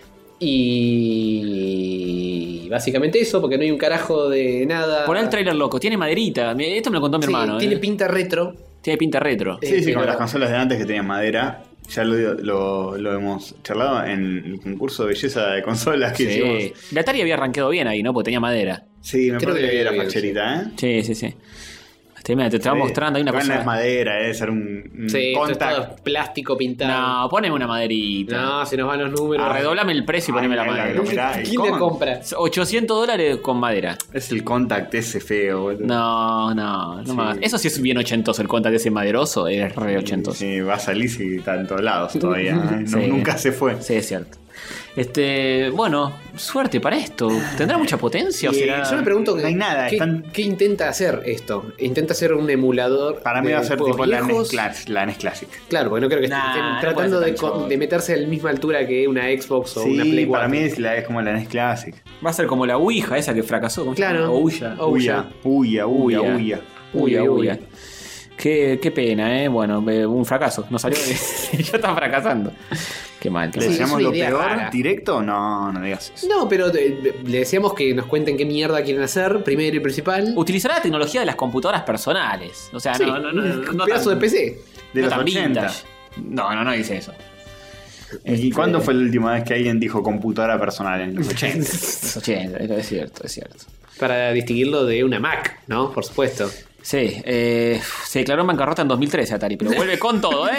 Speaker 2: Y básicamente eso, porque no hay un carajo de nada.
Speaker 1: Pon el trailer loco. Tiene maderita. Esto me lo contó mi
Speaker 2: Sí,
Speaker 1: hermano.
Speaker 2: tiene pinta retro.
Speaker 1: Tiene pinta retro.
Speaker 3: Sí,
Speaker 2: pero-
Speaker 3: como las consolas de antes que tenían madera. Ya lo hemos charlado en el concurso de belleza de consolas que hicimos.
Speaker 1: Sí. La Atari había arranqueado bien ahí, ¿no? Porque tenía madera.
Speaker 3: Sí, me
Speaker 2: Creo
Speaker 3: parece
Speaker 2: que
Speaker 3: que era
Speaker 2: bien,
Speaker 3: facherita, ¿eh?
Speaker 1: Sí. Mira, te estaba mostrando ahí una
Speaker 3: Igual no
Speaker 1: cosa.
Speaker 3: es madera, debe ser un
Speaker 2: Sí, esto es
Speaker 3: contact.
Speaker 2: todo plástico pintado.
Speaker 1: No, poneme una maderita.
Speaker 2: No, se nos van los números.
Speaker 1: Redoblame el precio y poneme la madera.
Speaker 3: Mirá,
Speaker 2: ¿Quién le compra?
Speaker 1: $800 con madera.
Speaker 3: Es el contact ese feo, boludo.
Speaker 1: No más. Eso sí es bien ochentoso, el contact ese maderoso, es re ochentoso.
Speaker 3: Sí, va a salir si está en todos lados todavía. ¿eh? No,
Speaker 1: Sí.
Speaker 3: Nunca se fue.
Speaker 1: Sí, es cierto. Bueno, suerte para esto. ¿Tendrá mucha potencia o será?
Speaker 2: Yo me pregunto
Speaker 3: No hay nada,
Speaker 2: ¿qué intenta hacer esto? ¿Intenta hacer un emulador?
Speaker 3: Para mí
Speaker 2: de
Speaker 3: va a ser
Speaker 2: juegos
Speaker 3: tipo la
Speaker 2: viejos?
Speaker 3: NES Classic.
Speaker 2: Claro, porque no creo que
Speaker 1: Nah,
Speaker 2: estén
Speaker 1: no
Speaker 2: tratando
Speaker 1: puede
Speaker 2: de,
Speaker 1: ser tan choto.
Speaker 2: de meterse a la misma altura que una Xbox o
Speaker 3: Sí,
Speaker 2: una Play 4.
Speaker 3: para mí es como la NES Classic.
Speaker 1: Va a ser como la Ouija esa que fracasó. ¿Cómo se llama?
Speaker 2: Claro.
Speaker 1: Ouija.
Speaker 2: Ouya.
Speaker 3: Uya.
Speaker 1: Qué pena, ¿eh? Bueno, un fracaso. No salió. Ya está fracasando. Qué mal.
Speaker 3: ¿Le
Speaker 2: Sí,
Speaker 3: decíamos
Speaker 2: es una
Speaker 3: lo
Speaker 2: idea
Speaker 3: peor
Speaker 2: rara.
Speaker 3: directo? No digas eso.
Speaker 2: No, pero le decíamos que nos cuenten qué mierda quieren hacer, primero y principal.
Speaker 1: Utilizará la tecnología de las computadoras personales. O sea,
Speaker 2: Sí,
Speaker 1: no
Speaker 2: un
Speaker 1: no
Speaker 2: pedazo
Speaker 1: tan-
Speaker 2: de PC.
Speaker 3: De
Speaker 1: no
Speaker 3: los
Speaker 1: tan
Speaker 3: 80.
Speaker 1: vintage. No dice eso.
Speaker 3: ¿Y cuándo fue la última vez que alguien dijo computadora personal en los 80?
Speaker 1: Los 80, es cierto.
Speaker 2: Para distinguirlo de una Mac, ¿no? Por supuesto.
Speaker 1: Sí, se declaró en bancarrota en 2013 Atari, pero vuelve con todo, ¿eh?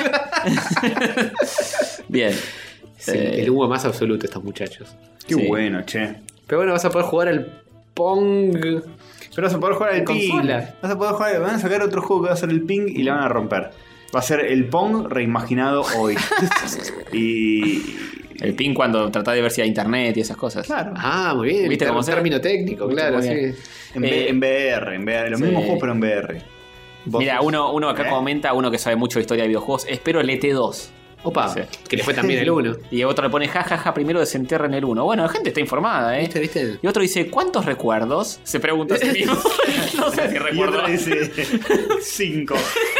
Speaker 1: Bien.
Speaker 2: Sí, el humo más absoluto estos muchachos.
Speaker 3: Qué
Speaker 1: Sí.
Speaker 3: bueno, che.
Speaker 2: Pero bueno, vas a poder jugar al Pong.
Speaker 3: Pero vas a poder jugar al ping.
Speaker 2: Consola.
Speaker 3: Vas a poder jugar. Van a sacar otro juego que va a ser el ping y la van a romper. Va a ser el Pong reimaginado hoy. y.
Speaker 1: El ping cuando trataba de ver si hay internet y esas cosas.
Speaker 3: Claro.
Speaker 2: Ah, muy bien.
Speaker 1: ¿Viste cómo se-
Speaker 2: término técnico,
Speaker 1: ¿Viste
Speaker 2: claro,
Speaker 1: cómo
Speaker 2: sí.
Speaker 1: bien?
Speaker 3: En VR. Los
Speaker 1: Sí.
Speaker 3: mismos juegos, pero en VR. ¿Vos
Speaker 1: Mira,
Speaker 3: sos-
Speaker 1: uno acá comenta, uno que sabe mucho de historia de videojuegos, espero el ET2.
Speaker 2: Opa,
Speaker 1: Sí.
Speaker 2: que le fue también el 1.
Speaker 1: Y otro le pone jajaja, primero desenterren el 1. Bueno, la gente está informada, ¿eh?
Speaker 2: ¿Viste?
Speaker 1: Y otro dice, ¿cuántos recuerdos? Se pregunta a sí mismo. No sé si
Speaker 3: Y
Speaker 1: recuerdo.
Speaker 3: otro dice 5.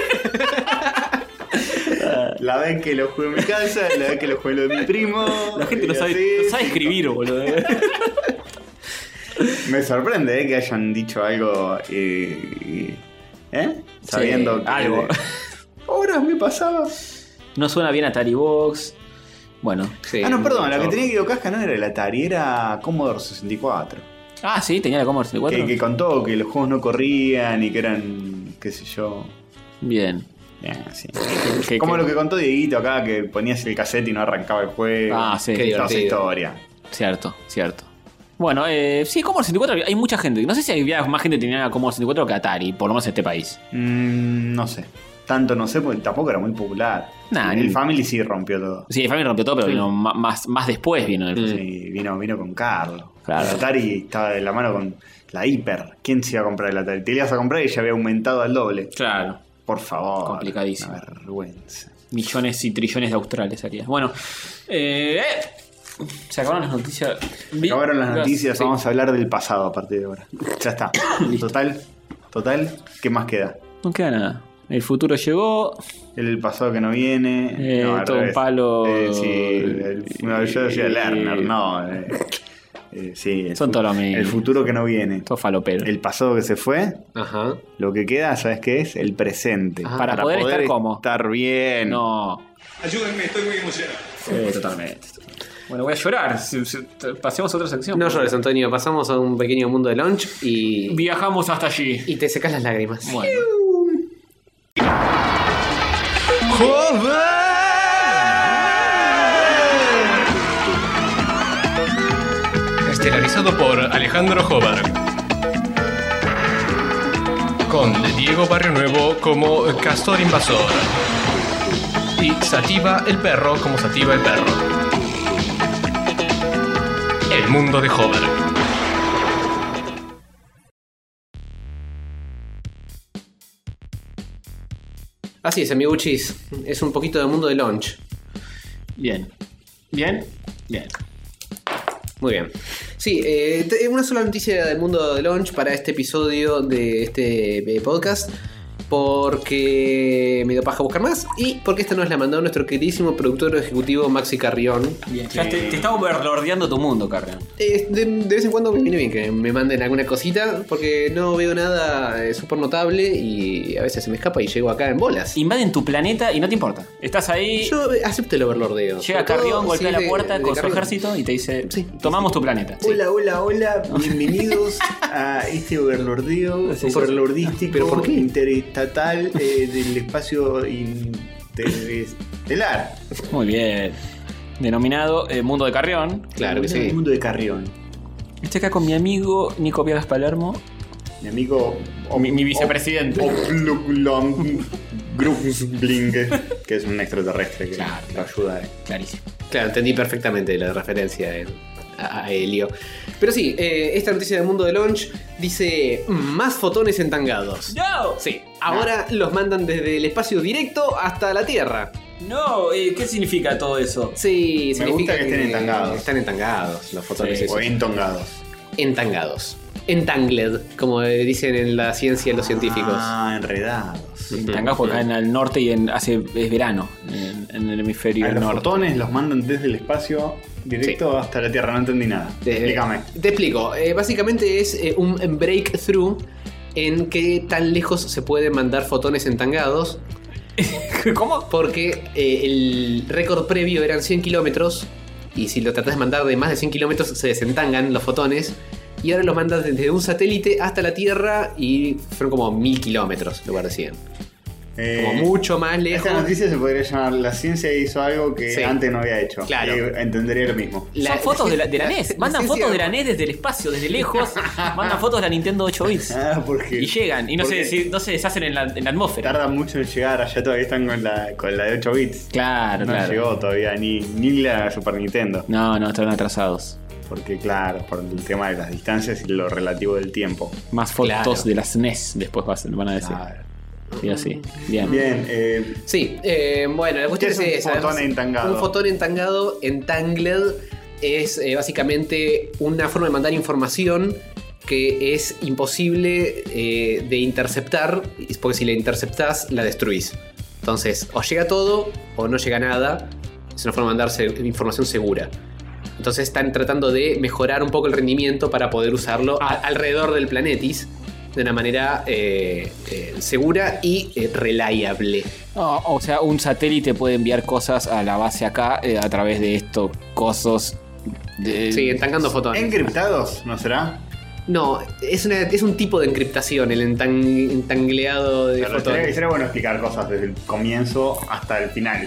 Speaker 3: La vez que lo jugué en mi casa, la vez que lo jugué lo de mi primo.
Speaker 1: La gente no
Speaker 3: y
Speaker 1: sabe,
Speaker 3: así.
Speaker 1: no sabe escribir, boludo.
Speaker 3: Me sorprende que hayan dicho algo. Sabiendo
Speaker 1: Sí,
Speaker 3: que.
Speaker 1: algo.
Speaker 3: Horas me pasaba.
Speaker 1: No suena bien Atari Box. Bueno.
Speaker 2: Sí,
Speaker 3: No, perdón, la que
Speaker 2: mucho.
Speaker 3: tenía Guido Casca no era el Atari, era Commodore 64.
Speaker 1: Ah, sí, tenía la Commodore 64.
Speaker 3: Que contó que los juegos no corrían y que eran, qué sé yo.
Speaker 1: Bien.
Speaker 3: Sí.
Speaker 1: Que-
Speaker 3: Como
Speaker 1: que-
Speaker 3: lo que contó Dieguito acá, que ponías el cassette y no arrancaba el juego.
Speaker 1: Ah, sí.
Speaker 2: Qué
Speaker 3: Toda esa
Speaker 2: divertido.
Speaker 3: historia.
Speaker 1: Cierto. Bueno, sí, Commodore 64, hay mucha gente. No sé si había más gente que tenía Commodore 64 que Atari, por lo menos en este país.
Speaker 3: No sé. Tanto no sé, porque tampoco era muy popular.
Speaker 1: Nah,
Speaker 3: el
Speaker 1: ni-
Speaker 3: Family sí rompió todo.
Speaker 1: Sí, el Family rompió todo, pero vino más después vino el...
Speaker 3: Sí, vino con Carlos.
Speaker 1: Claro.
Speaker 3: El Atari estaba de la mano con la Hyper. ¿Quién se iba a comprar el Atari? Te lo ibas a comprar y ya había aumentado al doble.
Speaker 1: Claro.
Speaker 3: Por favor.
Speaker 1: Complicadísimo.
Speaker 3: Una vergüenza.
Speaker 1: Millones y trillones de australes haría. Bueno, se acabaron las noticias.
Speaker 3: Acabaron las noticias,
Speaker 1: Sí.
Speaker 3: vamos a hablar del pasado a partir de ahora. Ya está. Total, ¿qué más queda?
Speaker 1: No queda nada. El futuro llegó.
Speaker 3: El pasado que no viene. No, al
Speaker 1: todo un
Speaker 3: revés.
Speaker 1: palo.
Speaker 3: Yo decía Lerner, no. Sí,
Speaker 1: Son todos lo mismo.
Speaker 3: El futuro que no viene.
Speaker 1: Todo falopero.
Speaker 3: El pasado que se fue.
Speaker 2: Ajá.
Speaker 3: Lo que queda, ¿sabes qué es? El presente.
Speaker 2: Ah,
Speaker 1: para poder estar cómo.
Speaker 3: Estar bien.
Speaker 1: No.
Speaker 5: Ayúdenme, estoy muy emocionado.
Speaker 1: Sí, totalmente. Bueno, voy a llorar. Pasemos a otra sección.
Speaker 2: No llores, Antonio. Pasamos a un pequeño mundo de lunch y.
Speaker 1: Viajamos hasta allí.
Speaker 2: Y te secas las lágrimas.
Speaker 1: Bueno.
Speaker 8: Joven. Estelarizado por Alejandro Jobar. Con Diego Barrio Nuevo como Castor Invasor. Y Sativa el Perro como Sativa el Perro. El mundo de Jobar.
Speaker 2: Así es, amiguchis. Es un poquito del mundo de launch.
Speaker 1: Bien.
Speaker 2: Muy bien. Sí, una sola noticia del mundo de launch para este episodio de este podcast. Porque me dio paja buscar más. Y porque esta nos la mandó nuestro queridísimo productor ejecutivo Maxi Carrión.
Speaker 1: Bien. Ya te está overlordeando tu mundo, Carrión.
Speaker 2: De vez en cuando me viene bien que me manden alguna cosita. Porque no veo nada súper notable. Y a veces se me escapa y llego acá en bolas.
Speaker 1: Invaden tu planeta y no te importa. Estás ahí.
Speaker 2: Yo acepto el overlordeo.
Speaker 1: Llega Carrión, golpea la puerta con su ejército y te dice: tomamos tu planeta.
Speaker 3: Hola. Bienvenidos a este overlordeo overlordístico.
Speaker 2: ¿Pero por qué?
Speaker 3: Interestatal del espacio interestelar.
Speaker 1: Muy bien. Denominado Mundo de Carrión.
Speaker 2: Claro que sí.
Speaker 3: El mundo de Carrión.
Speaker 1: Estoy acá con mi amigo Nico Viegas Palermo.
Speaker 3: Mi amigo.
Speaker 1: Mi vicepresidente.
Speaker 3: Grubling, que es un extraterrestre que lo ayuda.
Speaker 1: Clarísimo.
Speaker 2: Claro, entendí perfectamente la referencia a Helio. Pero sí, esta noticia del mundo de launch dice: más fotones entangados.
Speaker 1: ¡No!
Speaker 2: Sí, ahora los mandan desde el espacio directo hasta la Tierra.
Speaker 1: No, ¿qué significa todo eso?
Speaker 2: Sí,
Speaker 3: Me
Speaker 2: significa
Speaker 3: gusta que estén entangados.
Speaker 2: Están entangados los fotones.
Speaker 1: Sí,
Speaker 2: esos.
Speaker 3: O entongados.
Speaker 2: Entangados. Entangled, como dicen en la ciencia los científicos.
Speaker 3: Enredados.
Speaker 1: Entangados porque acá en el norte y es verano en el hemisferio
Speaker 3: A los
Speaker 1: norte.
Speaker 3: fotones los mandan desde el espacio directo hasta la Tierra. No entendí nada. Explícame.
Speaker 2: Te explico. Básicamente es un breakthrough en qué tan lejos se pueden mandar fotones entangados.
Speaker 1: ¿Cómo?
Speaker 2: Porque el récord previo eran 100 kilómetros. Y si lo tratás de mandar de más de 100 kilómetros se desentangan los fotones. Y ahora los mandas desde un satélite hasta la Tierra y fueron como 1000 kilómetros, lo parecían. Como mucho más lejos.
Speaker 3: Esta noticia se podría llamar: la ciencia hizo algo que antes no había hecho.
Speaker 2: Claro.
Speaker 3: Entendería lo mismo.
Speaker 1: Son fotos de la NES. Mandan fotos de la NES desde el espacio, desde lejos. Mandan fotos de la Nintendo 8 bits.
Speaker 3: Porque
Speaker 1: Y llegan y no se deshacen en la atmósfera.
Speaker 3: tarda mucho en llegar. Allá todavía están con la de 8 bits.
Speaker 1: Claro,
Speaker 3: No llegó todavía ni la Super Nintendo.
Speaker 1: No, están atrasados.
Speaker 3: Porque claro, por el tema de las distancias y lo relativo del tiempo.
Speaker 1: Más fotos de las NES después van a decir.
Speaker 3: Claro.
Speaker 1: Y así. Bien.
Speaker 2: Sí, bueno, la cuestión es esa.
Speaker 3: Un fotón entangado.
Speaker 2: Un fotón entangado, entangled, es básicamente una forma de mandar información que es imposible de interceptar, porque si la interceptás, la destruís. Entonces, o llega todo o no llega nada. Es una forma de mandar información segura. Entonces están tratando de mejorar un poco el rendimiento para poder usarlo alrededor del planetis de una manera segura y reliable.
Speaker 1: O sea, un satélite puede enviar cosas a la base acá a través de estos cosos.
Speaker 2: Sí, entangando fotones.
Speaker 3: ¿Encriptados? ¿No será?
Speaker 2: No, es un tipo de encriptación, el entangleado de fotones.
Speaker 3: Sería bueno explicar cosas desde el comienzo hasta el final.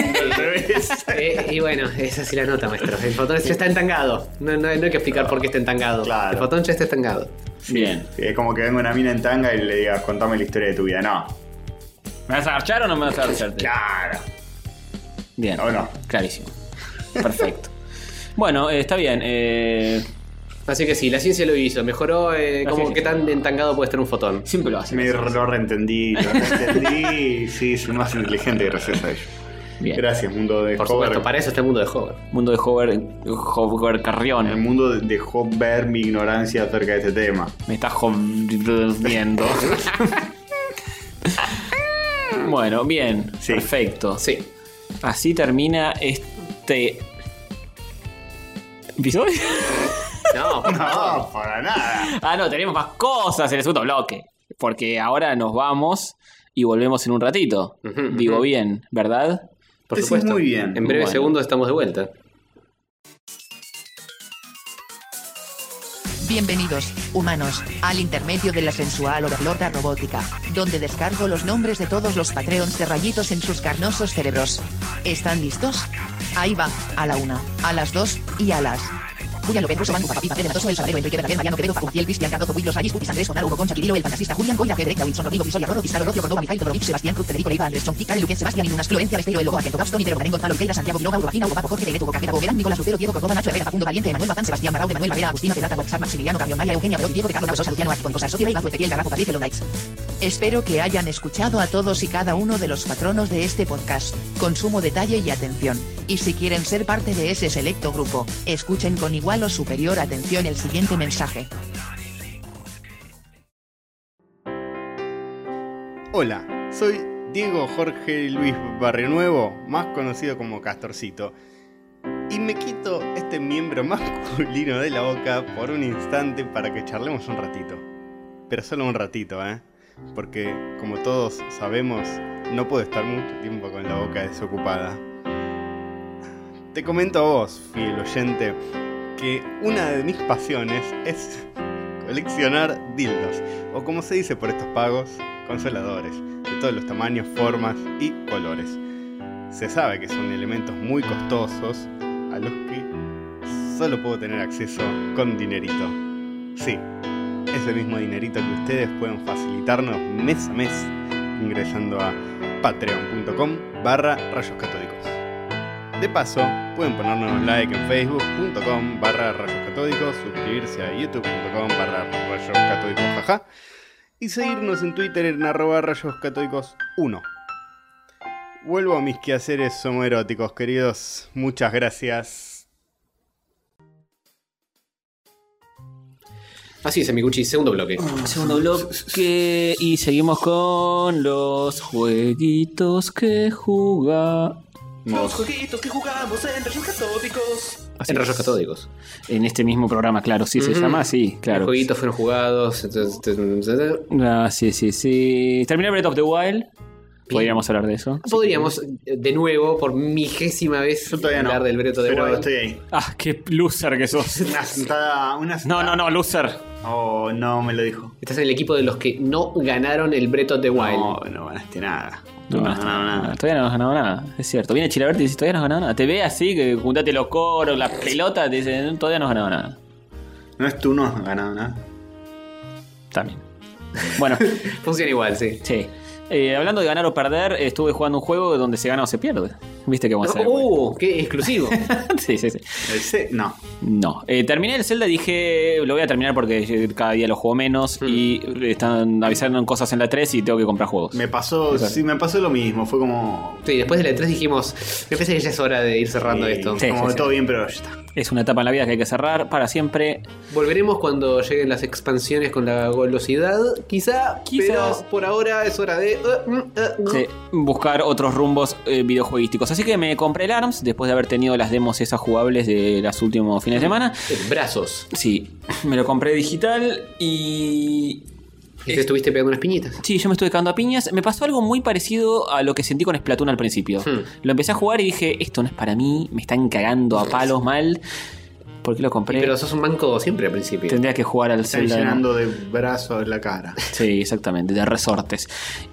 Speaker 2: Y bueno, esa sí la nota, maestro. El fotón ya está entangado. No hay que explicar por qué está entangado.
Speaker 3: Claro.
Speaker 2: El fotón ya está entangado.
Speaker 1: Bien.
Speaker 3: Sí, es como que venga una mina en tanga y le diga: contame la historia de tu vida. No.
Speaker 1: ¿Me vas a garchar o no me vas a garchar?
Speaker 3: Claro.
Speaker 1: Bien.
Speaker 3: ¿O no?
Speaker 1: Clarísimo. Perfecto. Bueno, está bien.
Speaker 2: Así que sí, la ciencia lo hizo. Mejoró como qué tan entangado puede estar un fotón.
Speaker 1: Siempre lo hace.
Speaker 3: Lo reentendí. Sí, soy más inteligente gracias a ello.
Speaker 1: Bien.
Speaker 3: Gracias, mundo de
Speaker 2: Por
Speaker 3: Hover.
Speaker 2: supuesto, para eso está el mundo de Hover.
Speaker 1: Mundo de Hover Carrión.
Speaker 3: El mundo dejó ver mi ignorancia acerca de este tema.
Speaker 1: Me está jodiendo. Bueno, bien.
Speaker 3: Sí.
Speaker 1: Perfecto.
Speaker 2: Sí.
Speaker 1: Así termina este episodio.
Speaker 2: No,
Speaker 3: No, para nada.
Speaker 1: No, tenemos más cosas en el segundo bloque. Porque ahora nos vamos y volvemos en un ratito. Digo bien, ¿verdad?
Speaker 2: por
Speaker 3: Decís
Speaker 2: supuesto.
Speaker 3: muy bien.
Speaker 2: En breves
Speaker 1: Bueno.
Speaker 2: segundos estamos de vuelta.
Speaker 10: Bienvenidos, humanos, al intermedio de la sensual overlorda robótica, donde descargo los nombres de todos los Patreons de rayitos en sus carnosos cerebros. ¿Están listos? Ahí va, a la 1, a las 2, y a las Julián López, Russo, Banco, Papi, Papel, Matoso, El Saladero, Enrique Verdaguer, Mariano Quevedo, Facustiel, Cristian Cardozo, Puiglos, Ayes, Putis, Andrés, Fonaro, Hugo Concha, Quirilo, El Fantasista, Julián Coira, Federica, Wilson, Rodrigo, Pisoya, Rodo, Pizarro, Rocio, Córdoba, Mijail, Todorovic, Sebastián Cruz, Federico Leiva, Andrés Chonti, Karen Luquén, Sebastián Inunas, Florencia, Besteiro, El Lobo, Argento, Gabstón, Ibero, Marín, Gonzalo, Queira, Santiago, Quiroga, Urbacina, Hugo Papo, Jorge, Legueto, Cajeta, Boguerán, Nicolás Lucero, Diego Córdoba, Nacho Herrera, Facundo Valiente, Manuel Bazán, Sebastián Barraude, Manuel Barrera, Agustina Peralta, Boxar, Maximiliano, Carrión, María, Eugenia, Pedro, Diego de Carlos, Sosa, Luciano, Arquicon, Cosas, Sofía, Ibazo, Ezequiel, Garrafo, Patricio, Londaix. Espero que hayan escuchado a todos y cada uno de los patronos de este podcast, con sumo detalle y atención, y si quieren ser parte de ese selecto grupo, escuchen con igual o superior atención el siguiente mensaje.
Speaker 11: Hola, soy Diego Jorge Luis Barrionuevo, más conocido como Castorcito, y me quito este miembro masculino de la boca por un instante para que charlemos un ratito. Pero solo un ratito, porque como todos sabemos, no puedo estar mucho tiempo con la boca desocupada. Te comento a vos, fiel oyente, que una de mis pasiones es coleccionar dildos, o como se dice por estos pagos, consoladores, de todos los tamaños, formas y colores. Se sabe que son elementos muy costosos a los que solo puedo tener acceso con dinerito. Sí, ese mismo dinerito que ustedes pueden facilitarnos mes a mes ingresando a patreon.com/rayoscatódicos. De paso, pueden ponernos like en facebook.com/rayoscatódicos, suscribirse a youtube.com/rayoscatódicos, jaja, y seguirnos en Twitter en @rayoscatódicos1. Vuelvo a mis quehaceres homoeróticos, queridos. Muchas gracias.
Speaker 2: Así es, Amiguchi, segundo bloque.
Speaker 1: Segundo bloque. Y seguimos con los jueguitos que jugamos.
Speaker 2: Los jueguitos que jugamos en Rayos Catódicos.
Speaker 1: Así
Speaker 2: en
Speaker 1: es.
Speaker 2: Rayos Catódicos.
Speaker 1: En este mismo programa, claro, sí se llama así, claro.
Speaker 2: Los jueguitos fueron jugados.
Speaker 1: Sí. Terminé Breath of the Wild. Podríamos hablar de eso.
Speaker 2: Podríamos, de nuevo, por 1000ª vez, hablar del Breath of the Wild.
Speaker 3: Pero estoy ahí.
Speaker 1: Ah, qué loser que sos.
Speaker 3: Una sentada.
Speaker 1: No, loser.
Speaker 3: Oh, no me lo dijo.
Speaker 2: Estás en el equipo de los que no ganaron el Breath of the Wild.
Speaker 3: No ganaste nada.
Speaker 1: No has ganado nada. Todavía no has ganado nada, es cierto. Viene Chilaberti y dice, todavía no has ganado nada. Te ve así, que juntate los coros, las pelotas, te dice, todavía no has ganado nada.
Speaker 3: No es tú, no has ganado nada.
Speaker 1: También. Bueno.
Speaker 2: Funciona igual, sí.
Speaker 1: Sí. Hablando de ganar o perder, estuve jugando un juego donde se gana o se pierde. ¿Viste que vamos a hacer?
Speaker 2: ¡Qué exclusivo!
Speaker 1: Sí.
Speaker 3: No.
Speaker 1: Terminé el Zelda y dije, lo voy a terminar porque cada día lo juego menos y están avisando cosas en la 3 y tengo que comprar juegos.
Speaker 3: Me pasó lo mismo. Fue como...
Speaker 2: Sí, después de la 3 dijimos, me parece que ya es hora de ir cerrando esto.
Speaker 1: Sí,
Speaker 3: todo bien, pero ya está.
Speaker 1: Es una etapa en la vida que hay que cerrar para siempre.
Speaker 2: Volveremos cuando lleguen las expansiones con la golosidad, quizás. Pero por ahora es hora de
Speaker 1: buscar otros rumbos videojueguísticos. Así que me compré el ARMS después de haber tenido las demos esas jugables de los últimos fines de semana.
Speaker 2: Brazos.
Speaker 1: Sí, me lo compré digital y...
Speaker 2: ¿Y te estuviste pegando unas piñitas?
Speaker 1: Sí, yo me estuve cagando a piñas. Me pasó algo muy parecido a lo que sentí con Splatoon al principio. Lo empecé a jugar y dije, esto no es para mí, me están cagando a palos mal. ¿Por qué lo compré?
Speaker 2: Pero sos un manco siempre al principio.
Speaker 1: Tendría que jugar al
Speaker 3: Están
Speaker 1: Zelda.
Speaker 3: llenando de brazos la cara.
Speaker 1: Sí, exactamente, de resortes.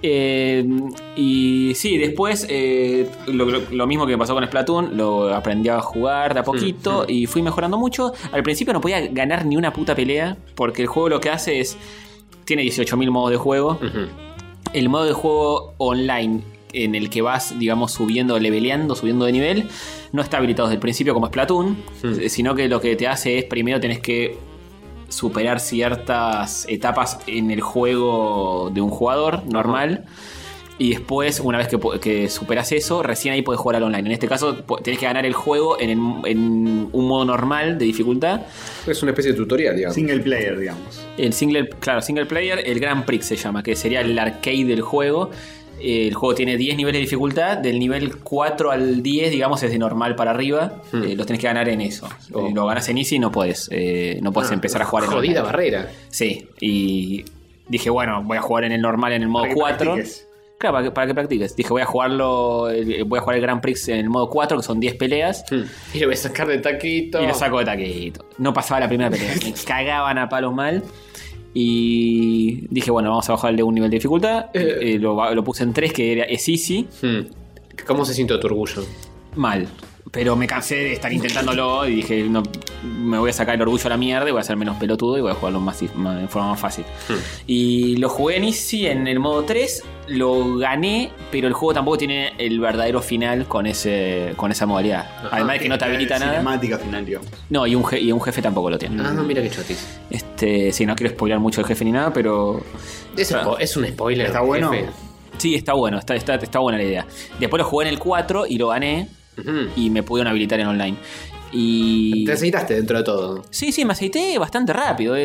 Speaker 1: Y sí, después lo mismo que me pasó con Splatoon, lo aprendí a jugar de a poquito y fui mejorando mucho. Al principio no podía ganar ni una puta pelea porque el juego lo que hace es... Tiene 18.000 modos de juego. El modo de juego online en el que vas, digamos, leveleando, subiendo de nivel, no está habilitado desde el principio como Splatoon, sino que lo que te hace es primero tenés que superar ciertas etapas en el juego de un jugador normal. Y después, una vez que superas eso, recién ahí podés jugar al online. En este caso, tenés que ganar el juego en un modo normal de dificultad.
Speaker 2: Es una especie de tutorial, digamos.
Speaker 3: Single player, digamos.
Speaker 1: Single player, el Grand Prix se llama, que sería el arcade del juego. El juego tiene 10 niveles de dificultad. Del nivel 4 al 10, digamos, es de normal para arriba. Los tenés que ganar en eso. Lo ganas en easy y no podés empezar a jugar en
Speaker 2: jodida
Speaker 1: online.
Speaker 2: Barrera.
Speaker 1: Sí, y dije, bueno, voy a jugar en el normal en el modo 4.
Speaker 3: Practiques.
Speaker 1: Claro, para que practiques. Dije, voy a jugar el Grand Prix en el modo 4, que son 10 peleas.
Speaker 2: Y lo voy a sacar de taquito.
Speaker 1: Y lo saco de taquito. No pasaba la primera pelea. Me cagaban a palos mal. Y dije, bueno, vamos a bajarle un nivel de dificultad. Lo puse en 3, que es easy.
Speaker 2: ¿Cómo se sintió tu orgullo?
Speaker 1: mal. Pero me cansé de estar intentándolo y dije, no, me voy a sacar el orgullo a la mierda y voy a ser menos pelotudo y voy a jugarlo en forma más fácil. Y lo jugué en Easy en el modo 3, lo gané, pero el juego tampoco tiene el verdadero final con esa modalidad. Además de que no te habilita nada.
Speaker 3: Cinemática final, digamos.
Speaker 1: No, y un jefe tampoco lo tiene.
Speaker 2: Mira qué chotis.
Speaker 1: Sí, no quiero spoilear mucho el jefe ni nada, pero...
Speaker 2: Es un spoiler.
Speaker 3: ¿Está bueno?
Speaker 2: Jefe.
Speaker 1: Sí, está bueno, está buena la idea. Después lo jugué en el 4 y lo gané. Y me pudieron habilitar en online. Y...
Speaker 2: Te aceitaste dentro de todo.
Speaker 1: Sí, me aceité bastante rápido.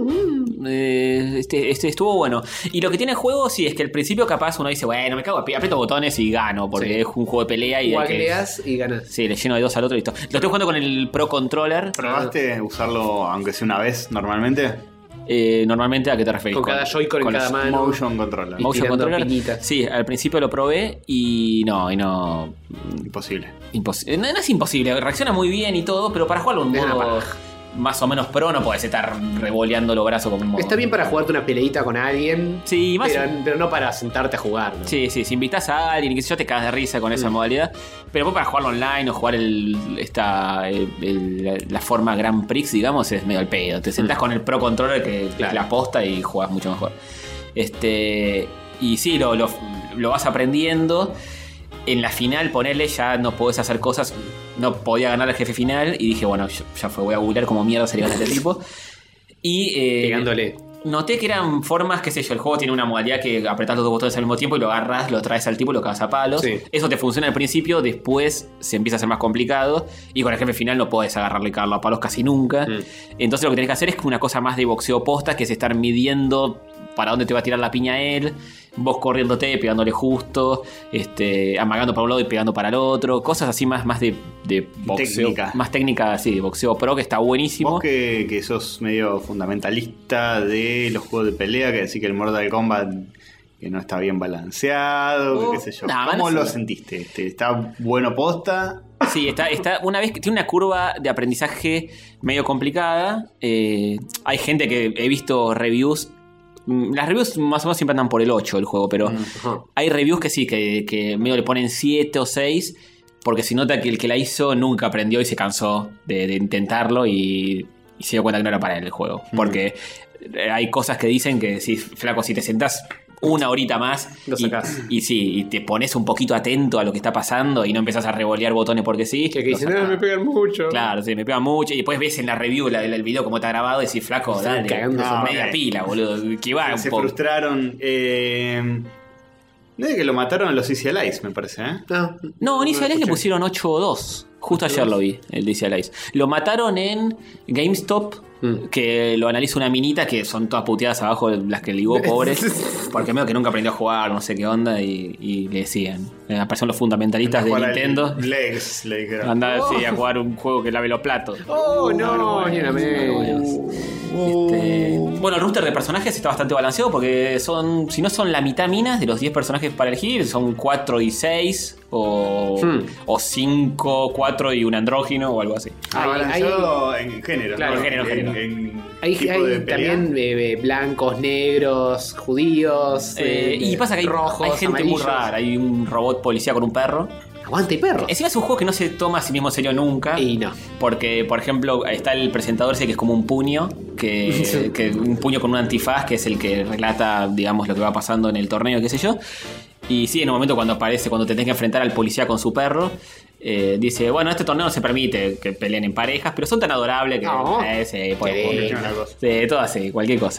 Speaker 1: Estuvo bueno. Y lo que tiene el juego, sí, es que al principio capaz uno dice, bueno, me cago, aprieto botones y gano, porque es un juego de pelea y
Speaker 2: guagleas y ganas. Sí,
Speaker 1: le lleno de 2 al otro y listo. Lo estoy jugando con el Pro Controller.
Speaker 3: ¿Probaste usarlo aunque sea una vez normalmente?
Speaker 1: Normalmente, ¿a qué te referís?
Speaker 2: Con cada Joy-Con en cada mano.
Speaker 3: Motion Controller.
Speaker 1: Motion Controller. Sí, al principio lo probé y no.
Speaker 3: Imposible.
Speaker 1: No es imposible, reacciona muy bien y todo, pero para jugarlo en un modo más o menos pro no podés estar revoleando los brazos como un modo.
Speaker 2: Está bien para jugarte una peleita con alguien,
Speaker 1: sí, más
Speaker 2: pero no para sentarte a jugar, ¿no?
Speaker 1: Sí, si invitas a alguien y que yo te cagas de risa con esa modalidad, pero para jugarlo online o jugar la forma Grand Prix, digamos, es medio al pedo. Te sentás con el Pro Controller que la posta y jugás mucho mejor. Y sí, lo vas aprendiendo. En la final, ponerle, ya no podés hacer cosas. No podía ganar al jefe final. Y dije, bueno, ya fue, voy a googlear cómo mierda sería este tipo. Y
Speaker 2: pegándole.
Speaker 1: Noté que eran formas, qué sé yo, el juego tiene una modalidad que apretás los dos botones al mismo tiempo y lo agarras, lo traes al tipo y lo cagas a palos. Sí. Eso te funciona al principio, después se empieza a hacer más complicado. Y con el jefe final no podés agarrarle y cagarlo a palos casi nunca. Entonces lo que tenés que hacer es una cosa más de boxeo posta, que es estar midiendo para dónde te va a tirar la piña él, vos corriéndote, pegándole justo, amagando para un lado y pegando para el otro, cosas así más de boxeo, técnica. Más técnica, sí, de boxeo pro, que está buenísimo.
Speaker 3: Vos que sos medio fundamentalista de los juegos de pelea, que decís que el Mortal Kombat que no está bien balanceado, que qué sé yo. ¿Cómo lo sentiste? ¿Está bueno posta?
Speaker 1: Sí, está una vez que tiene una curva de aprendizaje medio complicada. Hay gente que he visto reviews. Las reviews más o menos siempre andan por el 8 el juego, pero hay reviews que sí, que medio le ponen 7 o 6, porque se nota que el que la hizo nunca aprendió y se cansó de intentarlo y se dio cuenta que no era para él el juego. Porque hay cosas que dicen que si, flaco, si te sentás una horita más y te pones un poquito atento a lo que está pasando y no empezás a revolear botones porque sí.
Speaker 2: Que dicen, me pegan mucho.
Speaker 1: Claro, sí, me pegan mucho. Y después ves en la review el video como está grabado y decís, flaco, dale, media pila, boludo. Que va
Speaker 3: se
Speaker 1: un poco.
Speaker 3: Frustraron. No es que lo mataron a los Easy Allies, me parece, ¿eh?
Speaker 1: No, en Easy Allies le pusieron 8-2. Justo ayer lo vi, el de Easy Allies. Lo mataron en GameStop, que lo analiza una minita, que son todas puteadas abajo, las que ligó, pobres. Porque medio que nunca aprendió a jugar, no sé qué onda, y le decían. Aparecieron los fundamentalistas de Nintendo.
Speaker 3: Legs, le dijeron.
Speaker 1: Anda a jugar un juego que lave los platos.
Speaker 2: Ni una menos.
Speaker 1: Bueno, el roster de personajes está bastante balanceado porque si no son la mitad minas de los 10 personajes para elegir, son 4 y 6 o 5, 4 y un andrógino o algo así.
Speaker 3: Balanceado en género.
Speaker 1: Claro,
Speaker 3: ¿no?
Speaker 1: en género.
Speaker 2: Hay también blancos, negros, judíos.
Speaker 1: Y pasa que hay
Speaker 2: rojos,
Speaker 1: gente
Speaker 2: amarillos.
Speaker 1: muy rara. Hay un robot policía con un perro.
Speaker 2: Aguante y perro.
Speaker 1: Encima es un juego que no se toma a sí mismo en serio nunca.
Speaker 2: Y no.
Speaker 1: Porque, por ejemplo, está el presentador ese que es como un puño. Que un puño con un antifaz, que es el que relata, digamos, lo que va pasando en el torneo, qué sé yo. Y sí, en un momento cuando te tenés que enfrentar al policía con su perro, dice, bueno, este torneo no se permite que peleen en parejas, pero son tan adorables que todo así, cualquier cosa.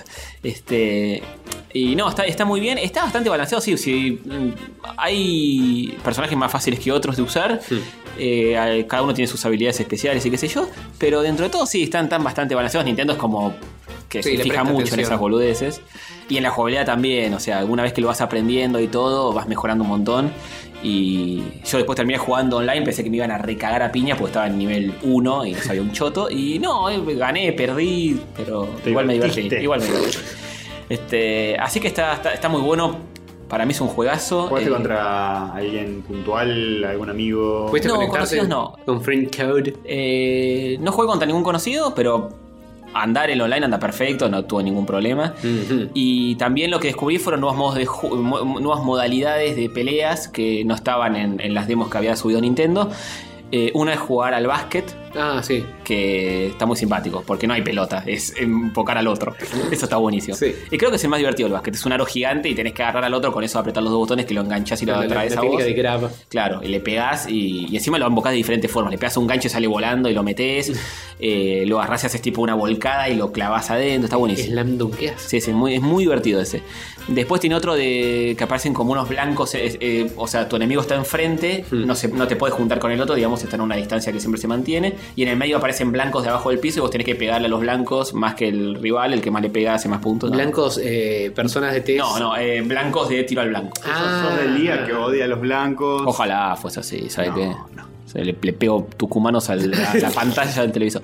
Speaker 1: Y no, está muy bien, está bastante balanceado, sí. Hay personajes más fáciles que otros de usar. Cada uno tiene sus habilidades especiales y qué sé yo, pero dentro de todo sí están bastante balanceados. Nintendo es como que se fija mucho en esas boludeces. Y en la jugabilidad también, o sea, alguna vez que lo vas aprendiendo y todo, vas mejorando un montón. Y yo después terminé jugando online, pensé que me iban a recagar a piña porque estaba en nivel 1 y no sabía un choto. Y no, gané, perdí, pero igual me divertí. Así que está muy bueno. Para mí es un juegazo.
Speaker 3: ¿Jugaste contra alguien puntual, algún amigo?
Speaker 2: ¿Fuiste
Speaker 1: no,
Speaker 2: conocidos
Speaker 1: no.
Speaker 2: ¿Con Friend Code?
Speaker 1: No jugué contra ningún conocido, pero andar el online anda perfecto, no tuvo ningún problema. Y también lo que descubrí fueron nuevos modos de nuevas modalidades de peleas que no estaban en las demos que había subido Nintendo. Una es jugar al básquet.
Speaker 2: Ah, sí.
Speaker 1: Que está muy simpático, porque no hay pelota, es enfocar al otro. Eso está buenísimo.
Speaker 2: Sí.
Speaker 1: Y creo que es el más divertido el básquet. Es un aro gigante y tenés que agarrar al otro, con eso apretar los dos botones que lo enganchás y lo traes a vos.
Speaker 2: De grab.
Speaker 1: Claro, y le pegás y encima lo embocás de diferentes formas. Le pegás un gancho y sale volando y lo metés. Lo agarrás y haces tipo una volcada y lo clavás adentro. Está buenísimo.
Speaker 2: Slam dunkeas.
Speaker 1: Sí, es muy divertido ese. Después tiene otro de que aparecen como unos blancos. O sea, tu enemigo está enfrente, no te puedes juntar con el otro, digamos, está en una distancia que siempre se mantiene. Y en el medio aparecen blancos de abajo del piso y vos tenés que pegarle a los blancos más que el rival. El que más le pega hace más puntos.
Speaker 2: ¿Blancos personas de test?
Speaker 1: No, blancos de tiro al blanco.
Speaker 3: Sos del día que odia a los blancos.
Speaker 1: Ojalá fuese así, ¿sabes qué? Le pego tucumanos a la pantalla del televisor.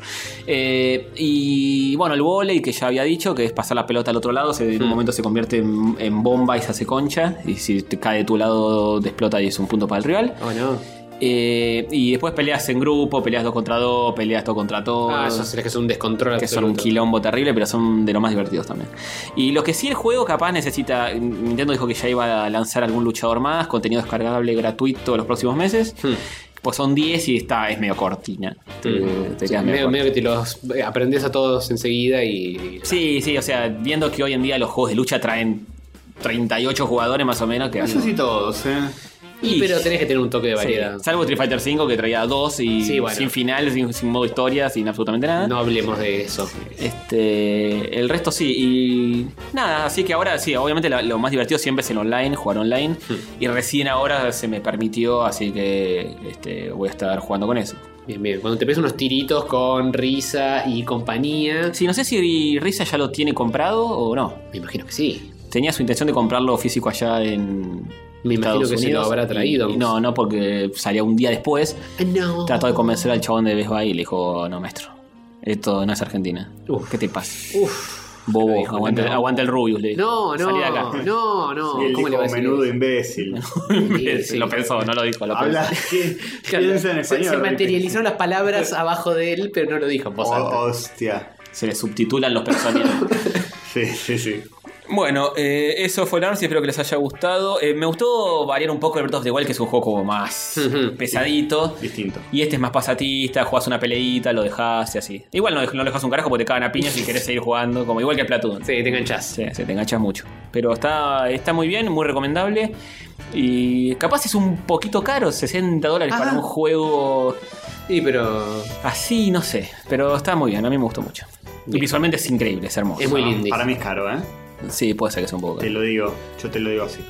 Speaker 1: Y bueno, el vóley que ya había dicho, que es pasar la pelota al otro lado, en un momento se convierte en bomba y se hace concha. Y si te cae de tu lado, te explota y es un punto para el rival.
Speaker 2: Oh, no.
Speaker 1: Y después peleas en grupo, peleas 2 contra 2, peleas todo contra todo.
Speaker 2: Eso sería que es un descontrol
Speaker 1: que
Speaker 2: absoluto.
Speaker 1: son un quilombo terrible, pero son de los más divertidos también. Y lo que sí el juego capaz necesita, Nintendo dijo que ya iba a lanzar algún luchador más, contenido descargable gratuito los próximos meses. Pues son 10 y es medio cortina. Te quedas
Speaker 2: medio que te los aprendes a todos enseguida y...
Speaker 1: Sí, o sea, viendo que hoy en día los juegos de lucha traen 38 jugadores más o menos. Que
Speaker 3: eso sí todos,
Speaker 2: pero tenés que tener un toque de variedad.
Speaker 1: Sí. Salvo Street Fighter 5 que traía 2 y sin final, sin modo historia, sin absolutamente nada.
Speaker 2: No hablemos de eso.
Speaker 1: El resto sí. Y nada, así que ahora sí, obviamente lo más divertido siempre es el online, jugar online. Y recién ahora se me permitió, así que voy a estar jugando con eso.
Speaker 2: Bien. Cuando te ves unos tiritos con Risa y compañía.
Speaker 1: Sí, no sé si Risa ya lo tiene comprado o no.
Speaker 2: Me imagino que sí.
Speaker 1: Tenía su intención de comprarlo físico allá en...
Speaker 2: Me imagino
Speaker 1: Estados
Speaker 2: que
Speaker 1: Unidos,
Speaker 2: se lo habrá traído.
Speaker 1: Y no, porque salía un día después.
Speaker 2: No.
Speaker 1: Trató de convencer al chabón de Best Buy y le dijo: no, maestro, esto no es Argentina. ¿Qué te pasa? Bobo, aguanta el Rubius, le dijo.
Speaker 2: No.
Speaker 1: Salí de acá.
Speaker 2: No.
Speaker 3: Y él
Speaker 2: ¿Cómo le va a decir?
Speaker 3: menudo imbécil.
Speaker 1: Sí, lo pensó, no lo dijo.
Speaker 3: Habla, piensa en español.
Speaker 2: Se materializaron las palabras abajo de él, pero no lo dijo en voz alta.
Speaker 3: Hostia.
Speaker 1: Se le subtitulan los personajes.
Speaker 3: Sí.
Speaker 1: Bueno, eso fue el Arms y espero que les haya gustado. Me gustó variar un poco el Breath of the Wild, que es un juego como más pesadito.
Speaker 3: Distinto.
Speaker 1: Y este es más pasatista, jugás una peleita, lo dejás y así. Igual no lo dejás un carajo porque te cagan a piñas y querés seguir jugando, como igual que el Platoon.
Speaker 2: Sí, te enganchás.
Speaker 1: Sí, te enganchas mucho. Pero está muy bien, muy recomendable. Y capaz es un poquito caro, $60 para un juego...
Speaker 2: Sí, pero...
Speaker 1: Así, no sé. Pero está muy bien, a mí me gustó mucho. Y visualmente es increíble, es hermoso.
Speaker 2: Es muy lindo.
Speaker 3: Para mí es caro,
Speaker 1: Sí, puede ser que sea un poco caro.
Speaker 3: Yo te lo digo así.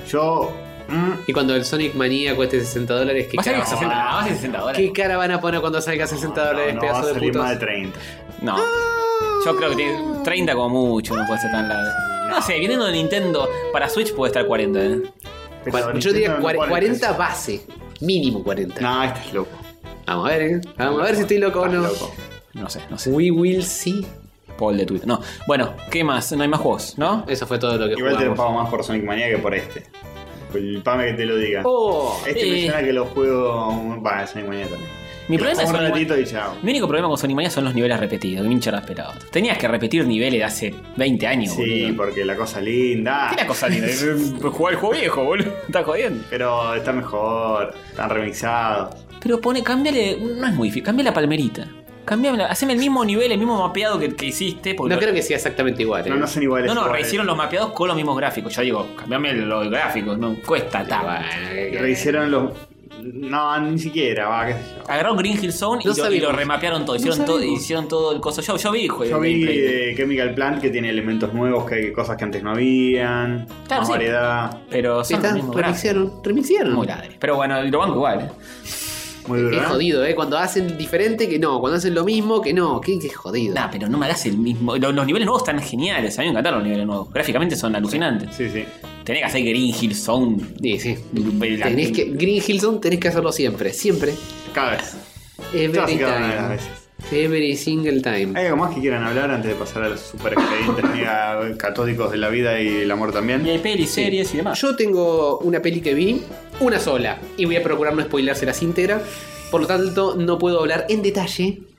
Speaker 2: Y cuando el Sonic Mania cueste $60, ¿qué cara
Speaker 1: va a ser $60?
Speaker 2: ¿Qué cara van a poner cuando salga $60,
Speaker 3: no
Speaker 2: pedazo
Speaker 3: va a
Speaker 2: de
Speaker 3: salir
Speaker 2: putos?
Speaker 3: más de 30.
Speaker 1: No. Yo creo que tiene 30 como mucho, no puede ser tan largo. No sé, viniendo de Nintendo para Switch puede estar 40,
Speaker 2: Yo diría 40 base. Mínimo 40.
Speaker 3: No, estás loco.
Speaker 2: Vamos a ver si estoy loco o no.
Speaker 1: No sé.
Speaker 2: We will see.
Speaker 1: Paul de Twitter. No. Bueno, ¿qué más? No hay más juegos, ¿no?
Speaker 2: Eso fue todo lo que
Speaker 3: Igual
Speaker 2: jugamos.
Speaker 3: te lo pago más por Sonic Mania que por este. Culpame que te lo diga. Me suena que los juegos... Sonic Mania también.
Speaker 1: Mi problema es
Speaker 3: un ratito y chao.
Speaker 1: Mi único problema con Sonic Mania son los niveles repetidos. Que me hincha las pelotas. Tenías que repetir niveles de hace 20 años,
Speaker 3: Sí,
Speaker 1: boludo.
Speaker 3: porque la cosa linda.
Speaker 1: ¿Qué es la cosa linda? Jugar el juego viejo, boludo. Estás jodiendo.
Speaker 3: Pero está mejor. Están remixados.
Speaker 1: Pero cámbiale... No es muy difícil. Cambia la palmerita. Haceme el mismo nivel, el mismo mapeado que hiciste.
Speaker 2: No creo que sea exactamente igual.
Speaker 3: No son iguales.
Speaker 1: No, rehicieron los mapeados con los mismos gráficos. Yo digo, cambiame los gráficos, no cuesta tanto.
Speaker 3: Rehicieron los... No, ni siquiera, qué sé yo.
Speaker 1: Agarraron Green Hill Zone y lo remapearon todo. Hicieron todo el coso. Yo vi
Speaker 3: Chemical Plant, que tiene elementos nuevos, que hay cosas que antes no habían.
Speaker 1: Claro,
Speaker 3: más variedad.
Speaker 1: Pero son los mismos gráficos.
Speaker 2: Remixieron.
Speaker 1: Muy ladre. Pero bueno, lo banco igual,
Speaker 3: Muy duro,
Speaker 2: Es jodido, cuando hacen diferente que no, cuando hacen lo mismo que no, que es jodido.
Speaker 1: Nah, pero no me hagas el mismo. Los niveles nuevos están geniales, a mí me encantaron los niveles nuevos. Gráficamente son alucinantes.
Speaker 3: Sí.
Speaker 1: Tenés que hacer Green Hill Zone.
Speaker 2: Sí. Green Hill Zone tenés que hacerlo siempre.
Speaker 3: Cada vez.
Speaker 2: Every
Speaker 3: Cada una de las
Speaker 2: time.
Speaker 3: veces.
Speaker 2: Every single time.
Speaker 3: ¿Hay algo más que quieran hablar antes de pasar a los super expedientes mega catódicos de la vida y el amor también?
Speaker 1: Y hay pelis, series y demás.
Speaker 2: Yo tengo una peli que vi, una sola, y voy a procurar no spoileárselas íntegra. Por lo tanto, no puedo hablar en detalle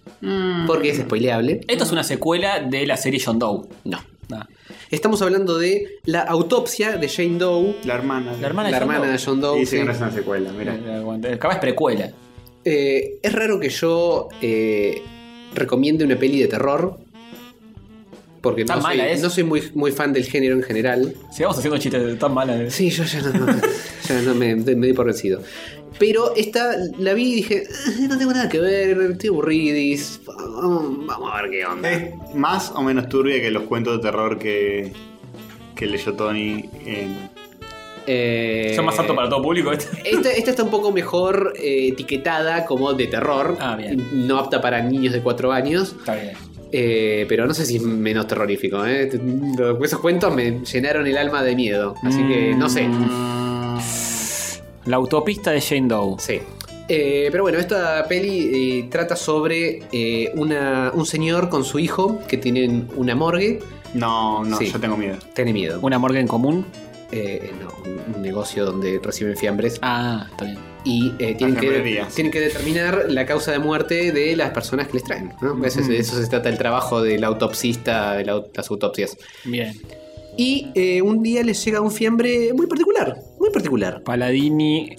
Speaker 2: Porque es spoileable.
Speaker 1: Esto es una secuela de la serie John Doe.
Speaker 2: No. Estamos hablando de la autopsia de Jane Doe.
Speaker 3: La hermana
Speaker 2: de John Doe.
Speaker 3: Dice que no es una secuela, mira.
Speaker 1: Capaz es precuela.
Speaker 2: Es raro que yo recomiende una peli de terror. Porque no soy muy fan del género en general.
Speaker 1: Sigamos haciendo chistes tan malas.
Speaker 2: Sí, yo ya no me di por vencido. Pero esta la vi y dije, no tengo nada que ver, estoy aburridis. Vamos a ver qué onda.
Speaker 3: Es más o menos turbia que los cuentos de terror que leyó Tony
Speaker 1: ¿Son más aptos para todo público?
Speaker 2: Esta está un poco mejor etiquetada como de terror.
Speaker 1: Bien.
Speaker 2: No apta para niños de 4 años.
Speaker 1: Está bien.
Speaker 2: Pero no sé si es menos terrorífico. Esos cuentos me llenaron el alma de miedo. Así que no sé.
Speaker 1: La autopista de Jane Doe.
Speaker 2: Sí. Pero bueno, esta peli trata sobre un señor con su hijo que tienen una morgue.
Speaker 3: No,
Speaker 2: Sí.
Speaker 3: yo tengo miedo.
Speaker 2: Tiene miedo.
Speaker 1: ¿Una morgue en común?
Speaker 2: No, un negocio donde reciben fiambres.
Speaker 1: Está bien.
Speaker 2: Y tienen que determinar la causa de muerte de las personas que les traen, ¿no? De eso se trata el trabajo del autopsista, de las autopsias.
Speaker 1: Bien.
Speaker 2: Y un día les llega un fiambre muy particular.
Speaker 1: Paladini.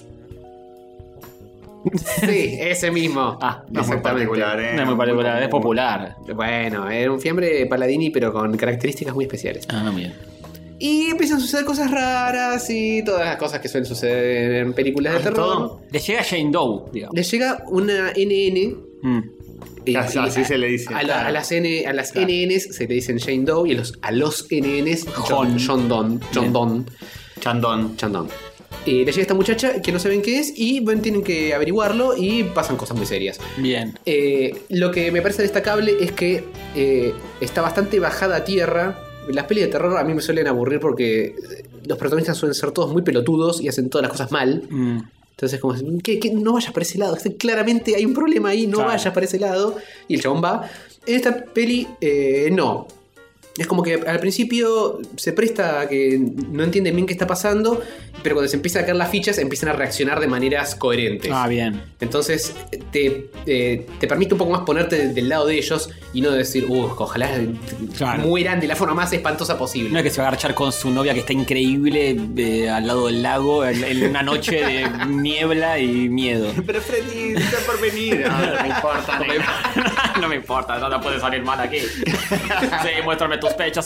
Speaker 2: Sí, ese mismo.
Speaker 3: No es muy particular,
Speaker 1: No es muy particular, es popular.
Speaker 2: Bueno, era un fiambre Paladini, pero con características muy especiales.
Speaker 1: Bien.
Speaker 2: Y empiezan a suceder cosas raras y todas las cosas que suelen suceder en películas de terror.
Speaker 1: Le llega Jane Doe, digamos.
Speaker 2: Les llega una NN.
Speaker 3: Así se le dice.
Speaker 2: A las NNs se le dicen Jane Doe y a los NNs Chandon. Le llega esta muchacha que no saben qué es y tienen que averiguarlo y pasan cosas muy serias.
Speaker 1: Bien.
Speaker 2: Lo que me parece destacable es que está bastante bajada a tierra. Las pelis de terror a mí me suelen aburrir porque los protagonistas suelen ser todos muy pelotudos y hacen todas las cosas mal. Entonces como, ¿qué? No vayas para ese lado. Claramente hay un problema ahí, no vayas para ese lado. Y el chabón va. En esta peli, no. Es como que al principio se presta a que no entienden bien qué está pasando, pero cuando se empiezan a caer las fichas empiezan a reaccionar de maneras coherentes.
Speaker 1: Bien.
Speaker 2: Entonces te permite un poco más ponerte del lado de ellos y no decir, ojalá mueran de la forma más espantosa posible.
Speaker 1: No es que se va a agarchar con su novia que está increíble al lado del lago en una noche de niebla y miedo.
Speaker 3: Pero Freddy, está por venir.
Speaker 1: No me importa, no me importa, no puede salir mal aquí. Sí, muéstrame tus pechos y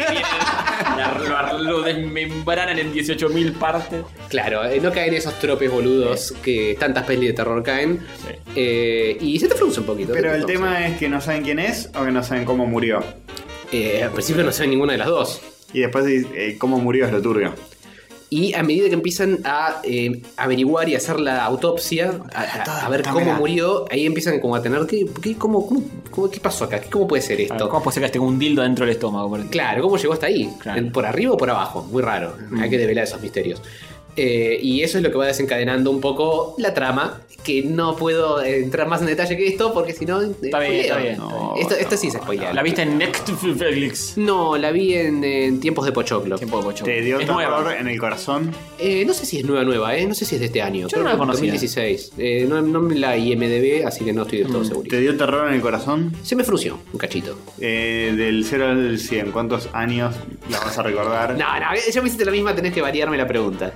Speaker 1: lo desmembranan en 18.000 partes.
Speaker 2: Claro, no caen esos tropes boludos que tantas pelis de terror caen. Y se te frunce un poquito.
Speaker 3: Pero el tema es que no saben quién es o que no saben cómo murió.
Speaker 2: Al principio no saben ninguna de las dos.
Speaker 3: Y después cómo murió es lo turbio.
Speaker 2: Y a medida que empiezan a averiguar y hacer la autopsia, a ver cómo murió, ahí empiezan como a tener ¿qué pasó acá? ¿Cómo puede ser esto?
Speaker 1: ¿Cómo puede ser que esté con un dildo dentro del estómago?
Speaker 2: Claro, ¿cómo llegó hasta ahí?
Speaker 1: Claro.
Speaker 2: ¿Por arriba o por abajo? Muy raro. Hay que develar esos misterios. Y eso es lo que va desencadenando un poco la trama, que no puedo entrar más en detalle que esto porque si no...
Speaker 1: Está bien.
Speaker 2: No, esto sí se spoilea.
Speaker 1: ¿La viste en Netflix?
Speaker 2: No, la vi en Tiempos de Pochoclo.
Speaker 3: ¿Te dio terror en el corazón?
Speaker 2: No sé si es nueva, no sé si es de este año.
Speaker 1: Yo no la conocía.
Speaker 2: 2016. No me la IMDb, así que no estoy del todo seguro.
Speaker 3: ¿Te dio terror en el corazón?
Speaker 2: Se me frunció un cachito.
Speaker 3: Del 0 al 100, ¿cuántos años la vas a recordar?
Speaker 2: No, ya me hiciste la misma, tenés que variarme la pregunta.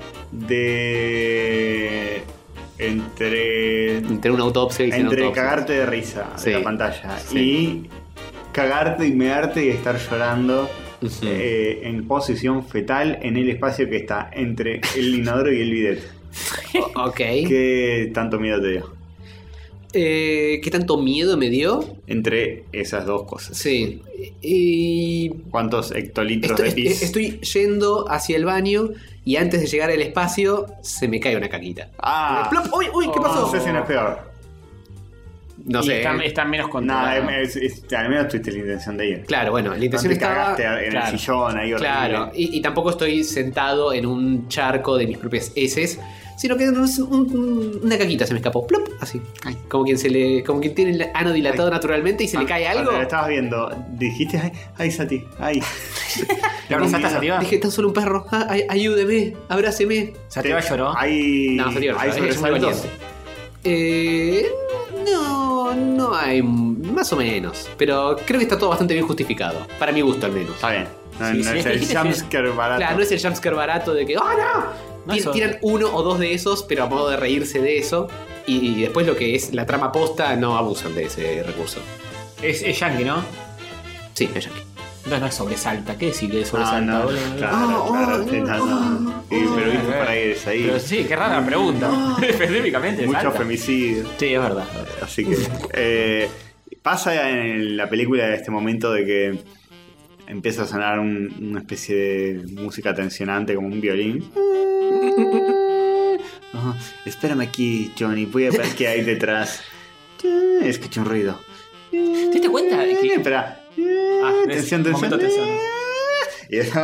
Speaker 2: Entre una autopsia y sin
Speaker 3: entre
Speaker 2: autopsia.
Speaker 3: Cagarte de risa de la pantalla y cagarte y mearte y estar llorando en posición fetal en el espacio que está entre el inodoro y el bidet.
Speaker 2: Ok.
Speaker 3: ¿Qué tanto miedo te dio?
Speaker 2: ¿Qué tanto miedo me dio?
Speaker 3: Entre esas dos cosas.
Speaker 2: Sí. Y...
Speaker 3: ¿Cuántos hectolitros de pis?
Speaker 2: Estoy yendo hacia el baño y antes de llegar al espacio se me cae una caquita. ¡Plop! ¡Uy! ¿Qué pasó?
Speaker 3: No sé si no es peor.
Speaker 2: No sé.
Speaker 1: Está menos controlado.
Speaker 3: Al menos tuviste la intención de ir.
Speaker 2: Claro, bueno, la intención estaba...
Speaker 3: cagaste en el sillón ahí horrible.
Speaker 2: Claro, y tampoco estoy sentado en un charco de mis propias heces, sino que una caquita se me escapó. ¡Plop! Así. Como quien tiene el ano dilatado naturalmente y se le cae algo.
Speaker 3: Cuando lo estabas viendo, dijiste, ay, Sati, ay.
Speaker 1: ¿Le abrazaste a Sativa?
Speaker 2: Dije, tan solo un perro. Ayúdeme, abráceme.
Speaker 1: ¿Sativa lloró?
Speaker 2: No, Sativa no. Es muy valiente. no hay. Más o menos. Pero creo que está todo bastante bien justificado. Para mi gusto, al menos.
Speaker 3: Está bien. No,
Speaker 1: Sí,
Speaker 3: no
Speaker 1: sí,
Speaker 3: es el jumpscare barato.
Speaker 2: Claro, no es el jumpscare barato de que. ¡Oh, no!
Speaker 1: No, eso-
Speaker 2: Tiran uno o dos de esos, pero a modo de reírse de eso. Y después lo que es la trama posta, no abusan de ese recurso.
Speaker 1: Es yankee, ¿no?
Speaker 2: Sí, es yankee.
Speaker 1: No, no es sobresalta. ¿Qué decir que es sobresalta?
Speaker 3: No,
Speaker 1: boludo?
Speaker 3: claro. Sí, pero viste por ahí es ahí.
Speaker 1: Pero sí, qué rara la pregunta. Específicamente.
Speaker 3: Mucho
Speaker 1: salta.
Speaker 3: femicidio.
Speaker 1: Sí, es verdad.
Speaker 3: Así que pasa en la película de este momento de que empieza a sonar una especie de música tensionante como un violín. Ajá. Espérame aquí, Johnny, voy a ver qué hay detrás. Escuché un ruido.
Speaker 1: ¿Te diste cuenta de que
Speaker 3: Espera.
Speaker 1: tensión,
Speaker 3: Tensión.
Speaker 1: momento tensión.
Speaker 3: Y es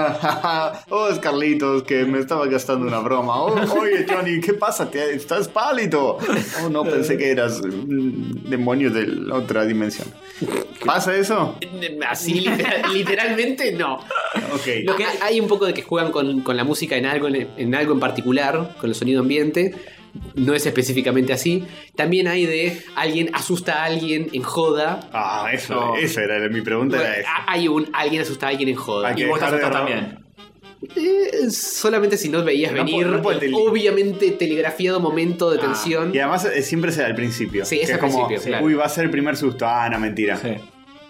Speaker 3: Carlitos, que me estaba gastando una broma. Oye, Johnny, ¿qué pasa? ¿Estás pálido? Oh, no, pensé que eras un demonio de la otra dimensión. ¿Pasa eso?
Speaker 2: Así, literalmente no.
Speaker 3: Ok.
Speaker 2: Lo que hay un poco de que juegan con la música en algo en particular, con el sonido ambiente. No es específicamente así. También hay de alguien asusta a alguien en joda.
Speaker 3: Ah, eso
Speaker 1: No.
Speaker 3: era mi pregunta.
Speaker 2: Bueno,
Speaker 3: Era esa.
Speaker 2: hay alguien asusta a alguien en joda.
Speaker 3: Hay que
Speaker 1: Y vos te
Speaker 3: dejar de
Speaker 1: asustas
Speaker 3: error.
Speaker 1: también.
Speaker 2: Solamente si no veías
Speaker 3: No
Speaker 2: venir
Speaker 3: puede
Speaker 2: el
Speaker 3: tele-
Speaker 2: obviamente telegrafiado momento de tensión.
Speaker 3: Y además siempre se da al principio.
Speaker 2: Sí, es
Speaker 3: Que
Speaker 2: al
Speaker 3: como,
Speaker 2: principio, claro.
Speaker 3: uy, va a ser el primer susto. Ah, no, mentira.
Speaker 1: Sí.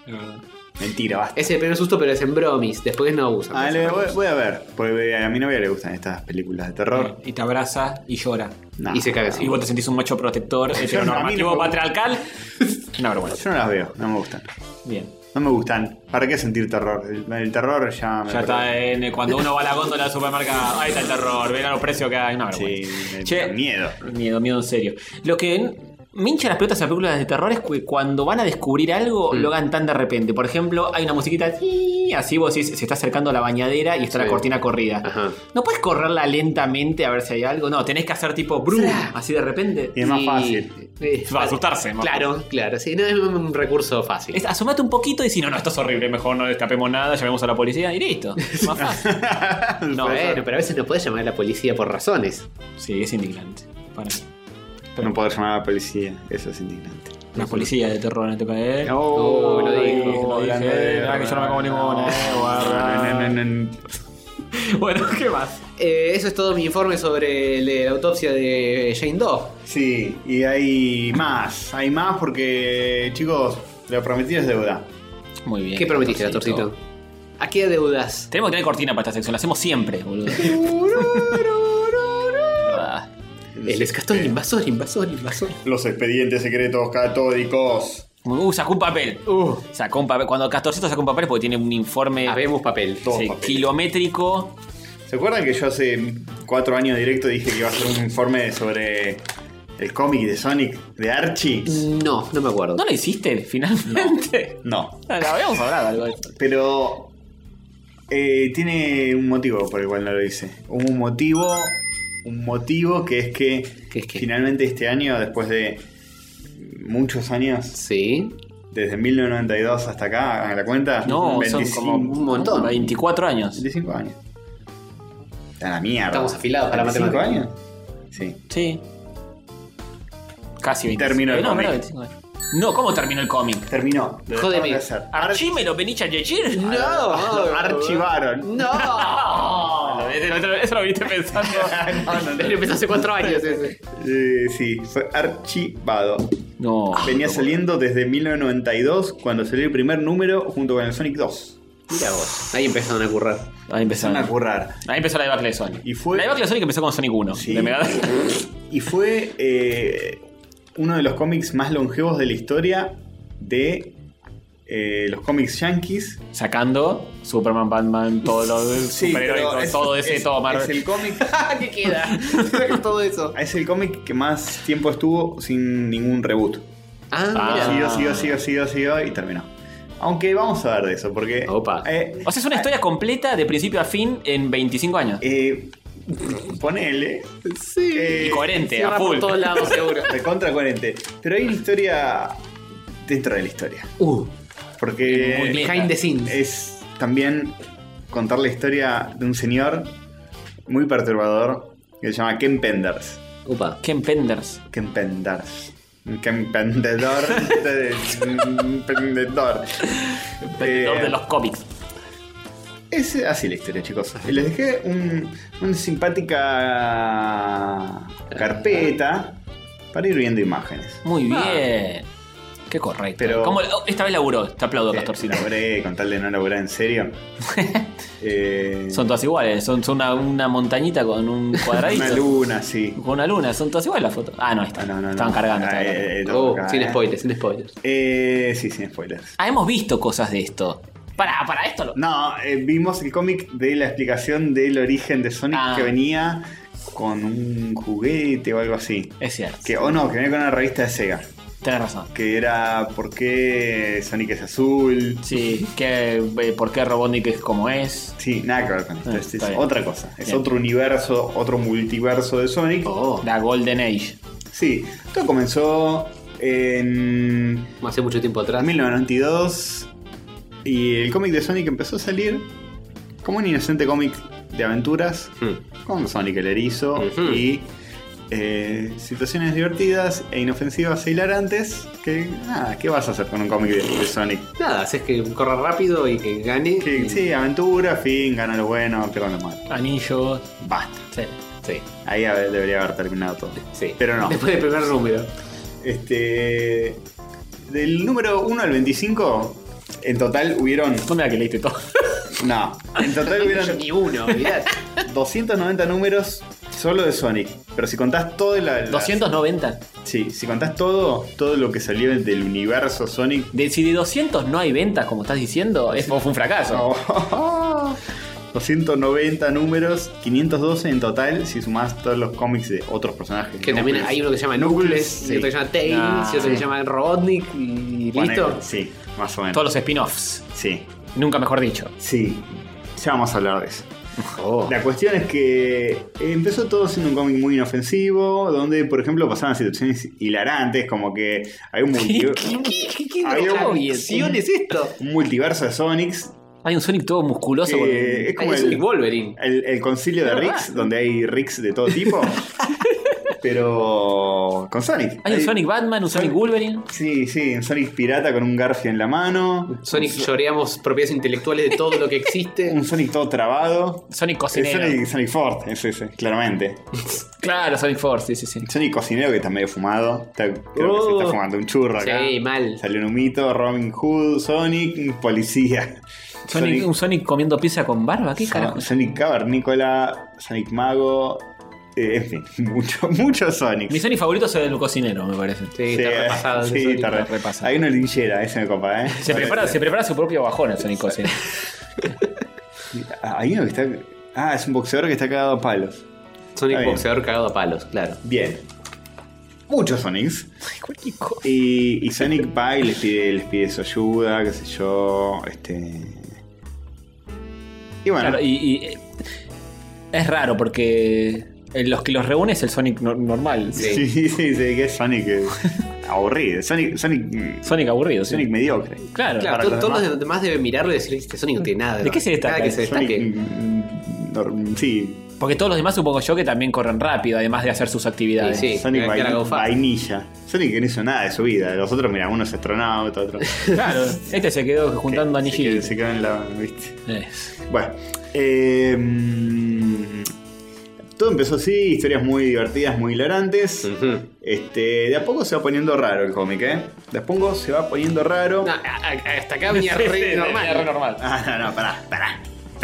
Speaker 3: Mentira, basta.
Speaker 2: Es el primer susto, pero es en bromis. Después no abusan.
Speaker 3: Ah, voy a ver. Porque a mi novia le gustan estas películas de terror.
Speaker 1: Y te abraza y llora.
Speaker 3: No.
Speaker 2: Y se caga así.
Speaker 1: Y vos te sentís un macho protector,
Speaker 3: a mí
Speaker 1: heteronormativo,
Speaker 3: no me-
Speaker 1: patriarcal. Una vergüenza.
Speaker 3: Yo no las veo, no me gustan.
Speaker 1: Bien.
Speaker 3: No me gustan. ¿Para qué sentir terror? El terror ya me
Speaker 1: Ya está cuando uno va a la góndola del supermercado. Ahí está el terror. Ven a los precios que hay. Una vergüenza.
Speaker 3: Sí,
Speaker 1: Che.
Speaker 3: miedo.
Speaker 1: Miedo en serio. Lo que me hincha las pelotas a películas de terror es que cuando van a descubrir algo lo hagan tan de repente. Por ejemplo, hay una musiquita así, vos decís, se está acercando a la bañadera y está la cortina corrida.
Speaker 2: Ajá.
Speaker 1: ¿No puedes correrla lentamente a ver si hay algo? No, tenés que hacer tipo brum, así de repente.
Speaker 3: Y es más fácil.
Speaker 1: Va a asustarse. más
Speaker 2: Claro, claro. Sí, no es un recurso fácil.
Speaker 1: Asomate un poquito y si no, esto es horrible, mejor no destapemos nada, llamemos a la policía y listo. Más fácil.
Speaker 2: No, bueno, pero a veces no puedes llamar a la policía por razones.
Speaker 1: Sí, es indignante. Para
Speaker 3: No poder llamar a la policía, eso es indignante.
Speaker 1: una policía de terror en este país.
Speaker 2: Oh, lo dijo.
Speaker 1: Lo dije, que yo no me como ninguna. Guarda. Bueno, ¿qué más?
Speaker 2: Eso es todo mi informe sobre la autopsia de Jane Doe.
Speaker 3: Sí, y hay más porque, chicos, lo prometido es deuda.
Speaker 1: Muy bien.
Speaker 2: ¿Qué prometiste, Castorcito? ¿A qué deudas?
Speaker 1: Tenemos que tener cortina para esta sección, la hacemos siempre, boludo. Ah,
Speaker 2: El escastor invasor.
Speaker 3: Los expedientes secretos catódicos.
Speaker 1: sacó un papel. Sacó un papel. Cuando Castorcito sacó un papel, porque tiene un informe
Speaker 2: Habemos papel.
Speaker 3: Todo
Speaker 1: sí,
Speaker 3: papel.
Speaker 1: kilométrico.
Speaker 3: ¿Se acuerdan que yo hace 4 años directo dije que iba a hacer un informe sobre el cómic de Sonic de Archie?
Speaker 2: No me acuerdo.
Speaker 1: ¿No lo hiciste finalmente?
Speaker 3: No.
Speaker 1: No, habíamos hablado algo de eso.
Speaker 3: Pero tiene un motivo por el cual no lo hice. Un motivo que es que
Speaker 2: ¿Qué es qué?
Speaker 3: finalmente este año, después de muchos años,
Speaker 2: Sí.
Speaker 3: desde 1992 hasta acá, hagan la cuenta,
Speaker 1: No,
Speaker 3: 25,
Speaker 1: son como
Speaker 2: un montón.
Speaker 1: 24 años.
Speaker 3: 25 años. Está la mierda.
Speaker 2: Estamos afilados para la
Speaker 3: 25
Speaker 2: matemática.
Speaker 3: años. Sí.
Speaker 1: Sí. Casi 25.
Speaker 3: Terminó el
Speaker 1: no,
Speaker 3: cómic.
Speaker 1: menos de 25 años. No, ¿cómo terminó el cómic?
Speaker 3: Terminó. Lo
Speaker 2: Jódeme.
Speaker 3: dejaron de hacer.
Speaker 1: ¿Archie me lo venís a decir?
Speaker 2: No.
Speaker 3: Lo archivaron.
Speaker 2: No.
Speaker 1: Eso lo viniste pensando.
Speaker 2: Empezó hace 4 años ese.
Speaker 3: Sí, fue archivado.
Speaker 1: No.
Speaker 3: Venía saliendo desde 1992 cuando salió el primer número junto con el Sonic 2.
Speaker 2: Mira vos. Ahí empezaron a currar.
Speaker 1: Ahí
Speaker 3: Empezaron
Speaker 1: empezaron.
Speaker 3: a currar.
Speaker 1: Ahí empezó la debacle de Sonic.
Speaker 3: Y fue-
Speaker 1: La debacle de Sonic empezó con Sonic 1.
Speaker 3: Sí.
Speaker 1: De Mega Drive.
Speaker 3: Y fue uno de los cómics más longevos de la historia de los cómics yankees.
Speaker 1: Sacando Superman, Batman, todo lo del
Speaker 3: Sí,
Speaker 1: superhéroe,
Speaker 3: pero
Speaker 1: todo ese, todo Marvel.
Speaker 3: Es el cómic.
Speaker 2: ¿Qué queda? Todo eso.
Speaker 3: Es el cómic que más tiempo estuvo sin ningún reboot.
Speaker 2: Ah, mira.
Speaker 3: Siguió y terminó. Aunque vamos a ver de eso, porque.
Speaker 2: Opa.
Speaker 1: O sea, es una historia completa de principio a fin en 25 años.
Speaker 3: Ponele.
Speaker 2: Sí.
Speaker 1: Y coherente,
Speaker 2: Cierra
Speaker 1: a full.
Speaker 2: por todos lados, seguro.
Speaker 3: Recontra coherente. Pero hay una historia dentro de la historia.
Speaker 1: Muy
Speaker 3: Porque
Speaker 1: bien.
Speaker 2: Behind the scenes.
Speaker 3: es también contar la historia de un señor muy perturbador que se llama Ken Penders.
Speaker 2: Opa.
Speaker 1: Ken Penders.
Speaker 3: Ken Penders. Emprendedor
Speaker 1: Emprendedor de los cómics.
Speaker 3: Es así la historia, chicos. Les dejé una simpática carpeta para ir viendo imágenes.
Speaker 1: Muy bien. Qué correcto.
Speaker 3: Pero
Speaker 1: ¿Cómo, esta vez laburó? Te aplaudo, Castorcito.
Speaker 3: Laburé, con tal de no laburar en serio.
Speaker 1: Son todas iguales. Son una montañita con un cuadradito.
Speaker 3: Una luna, sí.
Speaker 1: Con una luna. Son todas iguales las fotos. Ah, no, está.
Speaker 3: No.
Speaker 1: Estaban cargando.
Speaker 9: Sin spoilers, sin spoilers.
Speaker 3: Sí, sin spoilers.
Speaker 1: Hemos visto cosas de esto. Para esto.
Speaker 3: No, vimos el cómic de la explicación del origen de Sonic que venía con un juguete o algo así.
Speaker 1: Es cierto.
Speaker 3: Que venía con una revista de Sega.
Speaker 1: Tenés razón.
Speaker 3: Que era ¿por qué Sonic es azul?
Speaker 1: Sí, ¿por qué Robotnik es como es?
Speaker 3: Sí, nada que ver con esto. Es
Speaker 1: bien.
Speaker 3: otra cosa. Es
Speaker 1: Bien.
Speaker 3: otro universo, otro multiverso de Sonic.
Speaker 1: La Golden Age.
Speaker 3: Sí, todo comenzó en
Speaker 9: Hace mucho tiempo atrás.
Speaker 3: 1992. Y el cómic de Sonic empezó a salir como un inocente cómic de aventuras con Sonic el erizo y situaciones divertidas e inofensivas e hilarantes. ¿Qué vas a hacer con un cómic de Sonic?
Speaker 9: Nada, haces que corra rápido y que gane.
Speaker 3: Sí, aventura, fin, gana lo bueno, pierda lo malo.
Speaker 1: Anillos.
Speaker 3: Basta.
Speaker 1: Sí.
Speaker 3: Ahí debería haber terminado todo.
Speaker 9: Sí.
Speaker 3: Pero no.
Speaker 9: Después del primer número.
Speaker 3: Del número 1 al 25, en total hubieron.
Speaker 1: No me da que leíste todo.
Speaker 3: No, en total hubieron
Speaker 9: Ni uno, mirá.
Speaker 3: 290 números solo de Sonic. Pero si contás todo
Speaker 1: 290.
Speaker 3: Sí, si contás todo lo que salió del universo Sonic.
Speaker 1: Si de 200 no hay ventas, como estás diciendo, fue un fracaso.
Speaker 3: 290 números, 512 en total si sumás todos los cómics de otros personajes.
Speaker 9: Que también hay uno que se llama Knuckles, y otro que se llama Tails, y otro que se llama Robotnik, y listo.
Speaker 3: Sí, más o menos.
Speaker 1: Todos los spin-offs.
Speaker 3: Sí.
Speaker 1: Nunca mejor dicho.
Speaker 3: Sí, ya vamos a hablar de eso. La cuestión es que empezó todo siendo un cómic muy inofensivo, donde por ejemplo pasaban situaciones hilarantes, como que hay un multiverso de Sonics.
Speaker 1: Hay un Sonic todo musculoso.
Speaker 3: Es como el
Speaker 9: Wolverine.
Speaker 3: El concilio de Ricks, donde hay Ricks de todo tipo. Pero con Sonic.
Speaker 1: Hay un Sonic Batman, un Sonic Wolverine.
Speaker 3: Sí, un Sonic pirata con un Garfio en la mano.
Speaker 9: Sonic lloreamos propiedades intelectuales de todo lo que existe.
Speaker 3: Un Sonic todo trabado.
Speaker 1: Sonic cocinero.
Speaker 3: Sonic Ford, ese, claramente.
Speaker 1: Claro, Sonic Force, sí.
Speaker 3: Sonic cocinero que está medio fumado. Creo que se está fumando un churro acá.
Speaker 9: Sí, mal.
Speaker 3: Salió un humito, Robin Hood, Sonic, policía.
Speaker 1: Un Sonic comiendo pizza con barba, ¿qué carajo?
Speaker 3: Sonic cavernícola, Sonic mago. En fin, mucho Sonic.
Speaker 1: Mi Sonic favorito es el cocinero, me parece.
Speaker 9: Sí, está repasado.
Speaker 3: Sí, está repasado. Hay una linchera, ese me copa, ¿eh?
Speaker 1: Se prepara su propio bajón el Sonic cocinero.
Speaker 3: Hay uno que está. Es un boxeador que está cagado a palos.
Speaker 9: Sonic boxeador cagado a palos, claro.
Speaker 3: Bien. Muchos Sonics. Y Sonic va y les pide su ayuda, qué sé yo. Y bueno.
Speaker 1: Claro, y es raro porque los que los reúne es el Sonic normal.
Speaker 3: Sí, que es Sonic aburrido.
Speaker 1: Sonic aburrido.
Speaker 3: Sonic
Speaker 1: sí.
Speaker 3: mediocre.
Speaker 1: Claro.
Speaker 9: Todos los demás deben mirarlo y decir, este Sonic no tiene nada.
Speaker 1: ¿De qué se destaca?
Speaker 9: Nada que se destaque.
Speaker 3: Sí.
Speaker 1: Porque todos los demás supongo yo que también corren rápido, además de hacer sus actividades.
Speaker 9: Sí,
Speaker 3: Sonic vainilla. Sonic que no hizo nada de su vida. Los otros, mira, uno es astronauta, otro.
Speaker 1: Claro, este se quedó juntando anillitos.
Speaker 3: Se quedó en la. ¿Viste? Bueno. Todo empezó así, historias muy divertidas, muy hilarantes. De a poco se va poniendo raro el cómic, ¿eh? De a poco se va poniendo raro.
Speaker 9: No, hasta acá venía re normal.
Speaker 3: No, pará.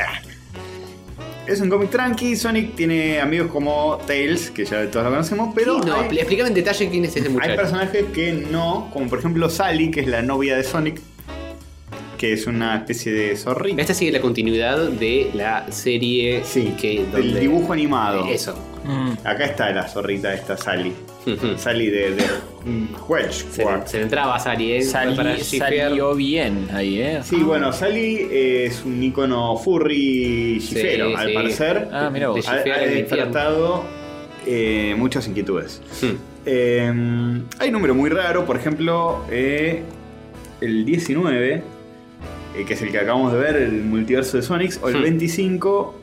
Speaker 3: Es un cómic tranqui. Sonic tiene amigos como Tails, que ya todos lo conocemos, pero.
Speaker 9: Sí, explícame en detalle quién es ese muchacho.
Speaker 3: Hay personajes que no, como por ejemplo Sally, que es la novia de Sonic, que es una especie de zorrita.
Speaker 9: Esta sigue la continuidad de la serie.
Speaker 3: Del dibujo animado.
Speaker 9: Eso.
Speaker 3: Acá está la zorrita esta Sally. Sally de Wedge.
Speaker 9: Se le entraba a Sally,
Speaker 1: Salió bien ahí,
Speaker 3: Sí, bueno, Sally es un icono furry gifero, al parecer.
Speaker 1: Mira vos.
Speaker 3: Ha despertado muchas inquietudes. Hay un número muy raro, por ejemplo, el 19, que es el que acabamos de ver, el multiverso de Sonic, o el 25,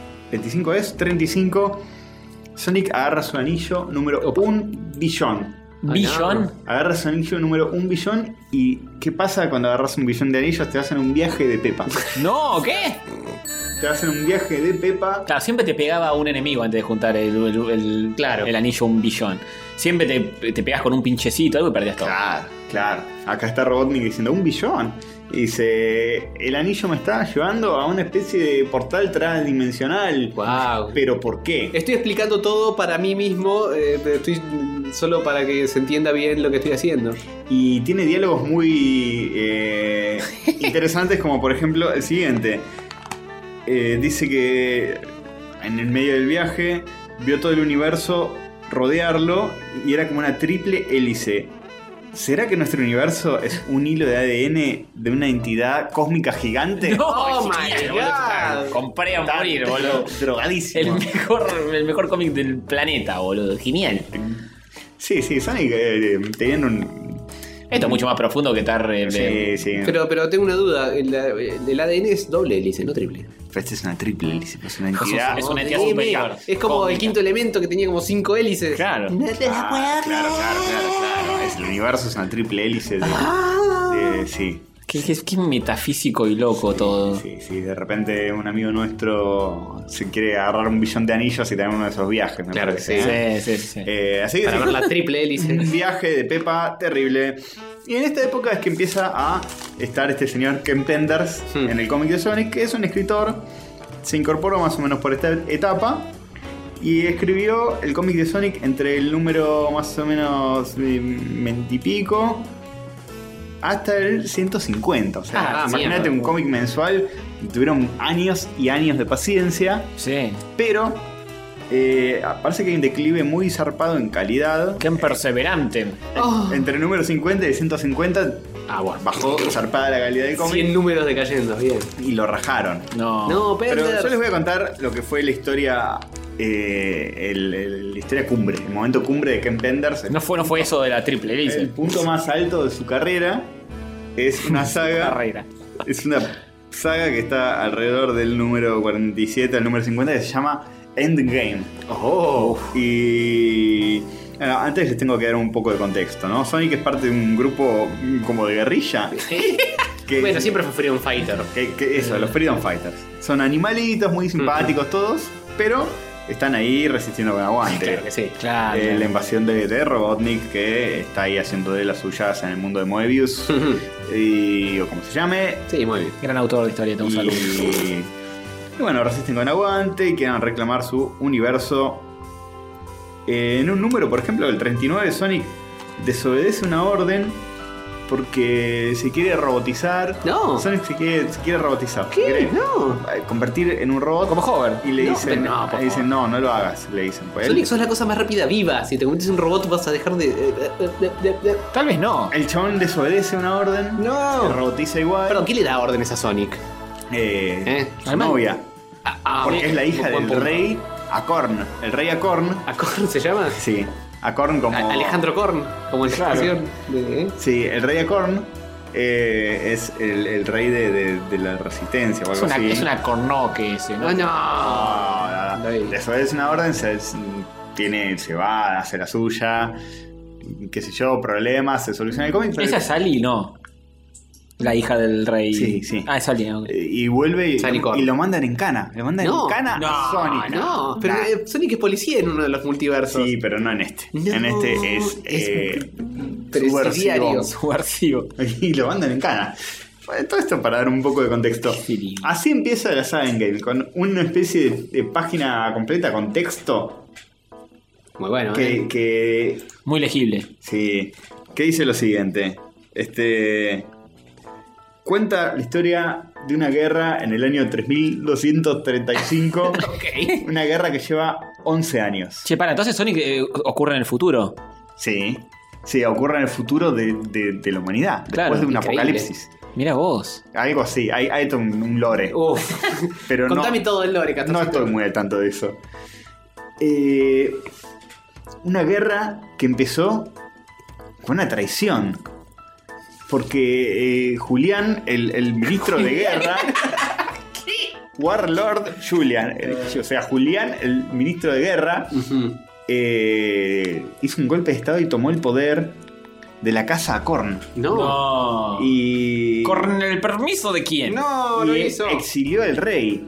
Speaker 3: 25 es 35. Sonic agarra su anillo número 1 billón.
Speaker 1: ¿Billón?
Speaker 3: Agarras un anillo número 1 billón. ¿Y qué pasa cuando agarras un billón de anillos? Te vas en un viaje de Pepa.
Speaker 1: No, ¿qué?
Speaker 3: Te vas en un viaje de Pepa.
Speaker 1: Claro, siempre te pegaba un enemigo antes de juntar el anillo 1 billón. Siempre te pegás con un pinchecito, algo y perdías todo.
Speaker 3: Claro. Acá está Robotnik diciendo 1 billón. Y dice, el anillo me está llevando a una especie de portal transdimensional.
Speaker 9: Wow.
Speaker 3: ¿Pero por qué?
Speaker 9: Estoy explicando todo para mí mismo, estoy solo para que se entienda bien lo que estoy haciendo.
Speaker 3: Y tiene diálogos muy interesantes, como por ejemplo el siguiente. Dice que en el medio del viaje vio todo el universo rodearlo y era como una triple hélice. ¿Será que nuestro universo es un hilo de ADN de una entidad cósmica gigante?
Speaker 1: No,
Speaker 9: ¡Oh, my God!
Speaker 1: Compré a morir, boludo.
Speaker 3: Drogadísimo.
Speaker 1: El mejor cómic del planeta, boludo. Genial.
Speaker 3: Sí, Sonic tenían un...
Speaker 1: Esto es mucho más profundo que estar...
Speaker 3: Sí.
Speaker 9: Pero tengo una duda. El ADN es doble hélice, no triple.
Speaker 3: Pero esta es una triple hélice, es una entidad.
Speaker 1: Es una entidad superior.
Speaker 9: Es como
Speaker 1: cósmica.
Speaker 9: el quinto elemento que tenía como 5 hélices.
Speaker 1: Claro.
Speaker 3: Claro. El universo es una triple hélice sí.
Speaker 1: Qué metafísico y loco todo.
Speaker 3: Sí, de repente un amigo nuestro se quiere agarrar un billón de anillos y tener uno de esos viajes.
Speaker 9: Claro que sí.
Speaker 1: Sí.
Speaker 3: Así que
Speaker 9: Para ver la triple hélice.
Speaker 3: Un viaje de Pepa terrible. Y en esta época es que empieza a estar este señor Ken Penders en el cómic de Sonic, que es un escritor. Se incorporó más o menos por esta etapa y escribió el cómic de Sonic entre el número más o menos 20 y pico hasta el 150. O sea, imagínate un cómic mensual. Tuvieron años y años de paciencia.
Speaker 1: Sí.
Speaker 3: Pero parece que hay un declive muy zarpado en calidad.
Speaker 1: Qué perseverante.
Speaker 3: Entre el número 50 y el 150 bajó zarpada la calidad del cómic.
Speaker 9: 100 números decayendo, bien.
Speaker 3: Y lo rajaron.
Speaker 1: No,
Speaker 3: pero yo les voy a contar lo que fue la historia. La historia cumbre, el momento cumbre de Ken Penders.
Speaker 1: No fue eso de la triple hélice.
Speaker 3: El punto más alto de su carrera es una saga. Es una saga que está alrededor del número 47 al número 50 que se llama Endgame. Y antes les tengo que dar un poco de contexto, ¿no? Sonic es parte de un grupo como de guerrilla.
Speaker 9: Bueno, siempre fue Freedom Fighter.
Speaker 3: Los Freedom Fighters. Son animalitos muy simpáticos todos, pero están ahí resistiendo con aguante.
Speaker 1: Claro que sí, claro.
Speaker 3: La invasión de Robotnik, que está ahí haciendo de las suyas en el mundo de Moebius. O como se llame.
Speaker 1: Sí, Moebius. Gran autor de historieta, un saludo.
Speaker 3: Y bueno, resisten con aguante y quieren reclamar su universo. En un número, por ejemplo, el 39, Sonic desobedece una orden porque se quiere robotizar.
Speaker 9: No.
Speaker 3: Sonic se quiere robotizar.
Speaker 9: ¿Qué?
Speaker 3: Se quiere
Speaker 9: No.
Speaker 3: convertir en un robot.
Speaker 1: Como Hover.
Speaker 3: Y le
Speaker 9: No,
Speaker 3: dicen,
Speaker 9: pero no,
Speaker 3: no lo hagas. Le dicen. Pues
Speaker 9: Sonic, sos la cosa más rápida viva. Si te conviertes en un robot vas a dejar de...
Speaker 1: Tal vez no.
Speaker 3: El chabón desobedece una orden.
Speaker 9: No.
Speaker 3: Se robotiza igual.
Speaker 9: Perdón, ¿quién le da órdenes a Sonic?
Speaker 3: Su novia. Porque es la hija
Speaker 9: buen
Speaker 3: del
Speaker 9: punto.
Speaker 3: rey Acorn. El rey Acorn.
Speaker 9: ¿Acorn se llama?
Speaker 3: Sí. Acorn como...
Speaker 9: Alejandro Korn, como en la canción.
Speaker 3: Sí, el rey Acorn es el rey de la resistencia o algo así.
Speaker 1: Es una cornoque ese, ¿no?
Speaker 3: No. Desobedece una orden, se va a hacer la suya, qué sé yo, problemas, se soluciona el cómic.
Speaker 1: Esa es Sally, no. La hija del rey.
Speaker 3: Sí.
Speaker 1: Ah, es Sally. Okay.
Speaker 3: Y vuelve y lo mandan en cana. Lo mandan
Speaker 9: No,
Speaker 3: en cana a Sonic.
Speaker 9: No, pero Sonic es policía en uno de los multiversos.
Speaker 3: Sí, pero no en este.
Speaker 9: No,
Speaker 3: en este es
Speaker 9: presidiario.
Speaker 1: Subversivo.
Speaker 3: Y lo mandan en cana. Bueno, todo esto para dar un poco de contexto. Así empieza la saga Endgame, con una especie de página completa con texto.
Speaker 9: Muy bueno,
Speaker 3: que
Speaker 1: muy legible.
Speaker 3: Sí. Que dice lo siguiente. Cuenta la historia de una guerra en el año 3235.
Speaker 1: Ok.
Speaker 3: Una guerra que lleva 11 años.
Speaker 1: Che, entonces Sonic ocurre en el futuro.
Speaker 3: Sí, ocurre en el futuro de la humanidad.
Speaker 1: Claro,
Speaker 3: después de un
Speaker 9: increíble.
Speaker 3: apocalipsis.
Speaker 1: Mira vos.
Speaker 3: Algo así, hay todo un lore. Pero
Speaker 9: contame todo el lore,
Speaker 3: no estoy muy al tanto de eso. Una guerra que empezó con una traición. Porque Julián, el ministro de guerra. Warlord Julian. O sea, Julián, el ministro de guerra. hizo un golpe de estado y tomó el poder de la casa Acorn.
Speaker 1: No.
Speaker 3: Y
Speaker 1: ¿Con el permiso de quién?
Speaker 9: No, lo
Speaker 3: y
Speaker 9: hizo.
Speaker 3: exilió al rey.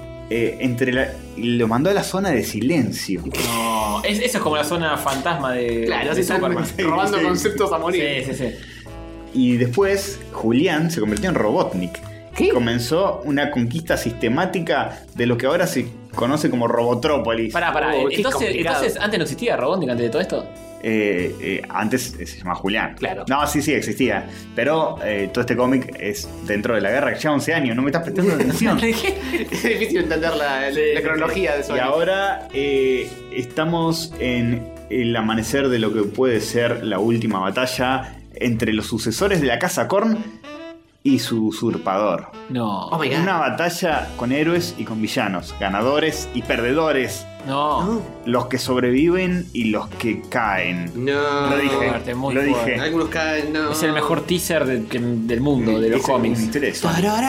Speaker 3: Y lo mandó a la zona de silencio.
Speaker 1: No. Eso es como la zona fantasma de,
Speaker 9: Claro,
Speaker 1: de
Speaker 9: se están
Speaker 1: Superman.
Speaker 9: robando
Speaker 3: Sí.
Speaker 9: conceptos a morir.
Speaker 1: Sí.
Speaker 3: Y después Julián se convirtió en Robotnik.
Speaker 9: ¿Qué?
Speaker 3: Comenzó una conquista sistemática de lo que ahora se conoce como Robotrópolis.
Speaker 1: Pará.
Speaker 9: Qué complicado.
Speaker 1: Entonces, ¿antes no existía Robotnik antes de todo esto?
Speaker 3: Antes se llamaba Julián.
Speaker 9: Claro.
Speaker 3: No, sí, existía. Pero todo este cómic es dentro de la guerra que lleva 11 años. No me estás prestando atención.
Speaker 9: Es difícil entender la cronología de eso.
Speaker 3: Y ahora estamos en el amanecer de lo que puede ser la última batalla entre los sucesores de la Casa Korn y su usurpador.
Speaker 1: No.
Speaker 9: Oh my God.
Speaker 3: Una batalla con héroes y con villanos, ganadores y perdedores,
Speaker 1: No.
Speaker 3: los que sobreviven y los que caen.
Speaker 9: No.
Speaker 3: Lo dije,
Speaker 1: fuerte, muy
Speaker 3: lo
Speaker 1: fuerte.
Speaker 3: dije.
Speaker 9: Algunos caen, no.
Speaker 1: Es el mejor teaser del mundo, de los
Speaker 3: Es
Speaker 1: cómics.
Speaker 3: un interés.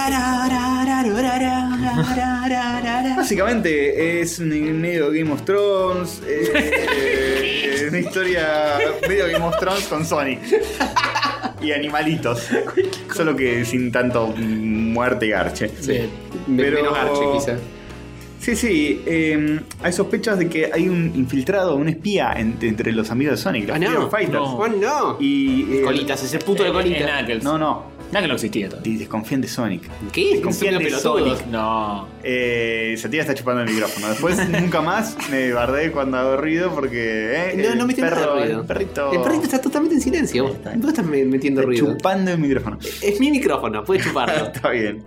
Speaker 3: Básicamente es medio Game of Thrones, una historia medio Game of Thrones con Sonic y animalitos, solo que sin tanto muerte y garche.
Speaker 1: Sí.
Speaker 9: Menos Archie, quizá.
Speaker 3: Sí, hay sospechas de que hay un infiltrado, un espía entre los amigos de Sonic, los Freedom Fighters.
Speaker 1: No.
Speaker 9: Oh, no.
Speaker 3: Y
Speaker 9: Colitas, ese puto de Colitas.
Speaker 1: Knuckles.
Speaker 3: no,
Speaker 1: Knuckles no existía todo.
Speaker 3: y desconfían de Sonic.
Speaker 9: ¿Qué?
Speaker 3: Desconfían de
Speaker 9: pelotudo.
Speaker 3: Sonic.
Speaker 1: No.
Speaker 3: Sativa está chupando el micrófono. Después nunca más me bardé cuando hago ruido porque
Speaker 9: No me tiene nada de ruido.
Speaker 3: el perrito
Speaker 9: El perrito está totalmente en silencio. Vos estás metiendo
Speaker 3: está
Speaker 9: ruido.
Speaker 3: chupando el micrófono.
Speaker 9: Es mi micrófono, puedes chuparlo.
Speaker 3: Está bien.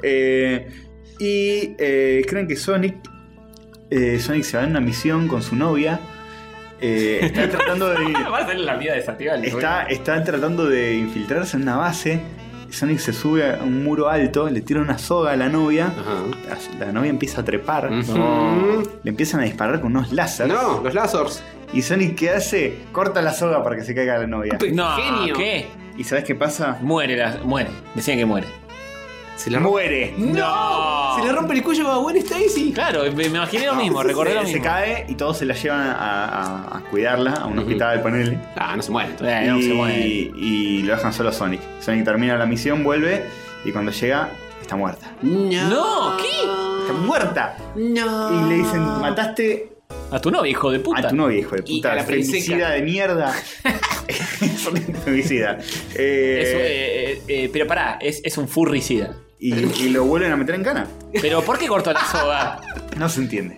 Speaker 3: Creen que Sonic se va en una misión con su novia. Está tratando de
Speaker 1: Va a ser la vida desactivada.
Speaker 3: está tratando de infiltrarse en una base. Sonic se sube a un muro alto, le tira una soga a la novia.
Speaker 9: Ajá.
Speaker 3: La novia empieza a trepar.
Speaker 9: Ujú.
Speaker 3: Le empiezan a disparar con unos láseres.
Speaker 9: No, los lasers.
Speaker 3: Y Sonic, ¿qué hace? Corta la soga para que se caiga la novia.
Speaker 1: No,
Speaker 9: Genio.
Speaker 1: ¿qué?
Speaker 3: ¿Y sabes qué pasa?
Speaker 1: Muere. Decían que muere.
Speaker 9: Se le
Speaker 3: ¡Muere!
Speaker 1: ¡No!
Speaker 9: Se le rompe el cuello a Gwen Stacy.
Speaker 1: Claro, me imaginé lo mismo, recordé lo mismo.
Speaker 3: Se cae y todos se la llevan a cuidarla a un hospital, ponele.
Speaker 9: Ah, no se muere. Entonces.
Speaker 1: No se muere.
Speaker 3: Y lo dejan solo a Sonic. Sonic termina la misión, vuelve y cuando llega está muerta.
Speaker 1: No, ¿qué?
Speaker 3: Está muerta.
Speaker 9: No.
Speaker 3: Y le dicen, mataste
Speaker 1: A tu novia, hijo de puta.
Speaker 3: a tu novia, hijo de
Speaker 9: Y
Speaker 3: puta.
Speaker 9: a la princesa.
Speaker 3: Femicida de mierda. Sonic femicida.
Speaker 1: Pero pará, es un furricida.
Speaker 3: Y lo vuelven a meter en cana.
Speaker 1: Pero ¿por qué cortó la soga?
Speaker 3: No se entiende.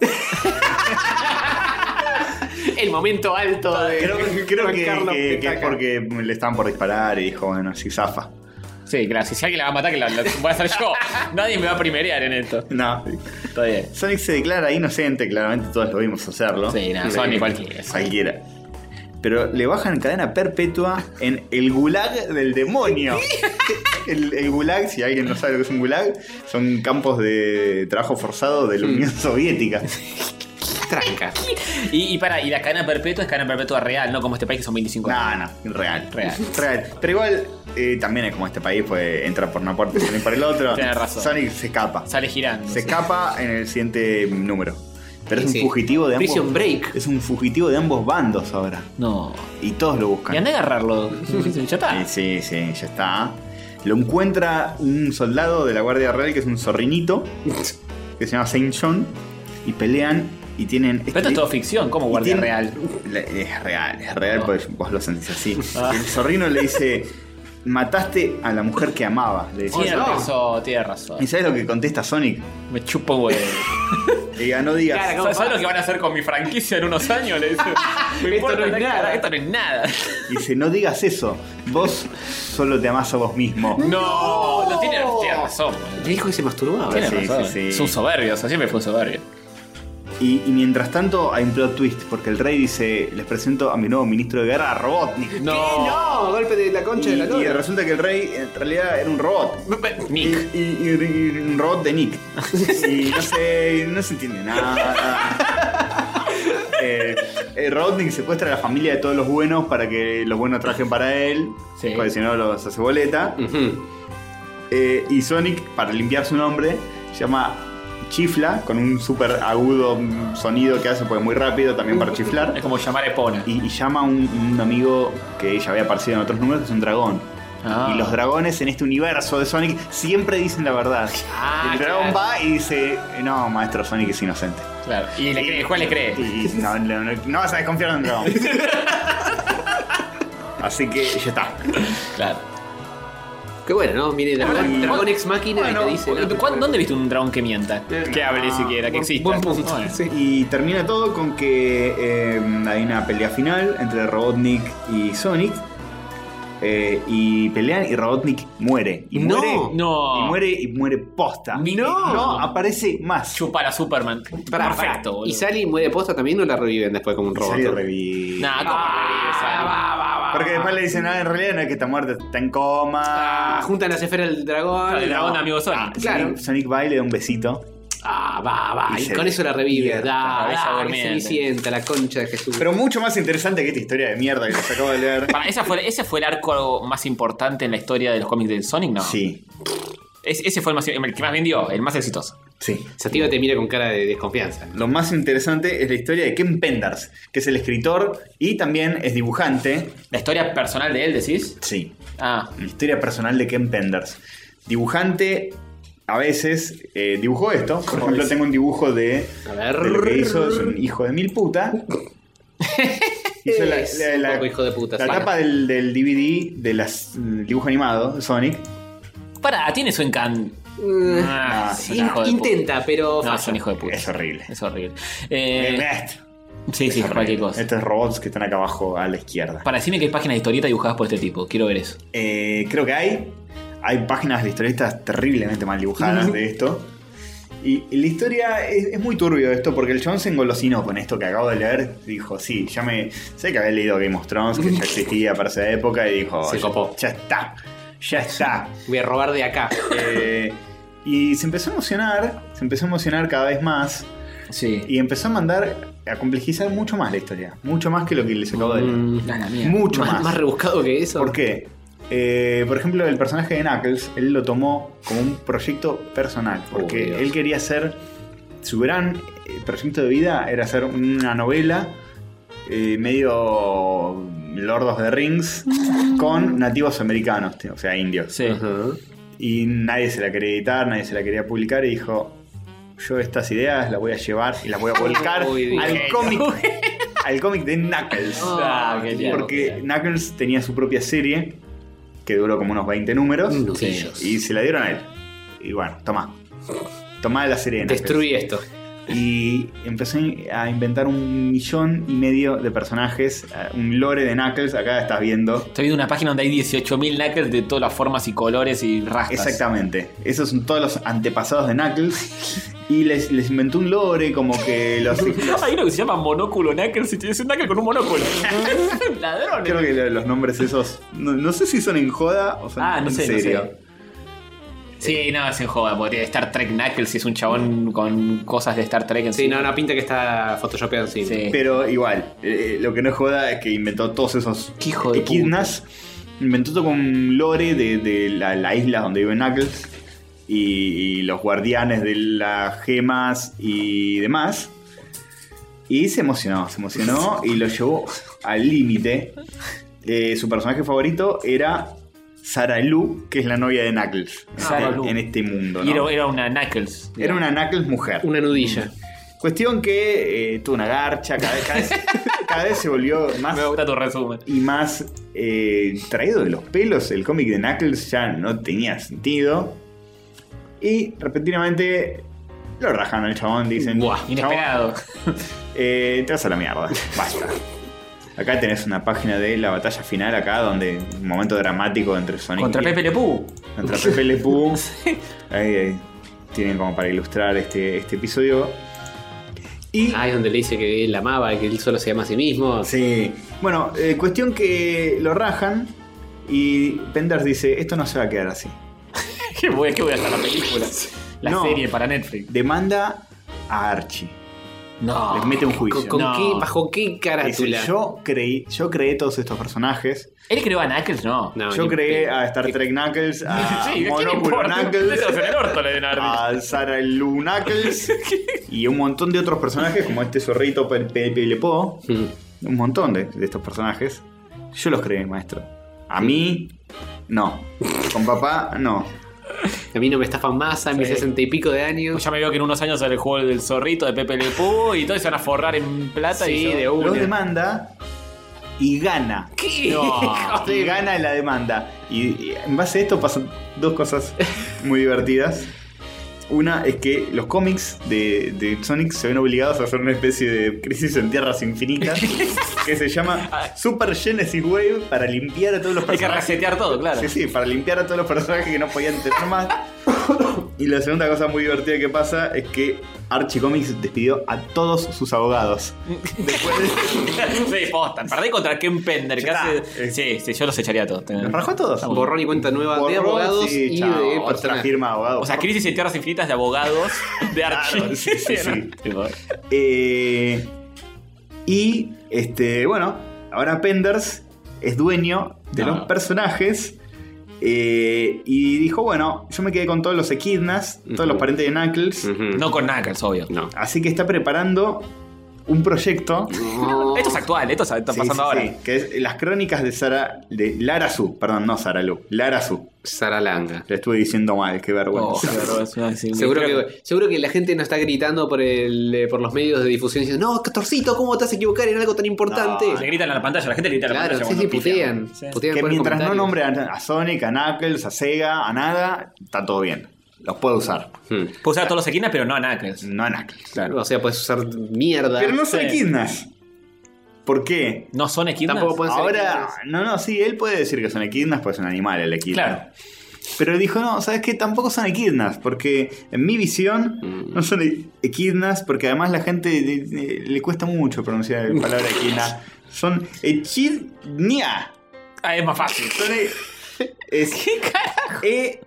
Speaker 9: El momento alto de.
Speaker 3: Creo
Speaker 9: Juan Carlos
Speaker 3: que es
Speaker 9: Petaca.
Speaker 3: porque le estaban por disparar y dijo, bueno, así zafa.
Speaker 1: Sí, claro, si alguien la va a matar, que la voy a hacer yo. Nadie me va a primerear en esto.
Speaker 3: No.
Speaker 1: Está bien.
Speaker 3: Sonic se declara inocente, claramente todos lo vimos hacerlo.
Speaker 1: Sí, nada, Sonic cualquiera.
Speaker 3: Cualquiera. Pero le bajan cadena perpetua en el gulag del demonio. El gulag, si alguien no sabe lo que es un gulag, son campos de trabajo forzado de la Unión Soviética.
Speaker 9: Tranca.
Speaker 1: Y la cadena perpetua es cadena perpetua real, no como este país que son 25 años.
Speaker 3: No, real.
Speaker 1: Real.
Speaker 3: Pero igual también es como este país, pues entra por una puerta y sale por el otro.
Speaker 1: Tienes razón.
Speaker 3: Sonic se escapa.
Speaker 1: Sale girando.
Speaker 3: Se
Speaker 1: sí.
Speaker 3: escapa en el siguiente número. Pero es
Speaker 9: Sí.
Speaker 3: un fugitivo de ambos.
Speaker 9: Prison Break.
Speaker 3: Es un fugitivo de ambos bandos ahora.
Speaker 1: No.
Speaker 3: Y todos lo buscan.
Speaker 1: Y anda a agarrarlo. Ya está.
Speaker 3: Sí, ya está. Lo encuentra un soldado de la Guardia Real que es un zorrinito que se llama Saint John. Y pelean y tienen.
Speaker 1: Pero esto es todo ficción, como Guardia Real.
Speaker 3: Es real,
Speaker 1: No.
Speaker 3: pues vos lo sentís así.
Speaker 1: Ah.
Speaker 3: El zorrino le dice: mataste a la mujer que amaba. Le decía.
Speaker 1: Tiene razón.
Speaker 3: ¿Y sabes lo que contesta Sonic?
Speaker 1: Me chupo un huevo.
Speaker 3: Le diga, no digas.
Speaker 9: Claro,
Speaker 1: ¿Sabes lo que van a hacer con mi franquicia en unos años? Le dice.
Speaker 9: Esto no es nada.
Speaker 1: Esto no es nada.
Speaker 3: Dice, no digas eso. Vos solo te amás a vos mismo.
Speaker 1: No tiene razón.
Speaker 9: Le dijo que se masturbaba.
Speaker 1: Tiene
Speaker 3: Sí,
Speaker 1: razón.
Speaker 3: sí.
Speaker 1: Es un soberbio, o sea, siempre fue un soberbio.
Speaker 3: Y mientras tanto hay un plot twist, porque el rey dice, les presento a mi nuevo ministro de guerra, Robotnik.
Speaker 9: No, golpe de la concha de la
Speaker 3: Y
Speaker 9: lora.
Speaker 3: resulta que el rey en realidad era un robot.
Speaker 1: Nick.
Speaker 3: Y un robot de Nick. Y no se entiende nada. Robotnik secuestra a la familia de todos los buenos para que los buenos trabajen para él.
Speaker 1: Sí.
Speaker 3: Porque si no los hace boleta.
Speaker 9: Ujú.
Speaker 3: Y Sonic, para limpiar su nombre, llama chifla con un súper agudo sonido que hace, porque muy rápido también para chiflar.
Speaker 1: Es como llamar a Epona.
Speaker 3: Y llama a un amigo que ya había aparecido en otros números, que es un dragón. Y los dragones en este universo de Sonic siempre dicen la verdad. El dragón va y dice: no, maestro, Sonic es inocente.
Speaker 1: Claro. Y le cree, ¿cuál le cree?
Speaker 3: Y no vas a desconfiar de un dragón. Así que ya está.
Speaker 1: Claro.
Speaker 9: Qué bueno, ¿no? Mire, dragón ex máquina y te dice.
Speaker 1: ¿Dónde viste un dragón que mienta? Que hable siquiera, que exista.
Speaker 9: Buen punto. Sí.
Speaker 3: Y termina todo con que hay una pelea final entre Robotnik y Sonic. Y pelean y Robotnik muere. Y muere posta. No aparece más.
Speaker 1: Chupa a Superman. Perfecto, boludo.
Speaker 9: ¿Y Sally muere posta también o la reviven después como un robot?
Speaker 3: Sally revive.
Speaker 1: Nah, ¿cómo revive Sally?
Speaker 3: Porque después le dicen: en realidad no es que está muerta, está en coma.
Speaker 9: Juntan las esferas del dragón.
Speaker 1: El dragón amigo Sonic.
Speaker 9: Claro.
Speaker 3: Sonic va y le da un besito.
Speaker 9: Va. Y con eso la revive. Cenicienta, la concha de Jesús.
Speaker 3: Pero mucho más interesante que esta historia de mierda que les acabo de leer.
Speaker 1: ¿Ese fue el arco más importante en la historia de los cómics de Sonic? No.
Speaker 3: Sí.
Speaker 1: Ese fue el que más vendió, el más exitoso.
Speaker 3: Sí.
Speaker 9: Sativa te mira con cara de desconfianza.
Speaker 3: Lo más interesante es la historia de Ken Penders, que es el escritor y también es dibujante.
Speaker 1: ¿La historia personal de él, decís?
Speaker 3: Sí. La historia personal de Ken Penders. Dibujante. A veces dibujó esto. Por ejemplo, tengo un dibujo de lo que hizo. Es un hijo de mil puta. Hizo la
Speaker 9: hijo de puta.
Speaker 3: La tapa del DVD del dibujo animado de Sonic.
Speaker 1: Tiene su encanto.
Speaker 9: Intenta, pero
Speaker 1: no, es un hijo de puta.
Speaker 3: Es horrible.
Speaker 1: Sí, cualquier cosa.
Speaker 3: Estos robots que están acá abajo a la izquierda.
Speaker 1: Decirme que hay páginas de historieta dibujadas por este tipo. Quiero ver eso.
Speaker 3: Creo que hay páginas de historietas terriblemente mal dibujadas de esto. Y la historia es muy turbio esto, porque el chabón se engolosinó con esto que acabo de leer. Dijo: sí, sé que había leído Game of Thrones, que ya existía para esa época, y dijo:
Speaker 9: se copó.
Speaker 3: Ya está.
Speaker 9: Voy a robar de acá.
Speaker 3: Y se empezó a emocionar cada vez más.
Speaker 1: Sí.
Speaker 3: Y empezó a complejizar mucho más la historia. Mucho más que lo que les acabo de leer. Mucho más.
Speaker 9: Más rebuscado que eso.
Speaker 3: ¿Por qué? Por ejemplo, el personaje de Knuckles, él lo tomó como un proyecto personal, porque él quería hacer, su gran proyecto de vida era hacer una novela medio Lord of the Rings con nativos americanos, o sea, indios.
Speaker 1: Sí.
Speaker 3: Y nadie se la quería editar, nadie se la quería publicar, y dijo: yo estas ideas las voy a llevar y las voy a volcar al cómic de Knuckles. Porque Knuckles tenía su propia serie que duró como unos 20 números. Y se la dieron a él. Y bueno, tomá la serie de Knuckles.
Speaker 9: Destruí esto.
Speaker 3: Y empezó a inventar 1,5 millones de personajes, un lore de Knuckles. Acá estás viendo.
Speaker 1: Estoy viendo una página donde hay 18.000 Knuckles de todas las formas y colores y rastas.
Speaker 3: Exactamente. Esos son todos los antepasados de Knuckles. Y les inventó un lore como que los
Speaker 1: hay uno que se llama Monóculo Knuckles y es un Knuckles con un monóculo. Ladrones.
Speaker 3: Creo que los nombres esos no sé si son en joda o son en serio.
Speaker 1: No sé. Sí, no, es en joda, porque Star Trek Knuckles si es un chabón con cosas de Star Trek en sí.
Speaker 9: No, pinta que está photoshopeado sí.
Speaker 3: Pero igual, lo que no es joda es que inventó todos esos equidnas. Inventó todo con un lore de la isla donde vive Knuckles. Y los guardianes de las gemas y demás. Y se emocionó y lo llevó al límite. Su personaje favorito era Sarah Lou, que es la novia de Knuckles en este mundo, ¿no?
Speaker 1: Y era una Knuckles.
Speaker 3: Era una Knuckles mujer.
Speaker 9: Una nudilla.
Speaker 3: Cuestión que tuvo una garcha, cada vez se volvió más.
Speaker 1: Me gusta tu resumen.
Speaker 3: Y más traído de los pelos. El cómic de Knuckles ya no tenía sentido. Y repentinamente lo rajan al chabón, dicen:
Speaker 1: ¡buah! Inesperado.
Speaker 3: Te vas a la mierda. Basta. Acá tenés una página de la batalla final, acá donde un momento dramático entre Sonic
Speaker 1: contra Pepe Le Pew.
Speaker 3: Contra Pepe Le Pew. Ahí tienen como para ilustrar este episodio.
Speaker 9: Y es donde le dice que él la amaba y que él solo se ama a sí mismo.
Speaker 3: Sí. Bueno, cuestión que lo rajan y Penders dice: esto no se va a quedar así.
Speaker 1: ¿Qué voy a hacer la película? La serie para Netflix.
Speaker 3: Demanda a Archie.
Speaker 1: No.
Speaker 3: Les mete un juicio.
Speaker 9: ¿Con
Speaker 1: No.
Speaker 9: qué, ¿Bajo qué carátula?
Speaker 3: Dice, yo creé todos estos personajes.
Speaker 1: ¿Él creó a Knuckles? No.
Speaker 9: No,
Speaker 3: Yo
Speaker 9: ni
Speaker 3: creé
Speaker 9: pedo.
Speaker 3: a Star Trek Knuckles, a
Speaker 1: Sí, ¿a quién le
Speaker 3: Monóculo
Speaker 1: importa?
Speaker 3: Knuckles,
Speaker 1: Mételos en el orto, le deben haber dicho.
Speaker 3: a Sarah Lou Knuckles y un montón de otros personajes como este zorrito Pepe Le Pew. Un montón de estos personajes. Yo los creé, maestro. A mí, no. Con papá, no.
Speaker 9: A mí no me estafan más a mis 60 y pico de años.
Speaker 1: Ya me veo que en unos años sale el juego del zorrito de Pepe Le Pew y todos se van a forrar en plata.
Speaker 9: Sí,
Speaker 1: y yo-
Speaker 9: de una.
Speaker 3: Los demanda y gana.
Speaker 9: ¿Qué?
Speaker 1: No.
Speaker 3: Y gana la demanda. Y en base a esto pasan dos cosas muy divertidas. Una es que los cómics de Sonic se ven obligados a hacer una especie de crisis en tierras infinitas que se llama Super Genesis Wave para limpiar a todos los
Speaker 1: Hay que
Speaker 3: personajes.
Speaker 1: resetear todo, claro.
Speaker 3: Sí, para limpiar a todos los personajes que no podían tener más. Y la segunda cosa muy divertida que pasa es que Archie Comics despidió a todos sus abogados. Después de...
Speaker 1: Sí, posta. Perdí contra Ken Pender. Que
Speaker 3: Ya
Speaker 1: hace...
Speaker 3: está.
Speaker 1: Sí, yo los echaría a todos.
Speaker 3: ¿Los rajó a todos?
Speaker 9: Borrón y cuenta nueva de
Speaker 3: Borró,
Speaker 9: abogados
Speaker 3: sí,
Speaker 9: y
Speaker 3: chao,
Speaker 9: de
Speaker 3: otra
Speaker 9: personajes.
Speaker 3: firma de abogados.
Speaker 1: O sea, crisis en tierras infinitas de abogados de Archie.
Speaker 3: Claro, sí, sí, sí.
Speaker 1: Tipo,
Speaker 3: Y bueno, ahora Penders es dueño de los personajes. Y dijo, bueno, yo me quedé con todos los Echidnas, todos los parientes de Knuckles.
Speaker 1: No con Knuckles, obvio.
Speaker 9: No.
Speaker 3: Así que está preparando un proyecto.
Speaker 1: Esto es actual, esto está
Speaker 3: Sí,
Speaker 1: pasando
Speaker 3: sí,
Speaker 1: ahora.
Speaker 3: sí, que es las crónicas de Lara Su. Perdón, no Sara Lu. Lara Su.
Speaker 9: Saralanga.
Speaker 3: Le estuve diciendo mal, qué vergüenza.
Speaker 9: Seguro que la gente no está gritando por los medios de difusión diciendo, no, Castorcito, ¿cómo te vas a equivocar en algo tan importante?
Speaker 1: Le gritan a la pantalla, la gente le grita a la
Speaker 9: Claro,
Speaker 1: pantalla.
Speaker 9: sí,
Speaker 1: cuando
Speaker 9: putean.
Speaker 1: pitean. Sí.
Speaker 9: Putean
Speaker 3: Que
Speaker 9: por los
Speaker 3: mientras no
Speaker 9: comentarios.
Speaker 3: nombre a Sonic, a Knuckles, a Sega, a nada, está todo bien. Los puedo usar.
Speaker 1: Puedo usar a todos los Equidnas, pero no a Knuckles.
Speaker 3: No a Knuckles.
Speaker 1: Claro.
Speaker 9: O sea, puedes usar mierda.
Speaker 3: Pero no son
Speaker 1: Sí.
Speaker 3: Echidnas. ¿Por qué?
Speaker 1: ¿No son Equidnas?
Speaker 9: Tampoco pueden ser
Speaker 3: Ahora,
Speaker 9: Echidnas.
Speaker 3: no, sí, él puede decir que son Echidnas, pues es un animal el Echidna.
Speaker 1: Claro.
Speaker 3: Pero dijo, no, ¿sabes qué? Tampoco son Echidnas, porque en mi visión no son Echidnas, porque además la gente le cuesta mucho pronunciar la palabra Echidna. Son Echidnia.
Speaker 1: Ah, es más fácil.
Speaker 3: Son ¿Qué carajo?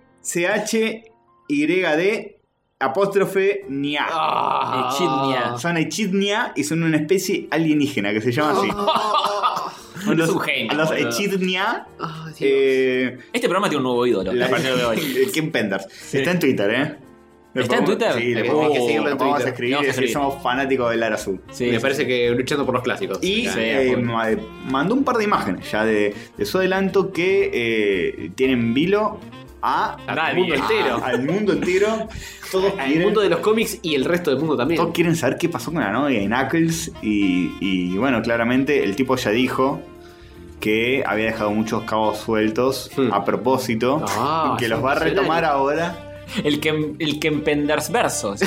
Speaker 3: ECHYD apóstrofe nia.
Speaker 1: Echidnia.
Speaker 3: Son Echidnia y son una especie alienígena que se llama así. Son
Speaker 1: Es un genio,
Speaker 3: los
Speaker 1: boludo.
Speaker 3: Echidnia.
Speaker 1: Este programa tiene un nuevo ídolo a partir de hoy.
Speaker 3: Ken Penders. Está en Twitter, ¿eh?
Speaker 1: ¿Está en Twitter?
Speaker 3: Sí, le
Speaker 9: Hay que
Speaker 3: podemos,
Speaker 9: seguirlo en
Speaker 3: vamos a
Speaker 9: Twitter.
Speaker 3: escribir
Speaker 1: Vamos a
Speaker 3: y decir,
Speaker 1: escribir.
Speaker 3: somos fanáticos del Lara Azul.
Speaker 1: Sí,
Speaker 9: Me
Speaker 1: sí,
Speaker 9: parece
Speaker 1: sí.
Speaker 9: que luchando por los clásicos.
Speaker 3: Y
Speaker 1: Sí,
Speaker 3: mandó un par de imágenes ya de su adelanto que tienen vilo
Speaker 9: al mundo entero.
Speaker 3: Al mundo entero. Todos
Speaker 9: Al
Speaker 3: quieren,
Speaker 9: mundo de los cómics y el resto del mundo también.
Speaker 3: todos quieren saber qué pasó con la novia de Knuckles. Y bueno, claramente el tipo ya dijo que había dejado muchos cabos sueltos a propósito.
Speaker 9: Ah,
Speaker 3: y que
Speaker 9: es
Speaker 3: los va a retomar
Speaker 9: funcionario.
Speaker 3: ahora.
Speaker 1: El Ken Penders versos.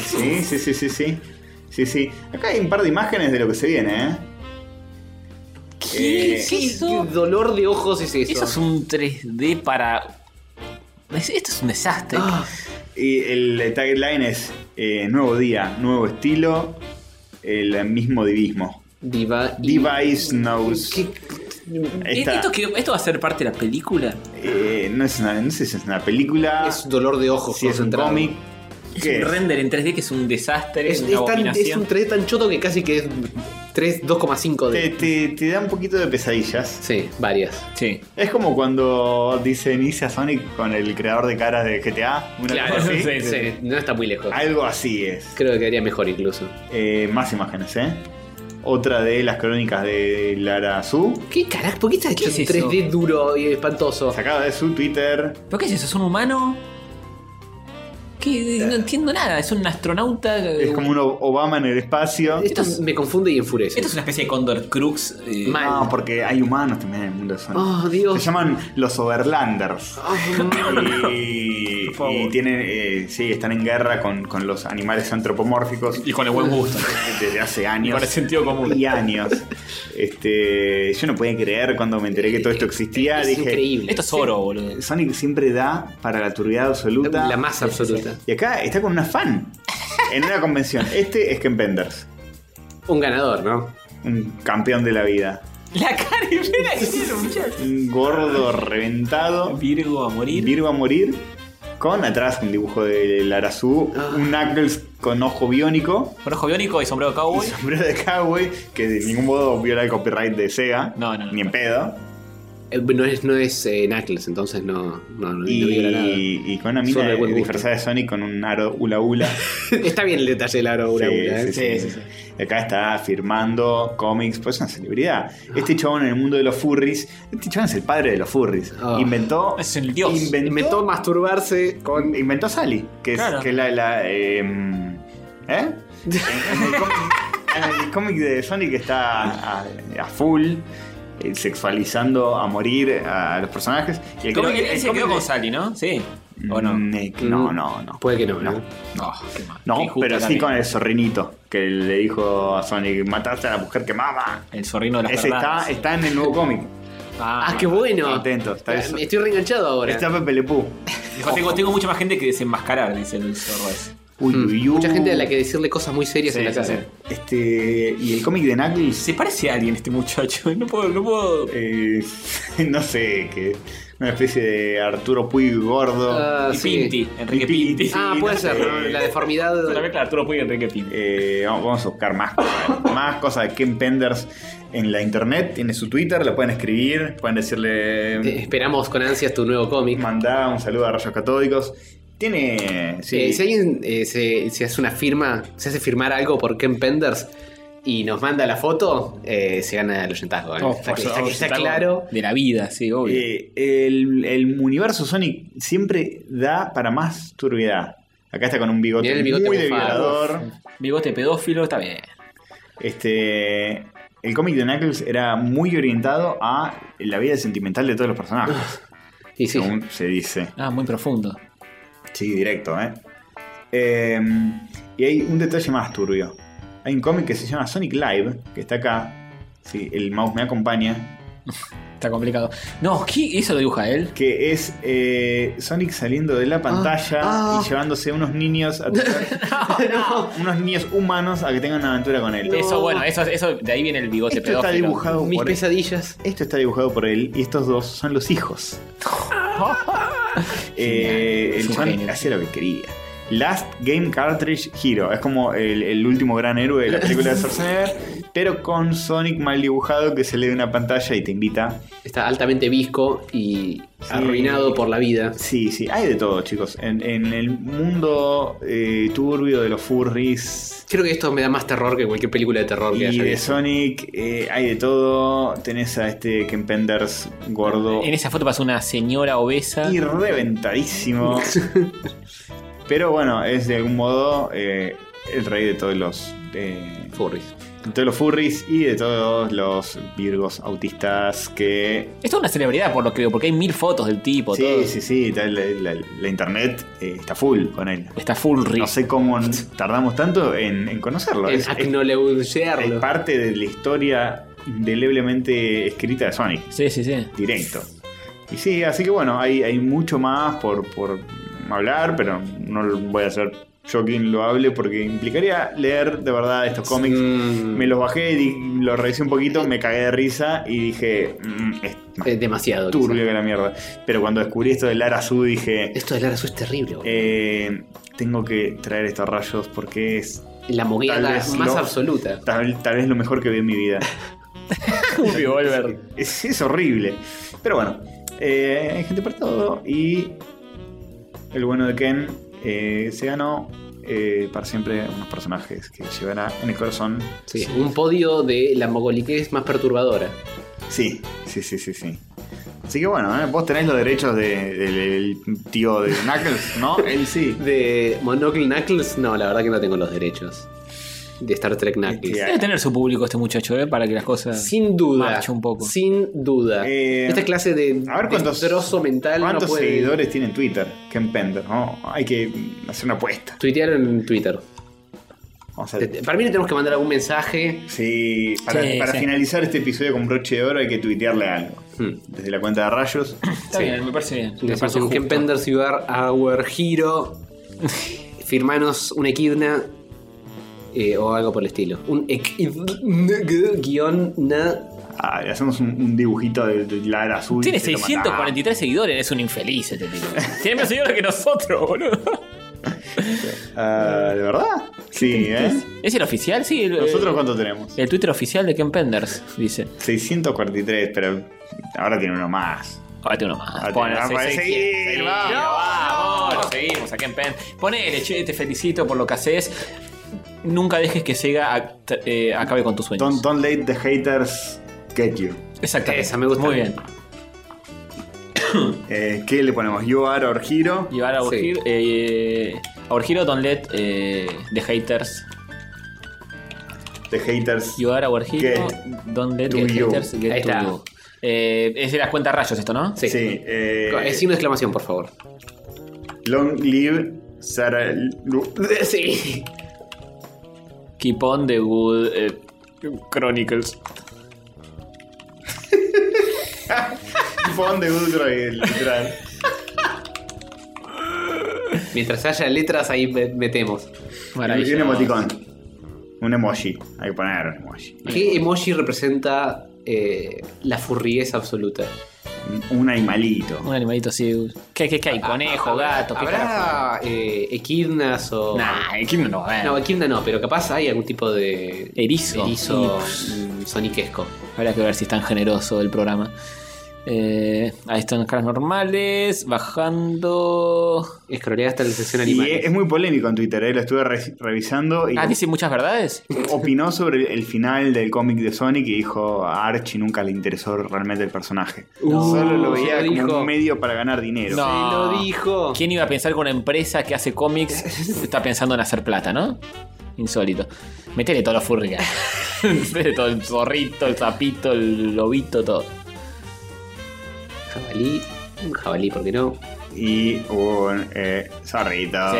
Speaker 3: Sí. Acá hay un par de imágenes de lo que se viene, ¿eh?
Speaker 1: ¿Qué es
Speaker 9: ¿Qué
Speaker 1: eso?
Speaker 9: dolor de ojos es eso?
Speaker 1: Eso es un 3D para... Esto es un desastre.
Speaker 3: Y el tagline es nuevo día, nuevo estilo, el mismo divismo. Device knows.
Speaker 1: ¿Esto va a ser parte de la película?
Speaker 3: No sé si es una película.
Speaker 9: Es dolor de ojos
Speaker 3: si es un
Speaker 9: concentrado.
Speaker 3: cómic.
Speaker 1: Es
Speaker 3: ¿Qué
Speaker 1: un
Speaker 3: es?
Speaker 1: render en 3D que es un desastre,
Speaker 9: Es,
Speaker 1: una
Speaker 9: es un
Speaker 1: abominación.
Speaker 9: 3D tan choto que casi que es 2,5 de...
Speaker 3: Te da un poquito de pesadillas.
Speaker 9: Sí, varias.
Speaker 1: Sí.
Speaker 3: Es como cuando dice inicia Sonic con el creador de caras de GTA. Una
Speaker 9: Claro,
Speaker 3: cosa así.
Speaker 9: sí, no está muy lejos.
Speaker 3: Algo así es.
Speaker 9: Creo que quedaría mejor incluso.
Speaker 3: Más imágenes, ¿eh? Otra de las crónicas de Lara Su.
Speaker 9: ¿Qué carajo? ¿Por qué está hecho
Speaker 1: ¿Qué es
Speaker 9: en 3D duro y espantoso?
Speaker 3: Sacada de su Twitter.
Speaker 1: ¿Pero qué es eso? ¿Es un humano? ¿Qué? No entiendo nada. Es un astronauta.
Speaker 3: Es como un Obama en el espacio.
Speaker 9: Esto me confunde y enfurece.
Speaker 1: Esto es una especie de Condor Crux.
Speaker 9: Mal.
Speaker 3: No, porque hay humanos también en el mundo de Sonic.
Speaker 9: Oh, Dios.
Speaker 3: Se llaman los Overlanders. y tienen, sí, están en guerra con los animales antropomórficos.
Speaker 1: Y con el buen gusto.
Speaker 3: Desde hace
Speaker 1: Y
Speaker 3: años.
Speaker 1: con el sentido común.
Speaker 3: Y años. Yo no podía creer cuando me enteré que todo esto existía.
Speaker 9: Es
Speaker 3: Dije,
Speaker 9: increíble.
Speaker 1: Esto es oro, boludo.
Speaker 3: Sonic siempre da para la turbiedad absoluta.
Speaker 9: La más absoluta.
Speaker 3: Y acá está con una fan. En una convención. Este es Ken Penders.
Speaker 9: Un ganador, ¿no?
Speaker 3: Un campeón de la vida.
Speaker 1: La caribera que tiene un muchacho.
Speaker 3: Un gordo reventado.
Speaker 1: Virgo a morir.
Speaker 3: Virgo a morir. Con atrás un dibujo de Lara Su. Un Knuckles con ojo biónico.
Speaker 1: Con ojo biónico y sombrero cowboy.
Speaker 3: Y sombrero de cowboy, que de ningún modo viola el copyright de Sega.
Speaker 1: No.
Speaker 3: Ni en pedo.
Speaker 9: No es Knuckles, entonces no viola nada.
Speaker 3: Y con una mina disfrazada de Sonic con un aro hula hula.
Speaker 9: Está bien el detalle del aro hula hula.
Speaker 3: Sí. Y acá está firmando cómics, pues es una celebridad. Este chabón en el mundo de los furries, este chabón es el padre de los furries. Inventó.
Speaker 1: Es el dios.
Speaker 9: Inventó masturbarse con.
Speaker 3: Inventó Sally, que es la En el cómic de Sonic está a full. Sexualizando a morir a los personajes. Y
Speaker 1: él se quedó con Sally, ¿no? Sí. ¿O no?
Speaker 3: No.
Speaker 9: Puede que no.
Speaker 1: Qué mal.
Speaker 3: No, pero sí con el zorrinito que le dijo a Sonic: mataste a la mujer que mama.
Speaker 1: El zorrino de las
Speaker 3: Ese está en el nuevo cómic.
Speaker 9: Qué bueno.
Speaker 3: Atento.
Speaker 9: Estoy reenganchado ahora.
Speaker 3: Está Pepe Le Pew.
Speaker 1: Tengo mucha más gente que desenmascarar, dice el zorro ese.
Speaker 9: Mucha gente a la que decirle cosas muy serias en la casa.
Speaker 3: Y el cómic de Knuckles.
Speaker 1: Se parece a alguien este muchacho. No puedo.
Speaker 3: No sé, que una especie de Arturo Puig gordo.
Speaker 1: Pinti, Enrique Pinti.
Speaker 9: Puede ser, ¿no? La deformidad.
Speaker 1: Una mezcla de Arturo Puig y Enrique Pinti.
Speaker 3: Vamos a buscar más cosas de Ken Penders en la internet. Tiene su Twitter, lo pueden escribir, pueden decirle.
Speaker 9: Esperamos con ansias tu nuevo cómic.
Speaker 3: Mandá un saludo a Rayos Catódicos. Tiene.
Speaker 9: Si alguien se hace una firma, se hace firmar algo por Ken Penders y nos manda la foto, se gana el oyentazgo. Está claro.
Speaker 1: De la vida, sí, obvio.
Speaker 3: El universo Sonic siempre da para más turbiedad. Acá está con un bigote muy de violador.
Speaker 1: Bigote pedófilo, está bien.
Speaker 3: El cómic de Knuckles era muy orientado a la vida sentimental de todos los personajes.
Speaker 9: Sí.
Speaker 3: Según se dice.
Speaker 1: Muy profundo.
Speaker 3: Sí, directo, y hay un detalle más turbio. Hay un cómic que se llama Sonic Live, que está acá. Sí, el mouse me acompaña.
Speaker 1: Está complicado. No, ¿qué? ¿Eso lo dibuja él?
Speaker 3: Que es Sonic saliendo de la pantalla y llevándose unos niños unos niños humanos a que tengan una aventura con él.
Speaker 1: No. Eso de ahí viene el bigote
Speaker 3: esto
Speaker 1: pedófilo.
Speaker 3: Está dibujado
Speaker 9: Mis pesadillas.
Speaker 3: Esto está dibujado por él y estos dos son los hijos. El Sonic hacía lo que quería. Last Game Cartridge Hero. Es como el último gran héroe de la película de Schwarzenegger, pero con Sonic mal dibujado que se lee de una pantalla y te invita.
Speaker 9: Está altamente visco y arruinado por la vida.
Speaker 3: Sí, hay de todo, chicos. En el mundo turbio de los furries.
Speaker 9: Creo que esto me da más terror que cualquier película de terror que haya.
Speaker 3: Y de Sonic hay de todo. Tenés a Ken Penders gordo.
Speaker 1: En esa foto pasa una señora obesa.
Speaker 3: Y reventadísimo. Pero bueno, es de algún modo el rey de todos los
Speaker 9: furries.
Speaker 3: De todos los furries y de todos los virgos autistas que...
Speaker 1: Esto es una celebridad por lo que veo, porque hay 1000 fotos del tipo.
Speaker 3: Sí,
Speaker 1: todo.
Speaker 3: sí. La internet está full con él.
Speaker 1: Está full.
Speaker 3: No sé cómo tardamos tanto en conocerlo.
Speaker 9: En acknowledgearlo.
Speaker 3: Es parte de la historia indeleblemente escrita de Sonic.
Speaker 1: Sí.
Speaker 3: Directo. Y sí, así que bueno, hay mucho más por hablar, pero no voy a hacer yo quien lo hable porque implicaría leer de verdad estos cómics. Me los bajé y los revisé un poquito, me cagué de risa y dije
Speaker 9: es demasiado
Speaker 3: turbio que la mierda. Pero cuando descubrí esto de Lara Sue dije,
Speaker 9: esto de Lara Sue es terrible,
Speaker 3: tengo que traer estos rayos porque es
Speaker 9: la mogueada más absoluta.
Speaker 3: Tal vez lo mejor que vi en mi vida.
Speaker 1: Un revólver.
Speaker 3: Es horrible. Pero bueno, hay gente para todo y el bueno de Ken se ganó para siempre unos personajes que llevará en el corazón.
Speaker 9: Sí, un podio de la mogoliquez más perturbadora.
Speaker 3: Sí. Así que bueno, vos tenés los derechos del tío de Knuckles, ¿no? Él sí.
Speaker 9: De Monocle Knuckles, no, la verdad que no tengo los derechos. De Star Trek Knuckles.
Speaker 1: Debe tener su público este muchacho, para que las cosas
Speaker 9: sin duda
Speaker 1: marchen un poco.
Speaker 9: Sin duda. Esta clase de
Speaker 3: destrozo
Speaker 9: mental.
Speaker 3: ¿Cuántos
Speaker 9: no puede...
Speaker 3: seguidores tiene en Twitter? Ken Penders, ¿no? Hay que hacer una apuesta.
Speaker 9: Tuitearon en Twitter.
Speaker 3: Vamos a...
Speaker 9: Para mí le tenemos que mandar algún mensaje.
Speaker 3: Sí, para finalizar este episodio con broche de oro hay que tuitearle algo. Desde la cuenta de Rayos.
Speaker 1: Está bien, me parece bien.
Speaker 9: Me parece Ken Penders, you are our hero. Firmanos una equidna. O algo por el estilo. Un guión
Speaker 3: hacemos un dibujito de Lara Azul.
Speaker 1: Tiene 643 seguidores, es un infeliz este tipo. Tiene más seguidores que nosotros, boludo.
Speaker 3: ¿De verdad? Sí,
Speaker 1: ¿Es el oficial? Sí.
Speaker 3: ¿Nosotros cuánto tenemos?
Speaker 1: El Twitter oficial de Ken Penders, dice.
Speaker 3: 643, pero ahora tiene uno más.
Speaker 1: Ahora tiene uno más.
Speaker 3: Seguir,
Speaker 1: vamos. Seguimos a Ken Penders. Ponele, che, te felicito por lo que haces. Nunca dejes que Sega acabe con tus sueños.
Speaker 3: Don't let the haters get you.
Speaker 1: Exactamente.
Speaker 9: Esa me gusta.
Speaker 1: Muy bien.
Speaker 3: ¿Qué le ponemos? You are our hero.
Speaker 1: You are our hero. Our hero, don't let the haters.
Speaker 3: The haters.
Speaker 1: You are our hero. Don't let the haters get
Speaker 9: Ahí
Speaker 1: to
Speaker 9: está.
Speaker 1: you. Es de las cuentas rayos esto, ¿no?
Speaker 9: Sí. Es signo de exclamación, por favor.
Speaker 3: Long live Sarah.
Speaker 9: Sí.
Speaker 1: Keep on the good Chronicles.
Speaker 3: Keep on the good literal.
Speaker 9: Mientras haya letras, ahí metemos.
Speaker 3: Y un emoticón. Un emoji. Hay que poner un emoji.
Speaker 9: ¿Qué emoji representa la furriez absoluta?
Speaker 3: Un animalito.
Speaker 1: Un animalito, sí. ¿Qué hay? ¿Conejo, gato? ¿Qué
Speaker 9: ¿Habrá equidnas o...?
Speaker 1: Nah, equidna no.
Speaker 9: No, equidna no, pero capaz hay algún tipo de...
Speaker 1: Erizo.
Speaker 9: Soniquesco.
Speaker 1: Habrá que ver si es tan generoso el programa. Ahí están las caras normales. Bajando.
Speaker 9: Escroleé hasta la sección animal.
Speaker 3: Y es muy polémico en Twitter, lo estuve revisando. Y
Speaker 1: dice muchas verdades.
Speaker 3: Opinó sobre el final del cómic de Sonic y dijo a Archie nunca le interesó realmente el personaje. Solo lo veía como un medio para ganar dinero.
Speaker 1: No.
Speaker 9: Se lo dijo.
Speaker 1: ¿Quién iba a pensar que una empresa que hace cómics está pensando en hacer plata, no? Insólito. Metele todo lo furry. Metele todo el zorrito, el sapito, el lobito, todo.
Speaker 9: Jabalí. Un jabalí, ¿por qué no?
Speaker 3: Y un zorrito.
Speaker 1: Sí.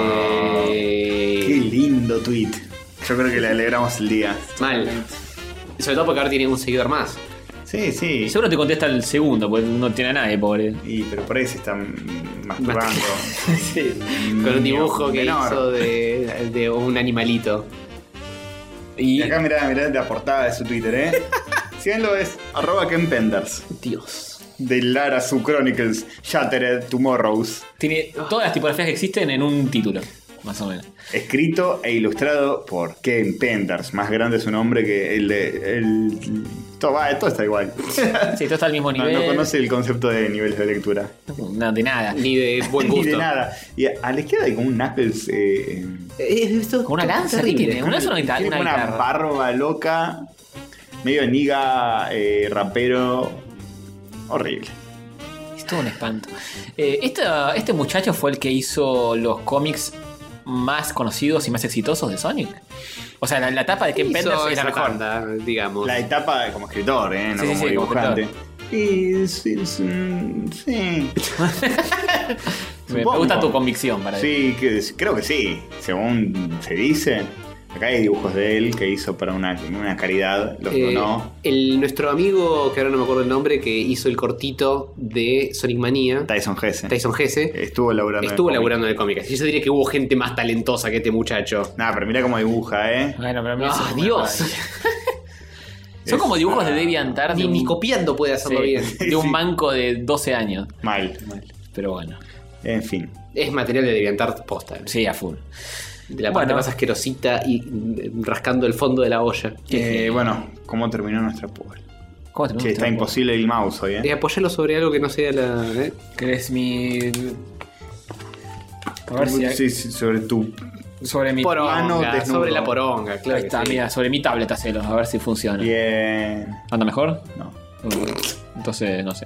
Speaker 3: Qué lindo tweet. Yo creo que le alegramos el día.
Speaker 9: Mal. Sobre todo porque ahora tiene un seguidor más.
Speaker 3: Sí, sí.
Speaker 1: Y seguro te contesta el segundo, porque no tiene a nadie, pobre.
Speaker 3: Pero por ahí se están masturbando.
Speaker 9: Sí. Con un dibujo que hizo de un animalito.
Speaker 3: Y acá mirá la portada de su Twitter, Síganlo, es @KenPenders.
Speaker 9: Dios.
Speaker 3: De Lara Su Chronicles, Shattered Tomorrows.
Speaker 1: Tiene todas las tipografías que existen en un título, más o menos.
Speaker 3: Escrito e ilustrado por Ken Penders. Más grande su nombre que el de... Todo está igual.
Speaker 1: Sí, todo está al mismo nivel.
Speaker 3: No conoce el concepto de niveles de lectura.
Speaker 1: No, de nada.
Speaker 9: Ni de buen gusto.
Speaker 3: Ni de nada. Y a la izquierda hay como un Knuckles...
Speaker 1: ¿Con una lanza?
Speaker 3: terrible.
Speaker 1: ¿Una guitarra?
Speaker 3: Tiene una barba loca, medio niga, rapero... Horrible.
Speaker 1: Es todo un espanto. Este muchacho fue el que hizo los cómics más conocidos y más exitosos de Sonic. O sea, la etapa de Ken Penders es la mejor.
Speaker 9: Banda, digamos.
Speaker 3: La etapa como escritor, no como dibujante. Sí.
Speaker 1: Me gusta tu convicción para
Speaker 3: Sí, creo que sí. Según se dice. Acá hay dibujos de él que hizo para una caridad, los donó.
Speaker 9: Nuestro amigo, que ahora no me acuerdo el nombre, que hizo el cortito de Sonic Manía,
Speaker 3: Tyson Gese.
Speaker 9: Estuvo laburando en el cómic. Yo diría que hubo gente más talentosa que este muchacho.
Speaker 3: Nah, pero mira cómo dibuja,
Speaker 1: Bueno, pero mira,
Speaker 9: Dios.
Speaker 1: Son como dibujos de DeviantArt.
Speaker 9: Ni copiando puede hacerlo bien.
Speaker 1: De un manco de 12 años.
Speaker 3: Mal.
Speaker 1: Pero bueno.
Speaker 3: En fin.
Speaker 9: Es material de DeviantArt posta.
Speaker 1: Sí, a full.
Speaker 9: De la parte más asquerosita y rascando el fondo de la olla.
Speaker 3: Bueno, ¿cómo terminó nuestra pool?
Speaker 1: Está
Speaker 3: imposible el mouse hoy,
Speaker 9: Apoyalo sobre algo que no sea la...
Speaker 1: Que es mi...
Speaker 3: A ver si... sobre tu...
Speaker 1: Sobre mi
Speaker 9: poronga, sobre la poronga, claro.
Speaker 1: Ahí está, mira, sobre mi tablet hacelo, a ver si funciona.
Speaker 3: Bien.
Speaker 1: ¿Anda mejor?
Speaker 3: No.
Speaker 1: Entonces, no sé.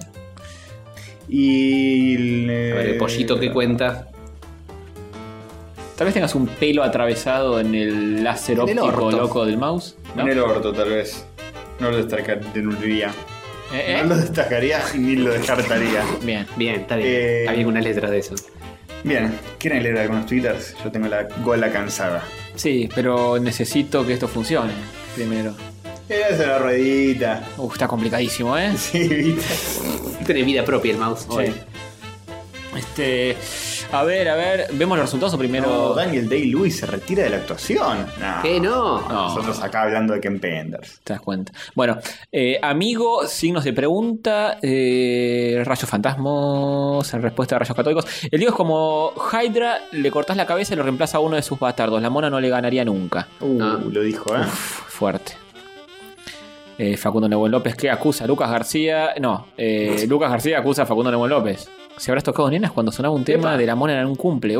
Speaker 3: Y...
Speaker 9: A ver, el pollito que cuenta...
Speaker 1: Tal vez tengas un pelo atravesado en el láser óptico loco del mouse, ¿no?
Speaker 3: En el orto, tal vez. No lo destacaría. No lo destacaría ni lo descartaría.
Speaker 1: Bien,
Speaker 9: está bien. Había algunas letras de eso.
Speaker 3: Bien, ¿quieren leer algunos twitters? Yo tengo la gola cansada.
Speaker 1: Sí, pero necesito que esto funcione primero.
Speaker 3: Es la ruedita.
Speaker 1: Está complicadísimo,
Speaker 3: Sí, viste.
Speaker 9: Tiene vida propia el mouse.
Speaker 1: Sí. A ver, ¿vemos los resultados o primero?
Speaker 3: No, Daniel Day-Lewis se retira de la actuación.
Speaker 9: ¿Qué no?
Speaker 3: Nosotros acá hablando de Ken Penders.
Speaker 1: Te das cuenta. Bueno, amigo, signos de pregunta, rayos fantasmas, en respuesta a rayos católicos. El Diego es como Hydra, le cortás la cabeza y lo reemplaza a uno de sus bastardos. La mona no le ganaría nunca.
Speaker 3: Lo dijo,
Speaker 1: Fuerte. Facundo Nebuen López, ¿qué acusa? Lucas García Lucas García acusa a Facundo Nebuen López. ¿Se habrás tocado nenas cuando sonaba un tema de la mona en un cumple?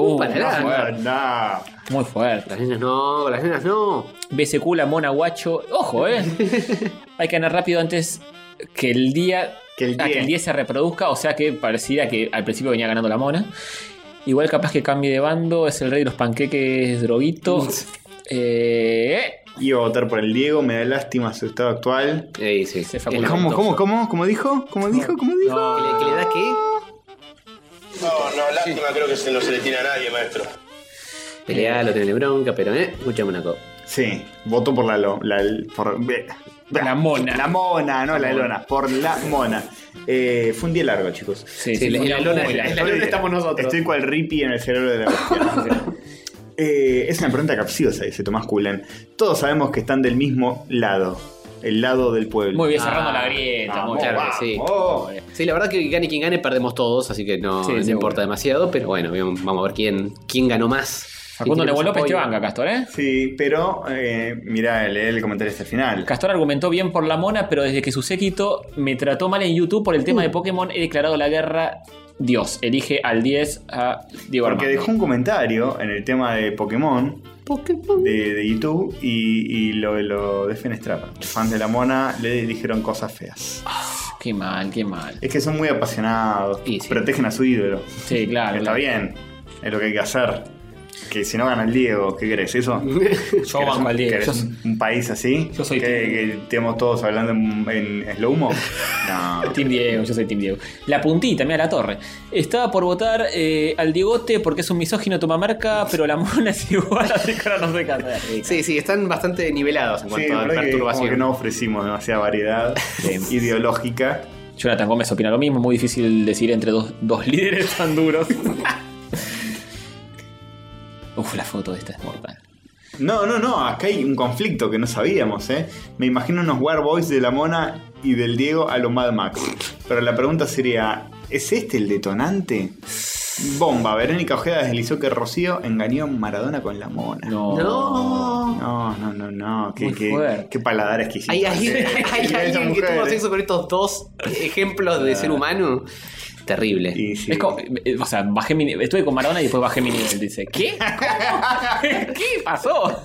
Speaker 1: Muy fuerte.
Speaker 9: Las nenas no.
Speaker 1: BSQ, la mona guacho. Ojo, hay que ganar rápido antes que el día se reproduzca. O sea que pareciera que al principio venía ganando la mona. Igual capaz que cambie de bando. Es el rey de los panqueques droguito.
Speaker 3: Iba a votar por el Diego, me da lástima su estado actual.
Speaker 9: Sí.
Speaker 3: ¿Cómo dijo?
Speaker 9: ¿Que le da qué?
Speaker 5: No, lástima creo que no se le tiene a nadie, maestro.
Speaker 9: Pelea, lo tiene bronca, pero escuchame una cosa.
Speaker 3: Sí, voto por la
Speaker 1: mona.
Speaker 3: La mona, no la lona, por la mona. Fue un día largo, chicos.
Speaker 9: Sí, la lona estamos nosotros.
Speaker 3: Estoy cual Rippy en el cerebro de la bestia. Es una pregunta capciosa, dice Tomás Cullen. Todos sabemos que están del mismo lado. El lado del pueblo.
Speaker 1: Muy bien, cerrando la grieta.
Speaker 9: Sí. Sí, la verdad que gane quien gane, perdemos todos, así que no importa demasiado. Pero bueno, vamos a ver quién ganó más.
Speaker 1: Facundo Nebuen López te banca, Castor,
Speaker 3: Sí, pero mirá, lee el comentario hasta el final.
Speaker 1: Castor argumentó bien por la mona, pero desde que su séquito me trató mal en YouTube por el tema de Pokémon, he declarado la guerra. Dios, elige al 10 a Diego Armando.
Speaker 3: Porque dejó un comentario en el tema de Pokémon de YouTube y lo defenestraron. Los fans de la mona le dijeron cosas feas.
Speaker 1: Qué mal.
Speaker 3: Es que son muy apasionados, protegen a su ídolo.
Speaker 1: Sí, claro.
Speaker 3: Está bien, es lo que hay que hacer. Que si no gana el Diego, ¿qué querés? ¿Eso?
Speaker 1: Yo banco al Diego.
Speaker 3: ¿Querés un país así?
Speaker 1: Yo soy
Speaker 3: que estemos todos hablando en slow-mo. No.
Speaker 1: Team Diego, yo soy Team Diego. La puntita, mira la torre. Estaba por votar al Diegote porque es un misógino tomamarca, pero la mona es igual, así que ahora no sé qué hacer.
Speaker 9: Sí, están bastante nivelados en cuanto a perturbación.
Speaker 3: Como que no ofrecimos demasiada variedad ideológica.
Speaker 1: Jonathan Gómez opina lo mismo, muy difícil decir entre dos líderes tan duros. La foto de esta es mortal.
Speaker 3: No, acá hay un conflicto que no sabíamos, Me imagino unos Warboys de la mona y del Diego a lo Mad Max. Pero la pregunta sería, ¿es este el detonante? Bomba, Verónica Ojeda deslizó que Rocío engañó a Maradona con la mona. No. Qué paladar exquisito.
Speaker 9: ¿Hay alguien que tuvo sexo con estos dos ejemplos de ser humano? Terrible.
Speaker 1: Sí. Es como, estuve con Maradona y después bajé mi nivel. Dice, ¿qué? ¿Cómo? ¿Qué pasó?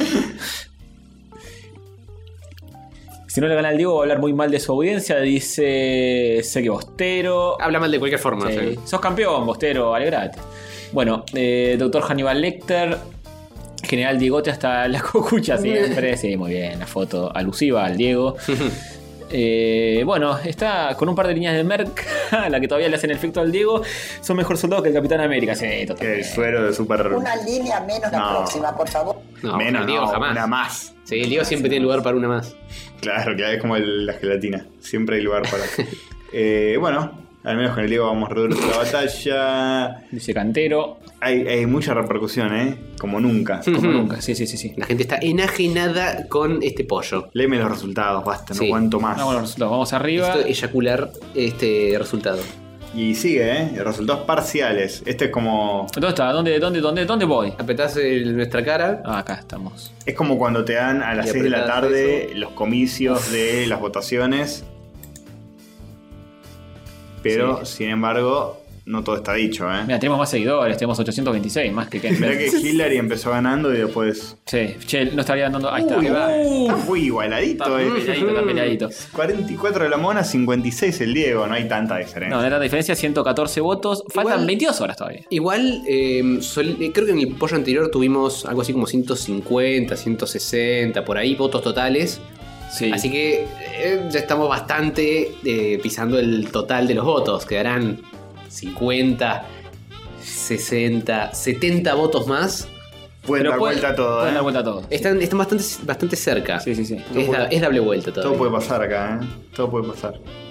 Speaker 1: Si no le gana al Diego, va a hablar muy mal de su audiencia. Dice, sé que Bostero.
Speaker 9: Habla mal de cualquier forma.
Speaker 1: Sí. Sos campeón, Bostero, alegrate. Bueno, Doctor Hannibal Lecter. General Diegote hasta la cocucha siempre. Sí, muy bien. La foto alusiva al Diego. Bueno, está con un par de líneas de Merck, a la que todavía le hacen efecto al Diego. Son mejor soldados que el Capitán América. Sí, totalmente.
Speaker 3: El suero de super.
Speaker 6: Una línea menos la próxima, por favor.
Speaker 3: No, menos, Diego jamás. Una más.
Speaker 9: Sí, el Diego siempre tiene lugar para una más.
Speaker 3: Claro, es como la gelatina. Siempre hay lugar para. Bueno, al menos con el Diego vamos a reducir la batalla.
Speaker 1: Dice Cantero.
Speaker 3: Hay mucha repercusión, como nunca.
Speaker 1: Como nunca, sí.
Speaker 9: La gente está enajenada con este pollo.
Speaker 3: Léeme los resultados, basta, no aguanto más.
Speaker 1: Vamos los resultados, vamos arriba.
Speaker 9: Necesito eyacular este resultado.
Speaker 3: Y sigue, resultados parciales. Este es como.
Speaker 1: ¿Dónde está? ¿Dónde voy?
Speaker 9: Apretás nuestra cara.
Speaker 1: Acá estamos.
Speaker 3: Es como cuando te dan a las 6 de la tarde los comicios de las votaciones. Pero, sin embargo, no todo está dicho,
Speaker 1: Mira, tenemos más seguidores, tenemos 826, más que Ken.
Speaker 3: Mirá que Hillary empezó ganando y después.
Speaker 1: Sí, no estaría dando. Ahí está.
Speaker 3: Está muy igualadito,
Speaker 1: Está peleadito.
Speaker 3: 44 de la mona, 56 el Diego, no hay tanta diferencia.
Speaker 1: No hay tanta diferencia, 114 votos. Faltan 22 horas todavía.
Speaker 9: Igual, creo que en el pollo anterior tuvimos algo así como 150, 160, por ahí, votos totales. Sí. Así que ya estamos bastante pisando el total de los votos. Quedarán 50, 60, 70 votos más.
Speaker 3: Pueden dar vuelta a todo.
Speaker 1: Pueden dar vuelta a todo.
Speaker 9: Están bastante cerca.
Speaker 1: Sí.
Speaker 9: Es dable vuelta todo.
Speaker 3: Todo puede pasar acá, Todo puede pasar.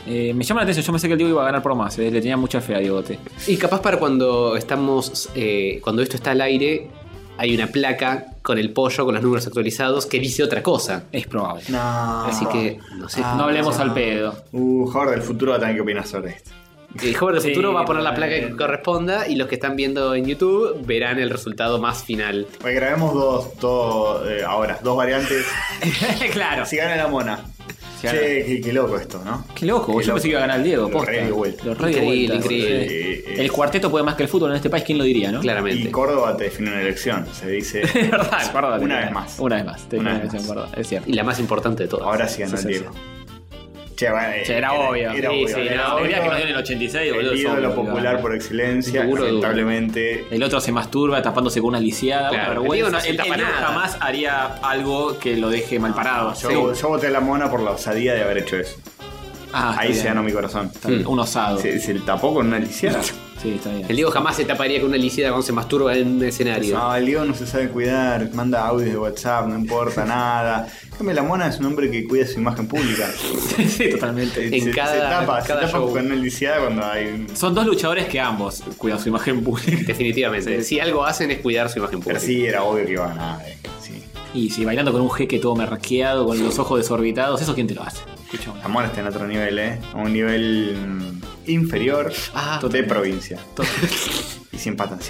Speaker 1: Me llama la atención, yo pensé que el Diego iba a ganar por más, le tenía mucha fe a Diegote.
Speaker 9: Y capaz para cuando estamos, cuando esto está al aire, hay una placa con el pollo, con los números actualizados, que dice otra cosa.
Speaker 1: Es probable.
Speaker 3: No.
Speaker 9: Así que, no sé.
Speaker 1: No hablemos al pedo.
Speaker 3: Howard del futuro va a tener que opinar sobre esto.
Speaker 9: El joven del futuro va a poner la placa que corresponda y los que están viendo en YouTube verán el resultado más final.
Speaker 3: Pues grabemos dos variantes.
Speaker 1: Claro.
Speaker 3: Si gana la mona. Che, qué loco esto, ¿no?
Speaker 1: Qué loco, yo pensé que iba a ganar el Diego.
Speaker 3: Lo re de vuelta.
Speaker 9: Increíble.
Speaker 1: El cuarteto puede más que el fútbol en este país, ¿quién lo diría, no?
Speaker 9: Claramente.
Speaker 3: Y Córdoba te define una elección, se dice.
Speaker 1: Es verdad, Córdoba.
Speaker 3: Una vez más.
Speaker 1: Una vez más, te define una elección, Córdoba, es cierto.
Speaker 9: Y la más importante de todas.
Speaker 3: Ahora sí ganó el Diego. Che, bueno,
Speaker 1: era obvio.
Speaker 3: Era obvio.
Speaker 1: Era obvio que nos dio en el 86, boludo.
Speaker 3: El ídolo popular por excelencia, lamentablemente.
Speaker 1: El otro se masturba tapándose con una lisiada.
Speaker 9: Claro,
Speaker 1: una vergüenza.
Speaker 9: el Diego
Speaker 1: jamás haría algo que lo deje mal parado.
Speaker 3: Yo voté a la mona por la osadía de haber hecho eso. Ahí se ganó mi corazón.
Speaker 1: Un osado.
Speaker 3: Se le tapó con una lisiada.
Speaker 1: Sí, está bien.
Speaker 9: El Diego jamás se taparía con una lisiada cuando se masturba en un escenario.
Speaker 3: No, el Diego no se sabe cuidar, manda audios de WhatsApp, no importa nada. La mona es un hombre que cuida su imagen pública.
Speaker 1: Sí, totalmente.
Speaker 3: Se tapa con una lisiada cuando hay.
Speaker 1: Son dos luchadores que ambos cuidan su imagen pública.
Speaker 9: Definitivamente. Si algo hacen es cuidar su imagen pública.
Speaker 3: Pero sí, era obvio que iba a ganar. Sí.
Speaker 1: Y si bailando con un jeque todo merqueado, con los ojos desorbitados, ¿eso quién te lo hace?
Speaker 3: La mona está en otro nivel, a un nivel inferior de provincia. Y se empatan.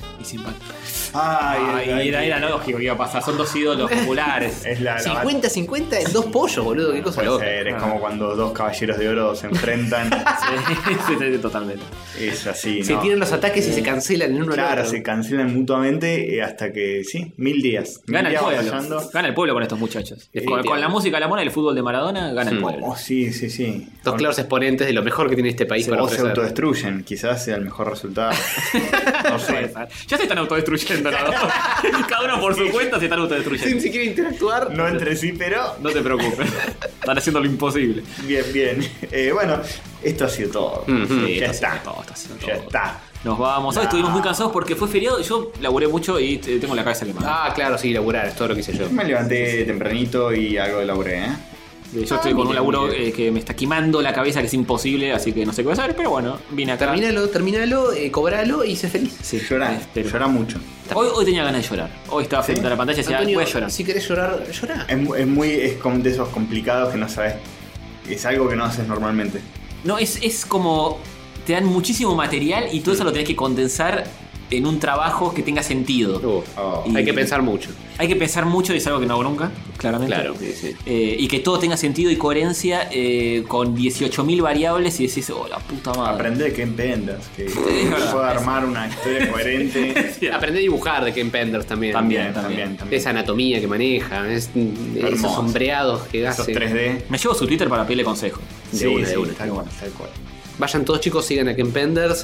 Speaker 1: Era lógico que iba a pasar. Son dos ídolos populares.
Speaker 3: Es la
Speaker 9: 50-50 en dos pollos, boludo. Qué cosa loca.
Speaker 3: Es como cuando dos caballeros de oro se enfrentan.
Speaker 1: Sí, totalmente.
Speaker 3: Es así,
Speaker 9: se tiran los ataques y se cancelan en uno al otro.
Speaker 3: Claro, se cancelan mutuamente hasta que, 1000 días.
Speaker 1: Gana el pueblo. Gana el pueblo con estos muchachos. Con la música de la mona y el fútbol de Maradona, gana el pueblo.
Speaker 3: Sí.
Speaker 9: Dos claros exponentes de lo mejor que tiene este país para ofrecer.
Speaker 3: Se autodestruyen, quizás sea el mejor resultado. No sé.
Speaker 1: Ya se están autodestruyendo los dos. Cada uno por su cuenta se están autodestruyendo.
Speaker 9: Sin siquiera interactuar.
Speaker 3: No entre sí, pero.
Speaker 1: No te preocupes. Están haciendo lo imposible.
Speaker 3: Bien. Bueno, esto ha sido todo. Ya está. Ya está.
Speaker 1: Nos vamos. Hoy estuvimos muy cansados porque fue feriado y yo laburé mucho y tengo la cabeza quemada.
Speaker 9: Claro, sí, laburar, es todo lo que hice yo.
Speaker 3: Me levanté tempranito y algo laburé,
Speaker 1: Yo estoy con un laburo que me está quemando la cabeza, que es imposible, así que no sé qué voy a hacer, pero bueno, vine acá.
Speaker 9: Terminalo, cobralo y sé feliz.
Speaker 3: Sí, llora mucho.
Speaker 1: Hoy tenía ganas de llorar. Hoy estaba frente a la pantalla y decía,
Speaker 9: Antonio,
Speaker 1: voy a llorar.
Speaker 9: Si querés llorar, llorá.
Speaker 3: Es como de esos complicados que no sabes. Es algo que no haces normalmente.
Speaker 1: No, es como. Te dan muchísimo material y todo eso lo tenés que condensar en un trabajo que tenga sentido.
Speaker 9: Hay que pensar mucho.
Speaker 1: Hay que pensar mucho y es algo que no hago nunca, claramente.
Speaker 9: Claro, sí.
Speaker 1: Y que todo tenga sentido y coherencia con 18.000 variables y decís, la puta madre.
Speaker 3: Aprende de Ken Penders, que pueda armar una historia coherente.
Speaker 9: Aprende a dibujar de Ken Penders también.
Speaker 3: También.
Speaker 9: Esa anatomía que maneja, esos sombreados que hace.
Speaker 3: Esos 3D.
Speaker 1: Me llevo su Twitter para pedirle consejo.
Speaker 9: De una.
Speaker 3: Tal cual.
Speaker 9: Vayan todos, chicos, sigan a Ken Penders.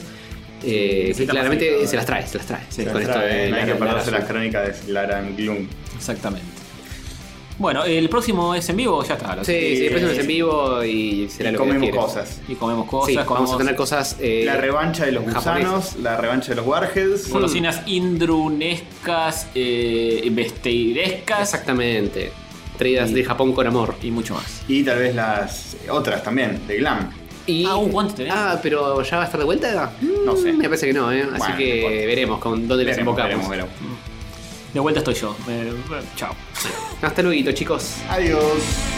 Speaker 9: Claramente se las trae.
Speaker 3: Con esto hay que perderse las crónicas de Lara Gloom.
Speaker 1: Exactamente. Bueno, el próximo es en vivo, ya está.
Speaker 9: Sí, el próximo es en vivo y será lo que
Speaker 3: comemos cosas.
Speaker 1: Y comemos cosas.
Speaker 9: Sí, vamos a tener cosas.
Speaker 3: La revancha de los gusanos, la revancha de los warheads.
Speaker 1: Golosinas indrunescas, besteirescas.
Speaker 9: Exactamente. Traídas de Japón con amor.
Speaker 1: Y mucho más.
Speaker 3: Y tal vez las otras también, de Glam.
Speaker 1: ¿cuánto tenés?
Speaker 9: Pero ¿ya va a estar de vuelta?
Speaker 3: No sé.
Speaker 9: Me parece que no, Así
Speaker 3: bueno,
Speaker 9: que veremos con dónde las invocamos.
Speaker 3: Veremos.
Speaker 1: De vuelta estoy yo. Chao.
Speaker 9: Hasta luego, chicos.
Speaker 3: Adiós.